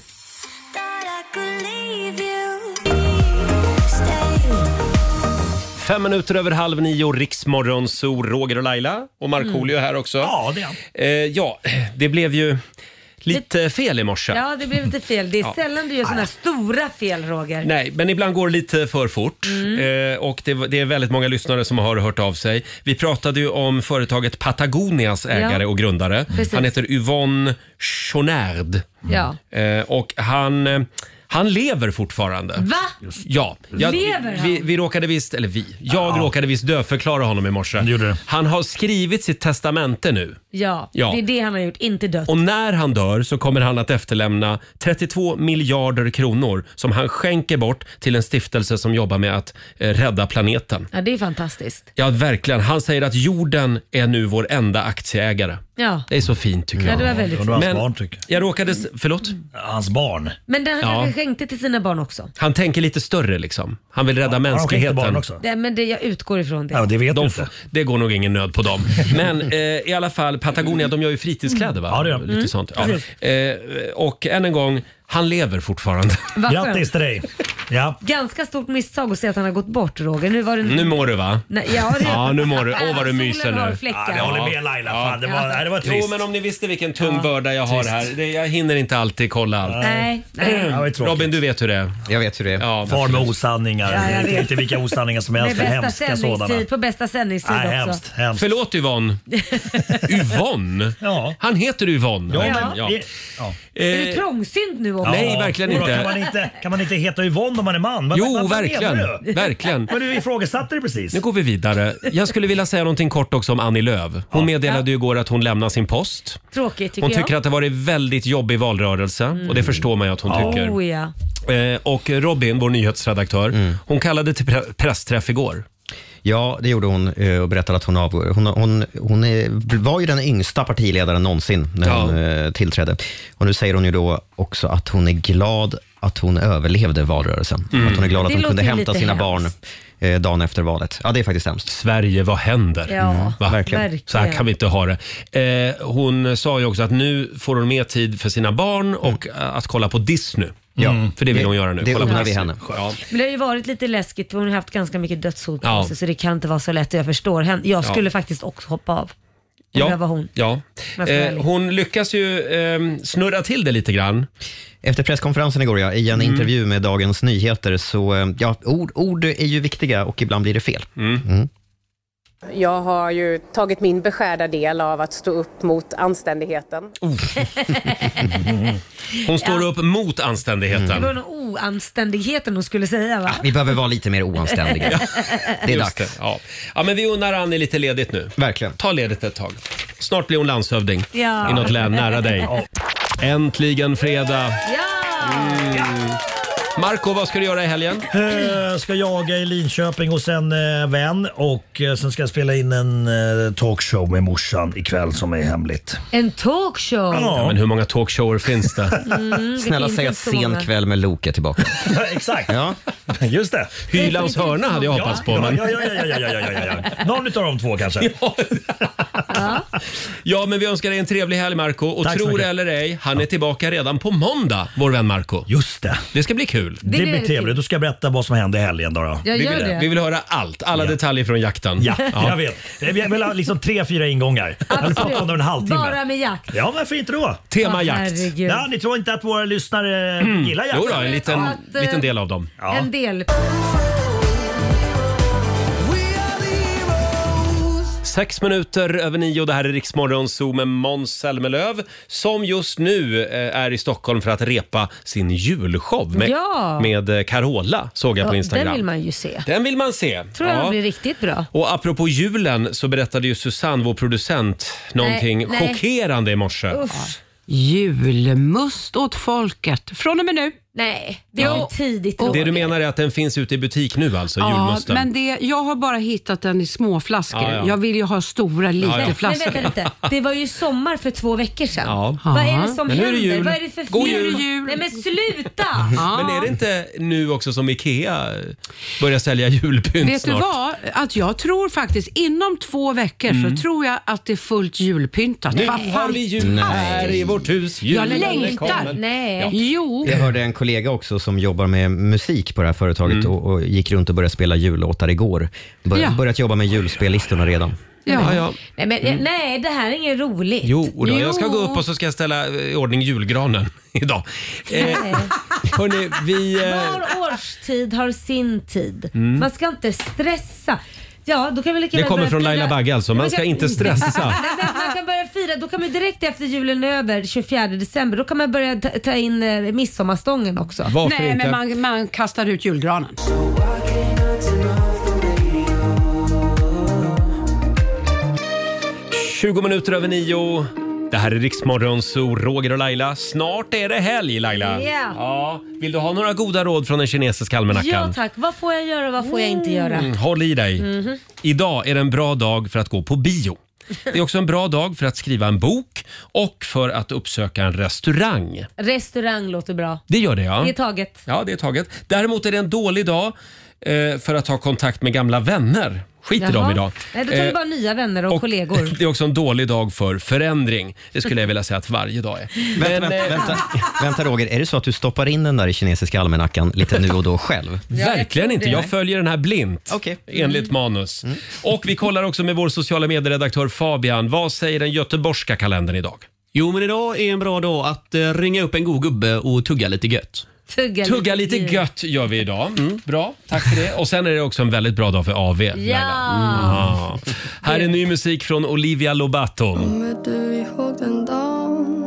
Speaker 1: Fem minuter över halv nio, Riksmorgon, så Roger och Laila och Markoolio här också.
Speaker 11: Ja, det är han.
Speaker 1: Eh, ja, det blev ju lite fel i morse.
Speaker 2: Ja, det blev lite fel. Det är
Speaker 1: Ja.
Speaker 2: sällan du gör såna här stora fel, Roger.
Speaker 1: Nej, men ibland går det lite för fort. Eh, och det, det är väldigt många lyssnare som har hört av sig. Vi pratade ju om företaget Patagonias ägare
Speaker 2: Ja.
Speaker 1: och grundare.
Speaker 2: Precis.
Speaker 1: Han heter Yvonne Chonerd.
Speaker 2: Ja.
Speaker 1: Eh, och han... eh, Han lever fortfarande.
Speaker 2: Va?
Speaker 1: Ja. Jag,
Speaker 2: Lever han?
Speaker 1: vi, vi råkade visst, eller vi, jag
Speaker 11: Ja.
Speaker 1: råkade visst dödförklara honom i morse.
Speaker 11: Det gjorde du.
Speaker 1: Han har skrivit sitt testamente nu.
Speaker 2: Ja,
Speaker 1: Ja.
Speaker 2: det är det han har gjort, inte dött.
Speaker 1: Och när han dör så kommer han att efterlämna trettiotvå miljarder kronor som han skänker bort till en stiftelse som jobbar med att eh, rädda planeten.
Speaker 2: Ja, det är fantastiskt.
Speaker 1: Ja, verkligen. Han säger att jorden är nu vår enda aktieägare.
Speaker 2: Ja.
Speaker 1: Det är så fint tycker
Speaker 2: Ja,
Speaker 1: jag.
Speaker 2: det var väldigt
Speaker 11: Det var hans
Speaker 1: Men-
Speaker 11: barn tycker
Speaker 1: Jag råkade... s- Förlåt?
Speaker 11: jag. Hans barn.
Speaker 2: Men den han
Speaker 1: Ja.
Speaker 2: kanske skänkte till sina barn också.
Speaker 1: Han tänker lite större liksom. Han vill rädda
Speaker 11: Har de skänkt
Speaker 1: mänskligheten.
Speaker 11: barn också?
Speaker 2: Det, men det, jag utgår ifrån det.
Speaker 11: Ja, det vet
Speaker 1: De
Speaker 11: du
Speaker 1: får,
Speaker 11: inte.
Speaker 1: det går nog ingen nöd på dem. Men eh, i alla fall, Patagonia, de gör ju fritidskläder va?
Speaker 11: Ja, det gör de.
Speaker 1: Lite
Speaker 11: Mm.
Speaker 1: sånt. Ja.
Speaker 11: Precis.
Speaker 1: Eh, och än en gång, han lever fortfarande.
Speaker 2: Vad skönt.
Speaker 11: Grattis till dig. Ja.
Speaker 2: Ganska stort misstag att säga att han har gått bort, Roger. Nu var det...
Speaker 1: Nu mår du va?
Speaker 2: Nej, ja, det...
Speaker 1: Ja, nu mår du. Åh vad du myser
Speaker 2: Solen har
Speaker 1: nu.
Speaker 2: fläckar.
Speaker 11: Ja, jag håller med Laila. Fan, det, var, nej, det var trist.
Speaker 1: Jo, men om ni visste vilken tung
Speaker 2: Ja.
Speaker 1: börda jag har
Speaker 11: Trist.
Speaker 1: här. Det, jag hinner inte alltid kolla allt.
Speaker 2: Nej, nej.
Speaker 11: Ja, det var tråkigt.
Speaker 1: Robin, du vet hur det är.
Speaker 3: Jag vet hur det är.
Speaker 1: Ja,
Speaker 11: Far med osanningar.
Speaker 2: Ja, jag
Speaker 11: inte,
Speaker 2: vet.
Speaker 11: inte vilka osanningar som
Speaker 2: Med
Speaker 11: helst. men
Speaker 2: bästa
Speaker 11: hemska sådana.
Speaker 2: sändningstid, på bästa sändningstid
Speaker 11: Nej,
Speaker 2: också.
Speaker 11: hemskt, hemskt.
Speaker 1: Förlåt Yvonne. Yvonne?
Speaker 11: Ja.
Speaker 1: Han heter Yvonne.
Speaker 11: Ja,
Speaker 1: va?
Speaker 11: men,
Speaker 1: Ja.
Speaker 11: det- ja.
Speaker 2: Är du
Speaker 1: Eh,
Speaker 2: trångsynt nu också?
Speaker 1: Nej, verkligen
Speaker 11: Vadå,
Speaker 1: inte.
Speaker 11: Kan man inte, kan man inte heta Yvonne om man är man? Vad-
Speaker 1: Jo,
Speaker 11: vad- vad
Speaker 1: verkligen.
Speaker 11: menar du?
Speaker 1: Verkligen.
Speaker 11: Men du ifrågasatte det precis.
Speaker 1: Nu går vi vidare. Jag skulle vilja säga någonting kort också om Annie Lööf. Hon meddelade ju igår att hon lämnar sin post.
Speaker 2: Tråkigt tycker
Speaker 1: Hon
Speaker 2: jag.
Speaker 1: tycker att det varit väldigt jobbig valrörelse och det förstår man ju att hon tycker.
Speaker 2: Oh, ja.
Speaker 1: Eh, och Robin, vår nyhetsredaktör, hon kallade till pre- pressträff igår.
Speaker 3: Ja, det gjorde hon eh, och berättade att hon avgår. Hon, hon, hon är, var ju den yngsta partiledaren någonsin när
Speaker 1: Ja.
Speaker 3: hon eh, tillträdde. Och nu säger hon ju då också att hon är glad att hon överlevde valrörelsen.
Speaker 1: Mm.
Speaker 3: Att hon är glad att
Speaker 2: Det
Speaker 3: hon kunde
Speaker 2: låter ju
Speaker 3: hämta
Speaker 2: lite
Speaker 3: sina
Speaker 2: hemskt.
Speaker 3: barn eh, dagen efter valet. Ja, det är faktiskt hemskt.
Speaker 1: Sverige, vad händer?
Speaker 2: Ja,
Speaker 1: Va?
Speaker 3: verkligen.
Speaker 2: verkligen.
Speaker 1: Så här kan vi inte ha det. Eh, hon sa ju också att nu får hon mer tid för sina barn och eh, att kolla på Disney.
Speaker 3: Ja.
Speaker 1: För det vill
Speaker 3: Det-
Speaker 1: hon göra nu.
Speaker 3: det
Speaker 1: Kolla på
Speaker 3: unnar vi
Speaker 1: Disney.
Speaker 3: henne.
Speaker 1: Ja.
Speaker 2: Men det har ju varit lite läskigt för hon har haft ganska mycket dödshot på
Speaker 1: Ja.
Speaker 2: sig så det kan inte vara så lätt och jag förstår henne. Jag skulle
Speaker 1: Ja.
Speaker 2: faktiskt också hoppa av. Om jag var hon.
Speaker 1: ja.
Speaker 2: Om jag ska vara
Speaker 1: Eh,
Speaker 2: ärlig.
Speaker 1: hon lyckas ju eh, snurra till det lite grann.
Speaker 3: Efter presskonferensen igår, ja, i en
Speaker 1: Mm.
Speaker 3: intervju med Dagens Nyheter, så eh, ja, ord, ord är ju viktiga och ibland blir det fel. Mm.
Speaker 10: Jag har ju tagit min beskärda del av att stå upp mot anständigheten.
Speaker 1: Hon står upp mot anständigheten.
Speaker 2: Det var nog oanständigheten hon skulle säga va?
Speaker 3: Vi behöver vara lite mer oanständiga. Det är
Speaker 1: Just
Speaker 3: dags.
Speaker 1: det, ja. ja, men vi unnar Annie lite ledigt nu.
Speaker 3: Verkligen.
Speaker 1: Ta ledigt ett tag. Snart blir hon landshövding
Speaker 2: Ja.
Speaker 1: i något län nära dig. Äntligen fredag.
Speaker 2: Ja!
Speaker 1: Marco, vad ska du göra i helgen?
Speaker 11: Eh, ska jaga i Linköping hos en eh, vän och eh, sen ska jag spela in en eh, talkshow med morsan ikväll som är hemligt.
Speaker 2: En talkshow?
Speaker 1: Ja, men hur många talkshower finns det?
Speaker 2: Mm, det
Speaker 3: Snälla
Speaker 2: finns
Speaker 3: säg
Speaker 2: inte
Speaker 3: att
Speaker 2: så
Speaker 3: sen
Speaker 2: många.
Speaker 3: kväll med Loke tillbaka.
Speaker 11: Exakt,
Speaker 3: Ja.
Speaker 11: just det.
Speaker 1: Hylands hörna hade jag hoppats på.
Speaker 11: Ja,
Speaker 1: Men...
Speaker 11: ja, ja, ja, ja, ja, ja, ja, ja. Någon utav de två kanske.
Speaker 1: Ja, men vi önskar dig en trevlig helg, Marco. Och
Speaker 11: Tack så
Speaker 1: tror
Speaker 11: mycket.
Speaker 1: det eller ej, han är tillbaka redan på måndag, vår vän Marco.
Speaker 11: Just det.
Speaker 1: Det ska bli kul.
Speaker 11: Det blir trevligt. Då ska jag berätta vad som hände i helgen då. då.
Speaker 2: Jag
Speaker 1: Vi
Speaker 2: gör
Speaker 1: vill,
Speaker 2: det.
Speaker 1: vi vill höra allt, alla detaljer från jakten.
Speaker 11: Ja, jag vet. Jag vill ha liksom tre, fyra ingångar. Jag vill prata om en halvtimme.
Speaker 2: Bara med jakt.
Speaker 11: Ja, varför inte då?
Speaker 1: Tema
Speaker 2: Åh,
Speaker 1: jakt.
Speaker 2: herregud.
Speaker 11: Ja, ni tror inte att våra lyssnare gillar jakt?
Speaker 1: Jo då, en liten,
Speaker 2: Att, eh,
Speaker 1: liten del av dem.
Speaker 11: Ja.
Speaker 2: En del.
Speaker 1: Sex minuter över nio, det här är Riksmorgon Zoo med Måns Zelmerlöw som just nu eh, är i Stockholm för att repa sin julshow med,
Speaker 2: Ja.
Speaker 1: med eh, Carola, såg jag på
Speaker 2: Ja,
Speaker 1: Instagram.
Speaker 2: den vill man ju se.
Speaker 1: Den vill man se.
Speaker 2: Tror jag blir riktigt bra.
Speaker 1: Och apropå julen så berättade ju Susanne, vår producent, någonting
Speaker 2: nej.
Speaker 1: chockerande i morse.
Speaker 2: Usch.
Speaker 4: Julmust åt folket. Från och med nu.
Speaker 2: Nej, det är
Speaker 1: Ja.
Speaker 2: för tidigt.
Speaker 1: Det
Speaker 2: Roger.
Speaker 1: du menar är att den finns ute i butik nu alltså,
Speaker 4: Ja,
Speaker 1: julmusten?
Speaker 4: men det, jag har bara hittat den i små flaskor.
Speaker 1: Ja, ja.
Speaker 4: Jag vill ju ha stora, lite
Speaker 1: Ja, ja.
Speaker 2: Men
Speaker 4: flaskor.
Speaker 2: vänta lite, det var ju sommar för två veckor sedan.
Speaker 1: Ja.
Speaker 2: Vad är det som
Speaker 1: Men nu är det
Speaker 2: händer?
Speaker 1: jul.
Speaker 2: Vad är det för
Speaker 1: God
Speaker 2: fel?
Speaker 1: jul.
Speaker 2: Nej men sluta!
Speaker 4: Ja.
Speaker 1: Men är det inte nu också som Ikea börjar sälja julpynt
Speaker 4: Vet
Speaker 1: snart?
Speaker 4: du vad? Att jag tror faktiskt inom två veckor så tror jag att det är fullt julpyntat.
Speaker 1: Nu
Speaker 4: Vad
Speaker 1: har
Speaker 4: fan?
Speaker 1: vi jul här i vårt hus.
Speaker 4: Jag
Speaker 1: Julen är
Speaker 4: längtar.
Speaker 1: kommen.
Speaker 2: Nej.
Speaker 4: Jo.
Speaker 3: Jag hörde en kollega också som jobbar med musik på det här företaget och, och gick runt och började spela jullåtar igår. Bör,
Speaker 4: Ja.
Speaker 3: Börjat jobba med julspellistorna redan.
Speaker 1: Ja, ja.
Speaker 2: Nej, men, nej, det här är inget roligt.
Speaker 1: Jo, då,
Speaker 2: Jo.
Speaker 1: jag ska gå upp och så ska jag ställa i ordning julgranen idag. Eh,
Speaker 2: Nej.
Speaker 1: hörni, vi... Eh,
Speaker 2: Var årstid har sin tid.
Speaker 1: Mm.
Speaker 2: Man ska inte stressa. Ja, då kan vi lika
Speaker 1: Det
Speaker 2: väl
Speaker 1: kommer
Speaker 2: börja
Speaker 1: från
Speaker 2: fira-
Speaker 1: Laila Bagge alltså. Man ska
Speaker 2: kan-
Speaker 1: inte stressa.
Speaker 2: Nej, men man kan börja fira, då kan man direkt efter julen är över, tjugofjärde december, då kan man börja ta, ta in eh, midsommarstången också.
Speaker 1: Varför
Speaker 4: Nej,
Speaker 1: inte?
Speaker 4: men man, man kastar ut julgranen.
Speaker 1: tjugo minuter över nio. Det här är Riksmorgon Zoo, Roger och Laila. Snart är det helg, Laila.
Speaker 2: Ja.
Speaker 1: Ja. Vill du ha några goda råd från den kinesiska almanackan?
Speaker 2: Ja tack, vad får jag göra och vad får jag inte göra?
Speaker 1: Mm, håll i dig.
Speaker 2: Mhm.
Speaker 1: Idag är det en bra dag för att gå på bio. Det är också en bra dag för att skriva en bok och för att uppsöka en restaurang.
Speaker 2: Restaurang låter bra.
Speaker 1: Det gör det, ja.
Speaker 2: Det är taget.
Speaker 1: Ja, det är taget. Däremot är det en dålig dag eh, för att ha kontakt med gamla vänner. Skit i dem
Speaker 2: Jaha.
Speaker 1: idag.
Speaker 2: Nej, då tar vi
Speaker 1: Eh,
Speaker 2: bara nya vänner och,
Speaker 1: och
Speaker 2: kollegor.
Speaker 1: Det är också en dålig dag för förändring. Det skulle jag vilja säga att varje dag är. Men,
Speaker 3: Vänta,
Speaker 1: eh,
Speaker 3: vänta, vänta Roger, är det så att du stoppar in den där i kinesiska almanackan lite nu och då själv?
Speaker 1: Verkligen inte. Jag följer den här blint
Speaker 3: Okej.
Speaker 1: enligt manus. Och vi kollar också med vår sociala medieredaktör Fabian. Vad säger den göteborgska kalendern idag?
Speaker 7: Jo, men idag är en bra dag att eh, ringa upp en god gubbe och tugga lite gött.
Speaker 2: Tugga,
Speaker 1: Tugga lite gött gör vi idag. Bra, tack för det. Och sen är det också en väldigt bra dag för A V. Laila. Ja. Här är ny musik från Olivia Lobato.
Speaker 12: Kommer du ihåg den dagen?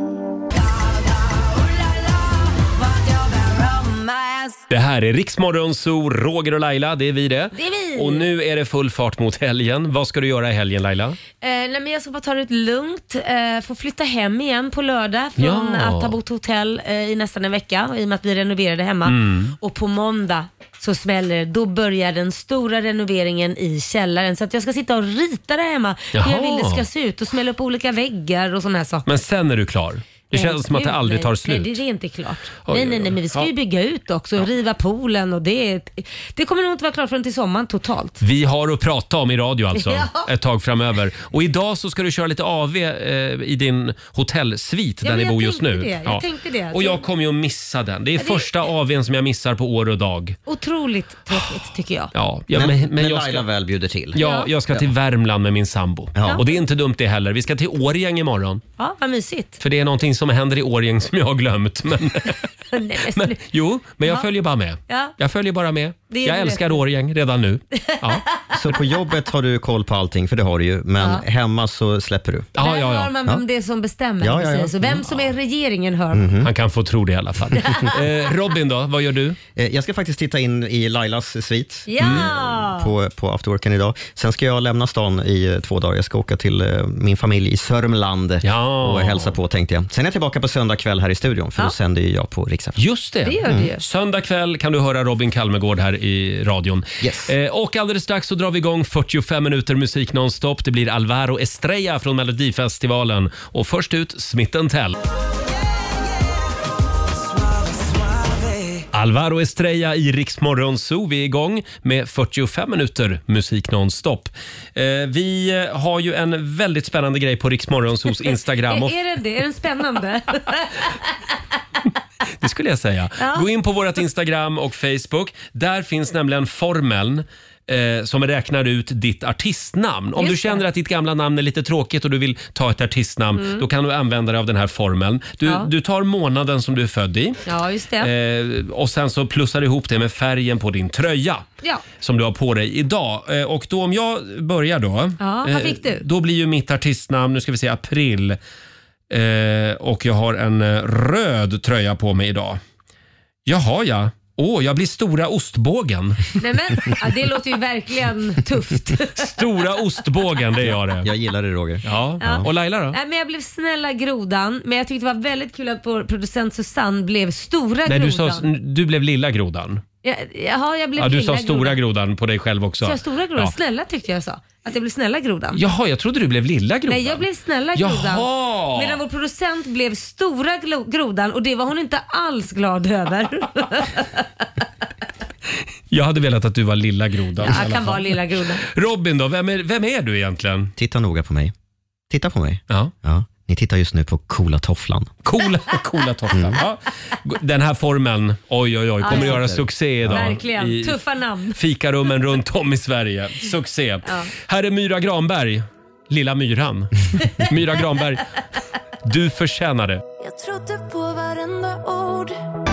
Speaker 1: Det här är Riksmorgon Zoo, Roger och Laila, det är vi det.
Speaker 2: Det är vi.
Speaker 1: Och nu är det full fart mot helgen. Vad ska du göra i helgen, Laila?
Speaker 2: Eh, nej, men jag ska bara ta det lugnt. Eh, få flytta hem igen på lördag från
Speaker 1: Ja.
Speaker 2: att ha bott hotell eh, i nästan en vecka i och med att vi renoverade hemma.
Speaker 1: Mm.
Speaker 2: Och på måndag så smäller det. Då börjar den stora renoveringen i källaren. Så att jag ska sitta och rita där hemma. Hur jag vill det ska se ut och smälla upp olika väggar och såna här saker.
Speaker 1: Men sen är du klar. Det känns som att det aldrig tar slut.
Speaker 2: Nej, det är inte klart.
Speaker 1: Oj,
Speaker 2: nej, nej, nej, men vi ska
Speaker 1: ja.
Speaker 2: ju bygga ut också och riva poolen och det, det kommer nog inte vara klart förrän till sommaren totalt.
Speaker 1: Vi har att prata om i radio alltså
Speaker 2: Ja.
Speaker 1: ett tag framöver. Och idag så ska du köra lite A V eh, i din hotellsvit
Speaker 2: Ja,
Speaker 1: där
Speaker 2: men
Speaker 1: ni
Speaker 2: jag
Speaker 1: bor just
Speaker 2: tänkte
Speaker 1: nu.
Speaker 2: det, jag tänkte det.
Speaker 1: Och jag kommer ju att missa den. Det är
Speaker 2: Ja, det-
Speaker 1: första A V:n som jag missar på år och dag.
Speaker 2: Otroligt tråkigt tycker jag.
Speaker 1: Ja, ja,
Speaker 3: men,
Speaker 1: men,
Speaker 3: men,
Speaker 1: men jag
Speaker 3: Laila
Speaker 1: ska,
Speaker 3: väl bjuder till.
Speaker 1: ja, jag ska till Värmland med min sambo.
Speaker 3: Ja.
Speaker 1: Och det är inte dumt det heller. Vi ska till Årjäng imorgon.
Speaker 2: Ja, vad mysigt.
Speaker 1: För det är någonting som händer i Årjäng som jag har glömt. Men,
Speaker 2: Nej, men,
Speaker 1: men, jo, men jag
Speaker 2: Ja.
Speaker 1: följer bara med.
Speaker 2: Ja.
Speaker 1: Jag följer bara med.
Speaker 2: Det är
Speaker 1: Jag
Speaker 2: du
Speaker 1: älskar
Speaker 2: rätt.
Speaker 1: Årjäng redan nu. Ja,
Speaker 3: Så på jobbet har du koll på allting, för det har du ju. Men
Speaker 2: Ja.
Speaker 3: hemma så släpper du.
Speaker 1: ja,
Speaker 2: Där
Speaker 1: ja.
Speaker 2: hör
Speaker 1: ja.
Speaker 2: man vem det är som bestämmer.
Speaker 3: Ja, ja, ja.
Speaker 2: Så vem som är regeringen hör man.
Speaker 3: Mhm.
Speaker 1: Han kan få tro det i alla fall. eh, Robin då, vad gör du?
Speaker 3: Eh, Jag ska faktiskt titta in i Lailas svit
Speaker 2: Ja!
Speaker 3: på, på afterworken idag. Sen ska jag lämna stan i eh, två dagar. Jag ska åka till eh, min familj i Sörmland
Speaker 1: Ja.
Speaker 3: och hälsa på, tänkte jag. Sen är jag tillbaka på söndag kväll här i studion, för
Speaker 2: Ja.
Speaker 3: då sänder ju jag på Rix F M.
Speaker 1: Just det.
Speaker 2: Det gör du ju.
Speaker 1: Söndag kväll kan du höra Robin Kalmegård här i radion.
Speaker 3: Yes.
Speaker 1: Eh, och alldeles strax så drar vi igång fyrtiofem minuter musik nonstop. Det blir Alvaro Estrella från Melodifestivalen. Och först ut Smith and Tell. Alvaro Estrella i Rix Morgon Zoo. Vi är igång med fyrtiofem minuter musik nonstop. Eh, vi har ju en väldigt spännande grej på Rix Morgon Zoos Instagram. Och
Speaker 2: Är, är det det? Är den spännande?
Speaker 1: det skulle jag säga.
Speaker 2: Ja.
Speaker 1: Gå in på vårt Instagram och Facebook. Där finns nämligen formeln eh, som räknar ut ditt artistnamn. Om
Speaker 2: Just
Speaker 1: du
Speaker 2: det.
Speaker 1: känner att ditt gamla namn är lite tråkigt och du vill ta ett artistnamn,
Speaker 2: Mm.
Speaker 1: då kan du använda dig av den här formeln. Du,
Speaker 2: Ja.
Speaker 1: du tar månaden som du är född i
Speaker 2: Ja, just det.
Speaker 1: eh, och sen så plussar du ihop det med färgen på din tröja
Speaker 2: Ja.
Speaker 1: som du har på dig idag. Eh, och då om jag börjar då.
Speaker 2: Ja, vad fick du?
Speaker 1: Då blir ju mitt artistnamn, nu ska vi se, april. Eh, och jag har en eh, röd tröja på mig idag. Jaha, ja. Åh, jag blir Stora Ostbågen.
Speaker 2: Nej, men, ja, det låter ju verkligen tufft.
Speaker 1: Stora Ostbågen, det är jag det.
Speaker 3: Jag gillar det, Roger.
Speaker 1: Ja.
Speaker 2: Ja.
Speaker 1: Och Laila då?
Speaker 2: Nej, men jag blev Snälla Grodan, men jag tyckte det var väldigt kul att vår producent Susanne blev Stora
Speaker 1: Nej, du,
Speaker 2: Grodan.
Speaker 1: sa, du blev Lilla Grodan.
Speaker 2: Ja, jaha, jag blev
Speaker 1: Ja, du
Speaker 2: Lilla
Speaker 1: sa Stora
Speaker 2: Grodan.
Speaker 1: Grodan på dig själv också.
Speaker 2: Så jag Stora Grodan?
Speaker 1: Ja.
Speaker 2: Snälla tyckte jag sa. Att jag blev Snälla Grodan.
Speaker 1: Jaha, jag trodde du blev Lilla Grodan.
Speaker 2: Nej, jag blev Snälla Grodan.
Speaker 1: Jaha!
Speaker 2: Medan vår producent blev Stora glo- Grodan och det var hon inte alls glad över.
Speaker 1: Jag hade velat att du var Lilla Grodan. i
Speaker 2: Ja,
Speaker 1: alla
Speaker 2: jag kan
Speaker 1: fall.
Speaker 2: vara Lilla Grodan.
Speaker 1: Robin då, vem är, vem är du egentligen?
Speaker 3: Titta noga på mig. Titta på mig.
Speaker 1: Ja.
Speaker 3: Ja. Ni tittar just nu på Coola Tofflan.
Speaker 1: Coola, coola tofflan.
Speaker 3: Mm.
Speaker 1: Ja. Den här formeln, oj oj oj, kommer
Speaker 2: Ja,
Speaker 1: att
Speaker 2: ja.
Speaker 1: göra succé idag.
Speaker 2: Verkligen.
Speaker 1: I
Speaker 2: Tuffa namn.
Speaker 1: fikarummen runt om i Sverige. Succé.
Speaker 2: Ja.
Speaker 1: Här är Myra Granberg. Lilla Myran. Myra Granberg, du förtjänar det.
Speaker 12: Jag trodde på varenda ord.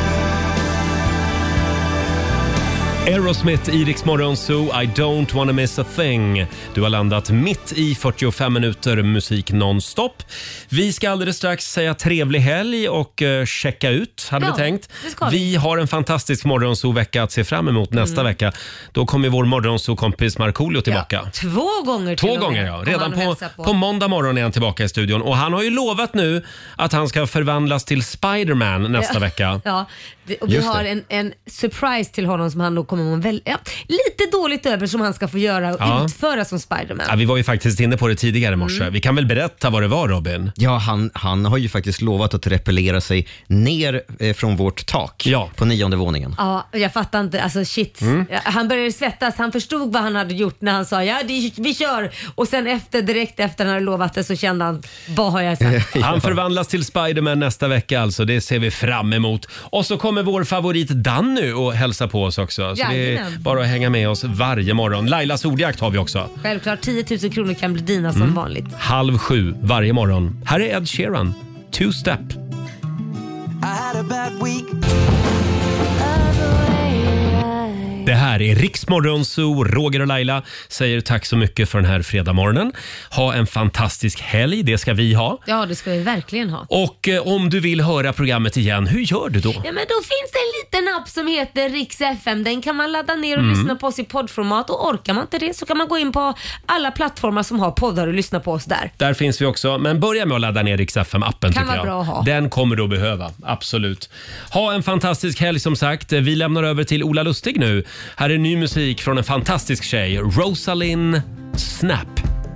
Speaker 1: Aerosmith i Rix Morgon Zoo, I don't wanna miss a thing. Du har landat mitt i fyrtiofem minuter musik nonstop. Vi ska alldeles strax säga trevlig helg och uh, checka ut, hade
Speaker 2: Ja,
Speaker 1: vi tänkt.
Speaker 2: det ska vi.
Speaker 1: Vi har en fantastisk morgonzoo-vecka att se fram emot nästa
Speaker 2: Mm.
Speaker 1: vecka. Då kommer vår morgonzoo-kompis Markoolio tillbaka.
Speaker 2: Två gånger till
Speaker 1: Två
Speaker 2: och med,
Speaker 1: gånger ja.
Speaker 2: kom
Speaker 1: Redan
Speaker 2: han och
Speaker 1: på,
Speaker 2: hälsade
Speaker 1: på måndag morgon är han tillbaka i studion. Och han har ju lovat nu att han ska förvandlas till Spider-Man nästa
Speaker 2: Ja.
Speaker 1: vecka.
Speaker 2: Ja, det, och vi
Speaker 1: Just det.
Speaker 2: har en, en surprise till honom som han då kommer att väl, ja, lite dåligt över som han ska få göra och
Speaker 1: Ja.
Speaker 2: utföra som Spiderman.
Speaker 1: Ja, vi var ju faktiskt inne på det tidigare i morse.
Speaker 2: Mm.
Speaker 1: Vi kan väl berätta vad det var, Robin?
Speaker 3: Ja, han, han har ju faktiskt lovat att repellera sig ner eh, från vårt tak på nionde våningen.
Speaker 2: Ja, jag fattar inte. Alltså shit.
Speaker 3: Mm.
Speaker 2: Ja, han började svettas. Han förstod vad han hade gjort när han sa ja, det, vi kör. Och sen efter, direkt efter han hade lovat det så kände han, vad har jag sagt?
Speaker 1: Han förvandlas till Spider-Man nästa vecka alltså. Det ser vi fram emot. Och så kommer vår favorit Danny och hälsa på oss också. Så det är
Speaker 2: Jajamän.
Speaker 1: bara att hänga med oss varje morgon. Lailas ordjakt har vi också.
Speaker 2: Självklart, tio tusen kronor kan bli dina som
Speaker 1: Mm.
Speaker 2: vanligt.
Speaker 1: Halv sju varje morgon. Här är Ed Sheeran. Two Step.
Speaker 9: I had a bad week.
Speaker 1: Det här är Riksmorgon Zoo. Roger och Laila säger tack så mycket för den här fredagmorgonen. Ha en fantastisk helg, det ska vi ha.
Speaker 2: Ja, det ska vi verkligen ha.
Speaker 1: Och eh, om du vill höra programmet igen, hur gör du då?
Speaker 2: Ja, men då finns det en liten app som heter Rix F M. Den kan man ladda ner och
Speaker 1: Mm.
Speaker 2: lyssna på oss i poddformat. Och orkar man inte det så kan man gå in på alla plattformar som har poddar och lyssna på oss där.
Speaker 1: Där finns vi också, men börja med att ladda ner Rix F M-appen
Speaker 2: Kan
Speaker 1: tycker
Speaker 2: vara
Speaker 1: jag.
Speaker 2: bra att ha.
Speaker 1: Den kommer du att behöva, absolut. Ha en fantastisk helg som sagt. Vi lämnar över till Ola Lustig nu. Här är ny musik från en fantastisk tjej, Rosalind Snap.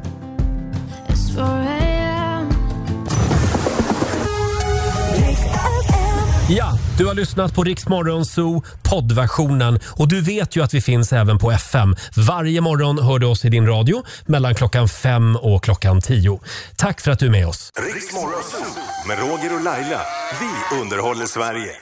Speaker 1: Ja, du har lyssnat på Rix Morgon Zoo poddversionen och du vet ju att vi finns även på F M. Varje morgon hör du oss i din radio mellan klockan fem och klockan tio. Tack för att du är med oss.
Speaker 5: Rix Morgon Zoo med Roger och Laila. Vi underhåller Sverige.